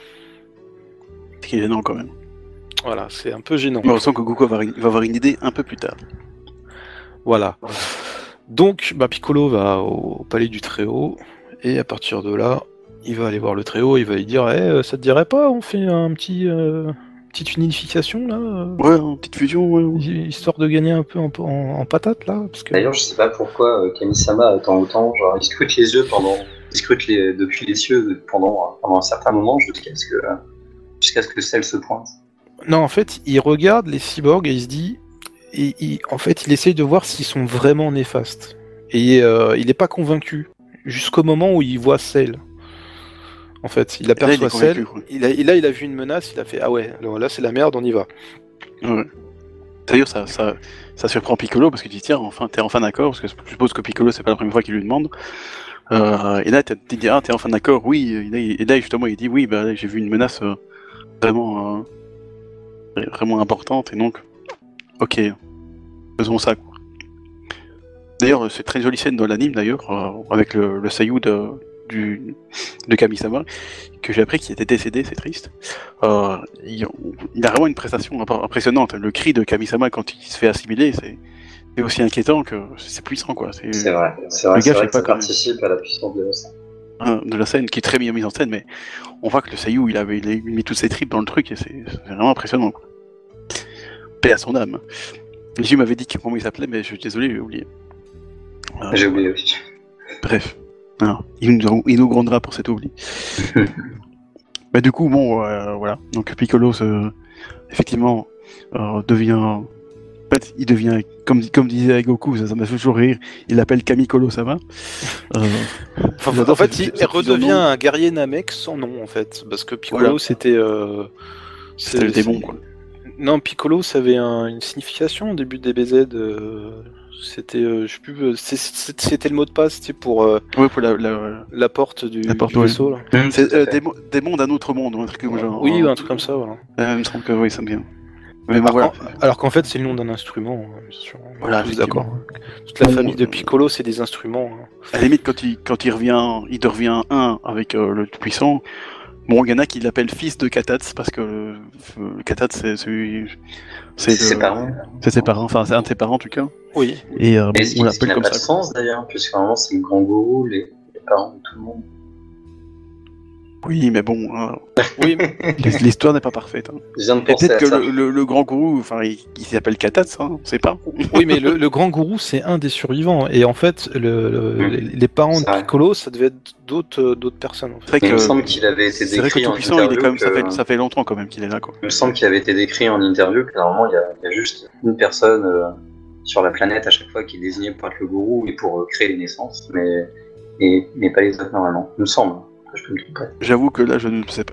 C'est gênant quand même. Voilà, c'est un peu gênant. Mais on sent que Goku va avoir une idée un peu plus tard. Voilà. Donc, Piccolo va au palais du Très-Haut, et à partir de là, il va aller voir le Très-Haut, il va lui dire ça te dirait pas, on fait petite unification là Ouais, une petite fusion, ouais. Histoire de gagner un peu en patate là parce que... D'ailleurs, je sais pas pourquoi Kami-sama attend autant, genre il scrute les yeux depuis les cieux pendant un certain moment jusqu'à ce que Cell se pointe. Non, en fait, il regarde les cyborgs et il se dit. En fait, il essaye de voir s'ils sont vraiment néfastes. Et il n'est pas convaincu. Jusqu'au moment où il voit Cell. En fait, il aperçoit Cell. Il a vu une menace, il a fait ah ouais, alors là c'est la merde, on y va. Ouais. D'ailleurs, ça surprend Piccolo parce que tu dis tiens, t'es enfin d'accord, parce que je suppose que Piccolo c'est pas la première fois qu'il lui demande. Et là, tu dis t'es enfin d'accord, oui. Et là, justement, il dit oui, j'ai vu une menace vraiment importante et donc. Ok, faisons ça. D'ailleurs, c'est très jolie scène dans l'anime d'ailleurs, avec le Saiyuu de Kami-sama, que j'ai appris qu'il était décédé, c'est triste. Il a vraiment une prestation impressionnante. Le cri de Kami-sama quand il se fait assimiler, c'est aussi inquiétant que c'est puissant quoi. C'est vrai que ça participe à la puissance de la scène. De la scène qui est très bien mise en scène, mais on voit que le Saiyuu il a mis toutes ses tripes dans le truc et c'est vraiment impressionnant quoi. Paix à son âme. Jim m'avait dit comment il s'appelait, mais je suis désolé, j'ai oublié. J'ai oublié aussi. Bref, il nous grondera pour cet oubli. Mais du coup, bon, voilà. Donc Piccolo, effectivement, devient... En fait, il devient, comme disait Goku, ça m'a fait toujours rire, il l'appelle Kamikolo-sama. En fait, il redevient un guerrier Namek sans nom, en fait. Parce que Piccolo, c'était... C'était le démon, quoi. Non, Piccolo, ça avait une signification au début de DBZ. C'était, je sais plus, c'était le mot de passe, c'était pour la porte du vaisseau. Là. C'est des mondes d'un autre monde, un truc comme genre. Oui, un truc comme ça, voilà. Il me semble que oui, ça me vient. Mais alors qu'en fait, c'est le nom d'un instrument, bien sûr. Voilà, d'accord. Toute la famille de Piccolo, c'est des instruments. À la limite, quand il devient un avec le Tout-Puissant. Bon, il y en a qui l'appellent fils de Katatz parce que Katatz c'est ses parents. C'est ses parents, enfin c'est un de ses parents en tout cas. Oui. Et on l'appelle comme ça. C'est sens d'ailleurs, puisque vraiment c'est le grand gourou, les parents de tout le monde. Oui, mais bon, oui, l'histoire n'est pas parfaite. Hein. Peut-être que le grand gourou, enfin, il s'appelle Katatz, hein, on sait pas. Oui, mais le grand gourou, c'est un des survivants. Et en fait, les parents de Piccolo, ça devait être d'autres personnes. En fait. Il me semble qu'il avait été décrit en interview. Ça fait longtemps quand même qu'il est là. Quoi. Il me semble qu'il avait été décrit en interview que normalement, il y a juste une personne sur la planète à chaque fois qui est désignée pour être le gourou et pour créer les naissances, mais pas les autres normalement. Il me semble. J'avoue que là, je ne sais pas.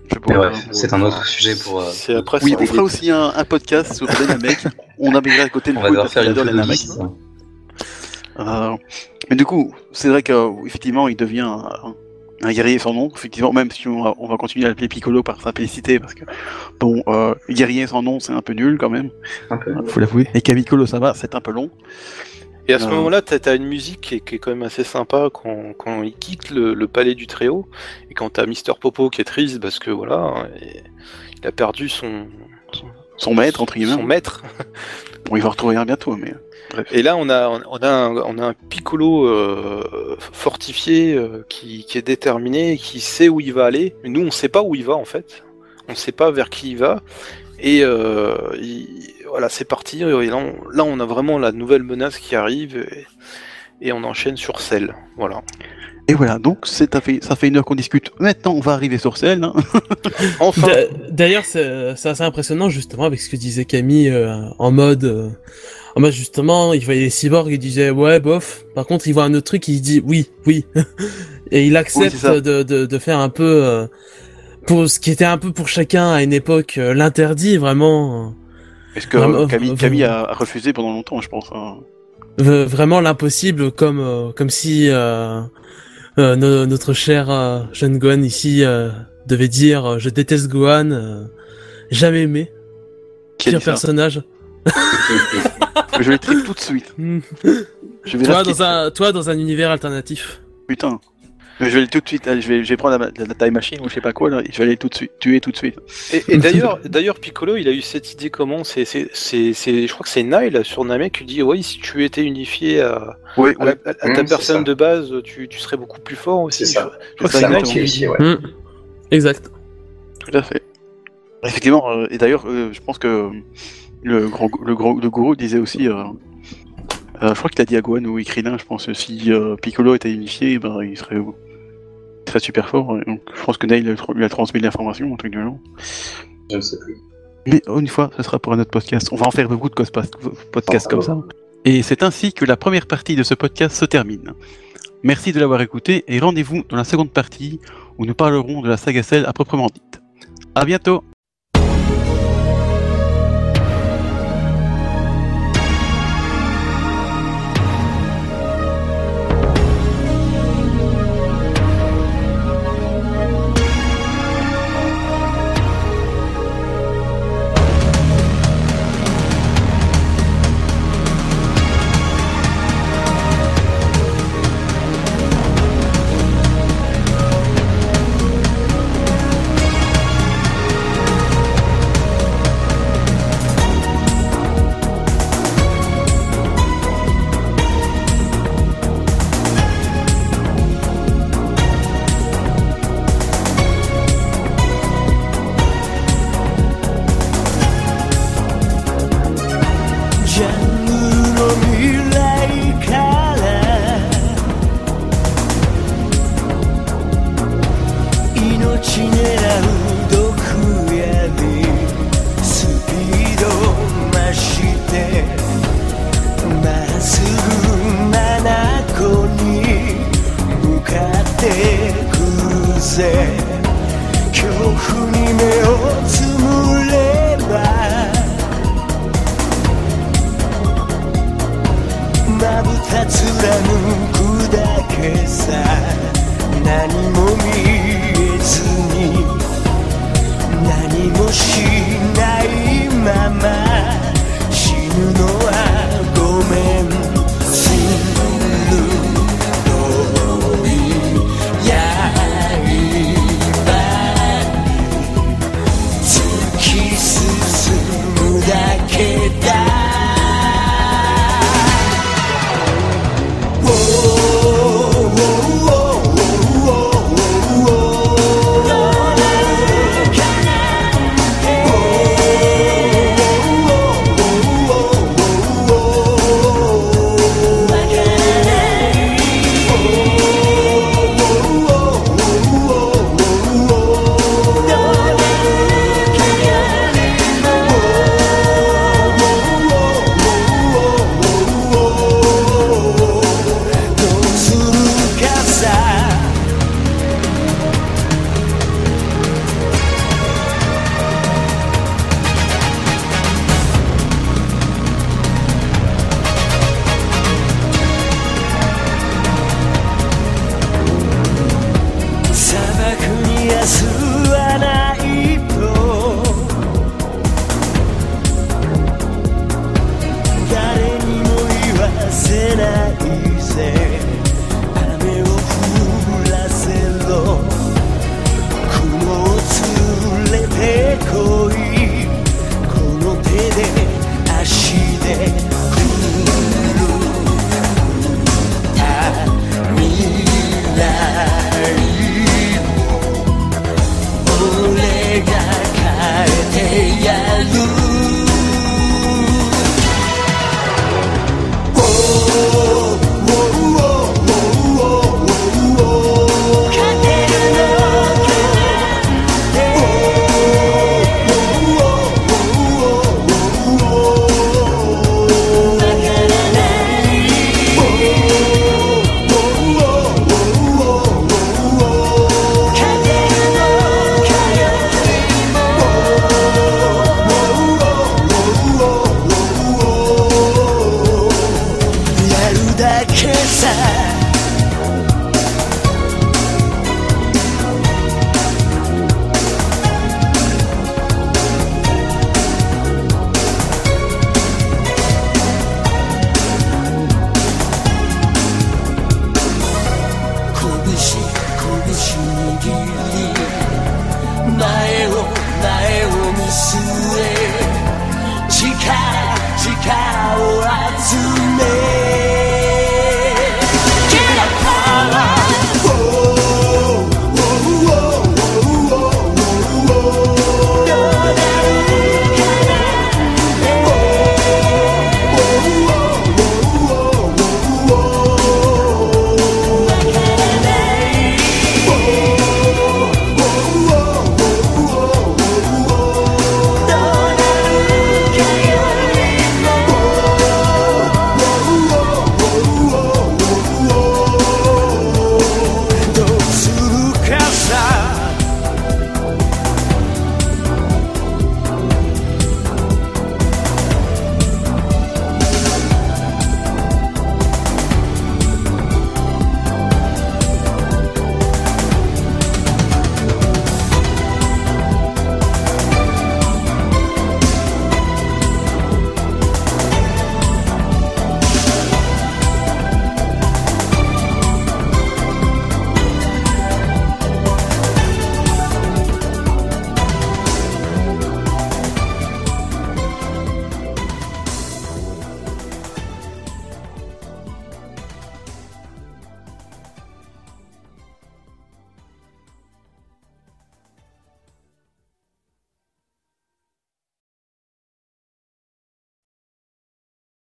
Mais bref, c'est un autre sujet pour. C'est après. Oui, ça. on fera aussi un podcast sur Dynamec. On naviguera à côté de On va devoir faire une Dynamec. liste. Mais du coup, c'est vrai qu'effectivement, il devient un guerrier sans nom. Effectivement, même si on va continuer à l'appeler Piccolo par simplicité, parce que bon, guerrier sans nom, c'est un peu nul quand même. Un peu. Faut l'avouer. Et Piccolo, ça va, c'est un peu long. Et à ce moment-là, t'as une musique qui est quand même assez sympa quand il quitte le palais du Très-Haut, et quand t'as Mister Popo qui est triste parce que voilà, il a perdu Son maître, entre guillemets. son maître. Bon, il va retrouver un bientôt, mais bref. Et là, on a un Piccolo fortifié qui est déterminé, et qui sait où il va aller. Mais nous, on sait pas où il va en fait. On sait pas vers qui il va. Et voilà, c'est parti. Et là, on a vraiment la nouvelle menace qui arrive et on enchaîne sur Cell. Voilà. Et voilà, donc ça fait 1 heure qu'on discute. Maintenant, on va arriver sur Cell. Hein. Enfin. D'ailleurs, c'est assez impressionnant justement avec ce que disait Camille en mode justement, il voyait les cyborgs, il disait ouais bof. Par contre, il voit un autre truc, il dit oui, et il accepte de faire un peu pour ce qui était un peu pour chacun à une époque l'interdit vraiment. Est-ce que Camille a refusé pendant longtemps, je pense. Hein. Vraiment l'impossible, comme si notre cher jeune Gohan ici devait dire je déteste Gohan, jamais aimé, pire personnage. Je vais le trick tout de suite. Toi dans un univers alternatif. Putain. Je vais aller tout de suite, je vais prendre la time machine ou je sais pas quoi là, je vais aller tout de suite, tuer tout de suite. Et d'ailleurs Piccolo, il a eu cette idée comment je crois que c'est Nile sur Namek qui dit oui, si tu étais unifié à ta personne de base, tu serais beaucoup plus fort aussi. C'est ça. Je crois que c'est Nile qui aussi, ouais. Exact. Tout à fait. Effectivement, et d'ailleurs, je pense que le gourou disait aussi, je crois qu'il a dit à Gohan ou Krillin, je pense, si Piccolo était unifié, ben, il serait super fort. Donc, je pense que Nail lui a transmis l'information, un truc du genre. Je ne sais plus. Mais une fois, ce sera pour un autre podcast. On va en faire beaucoup de podcasts comme ça. Et c'est ainsi que la première partie de ce podcast se termine. Merci de l'avoir écouté et rendez-vous dans la seconde partie où nous parlerons de la saga Cell à proprement dite. À bientôt! スはないと誰にも言わせないぜ雨を降らせろ雲を連れてこいこの手で足で来る未来俺が変えてやる前を見据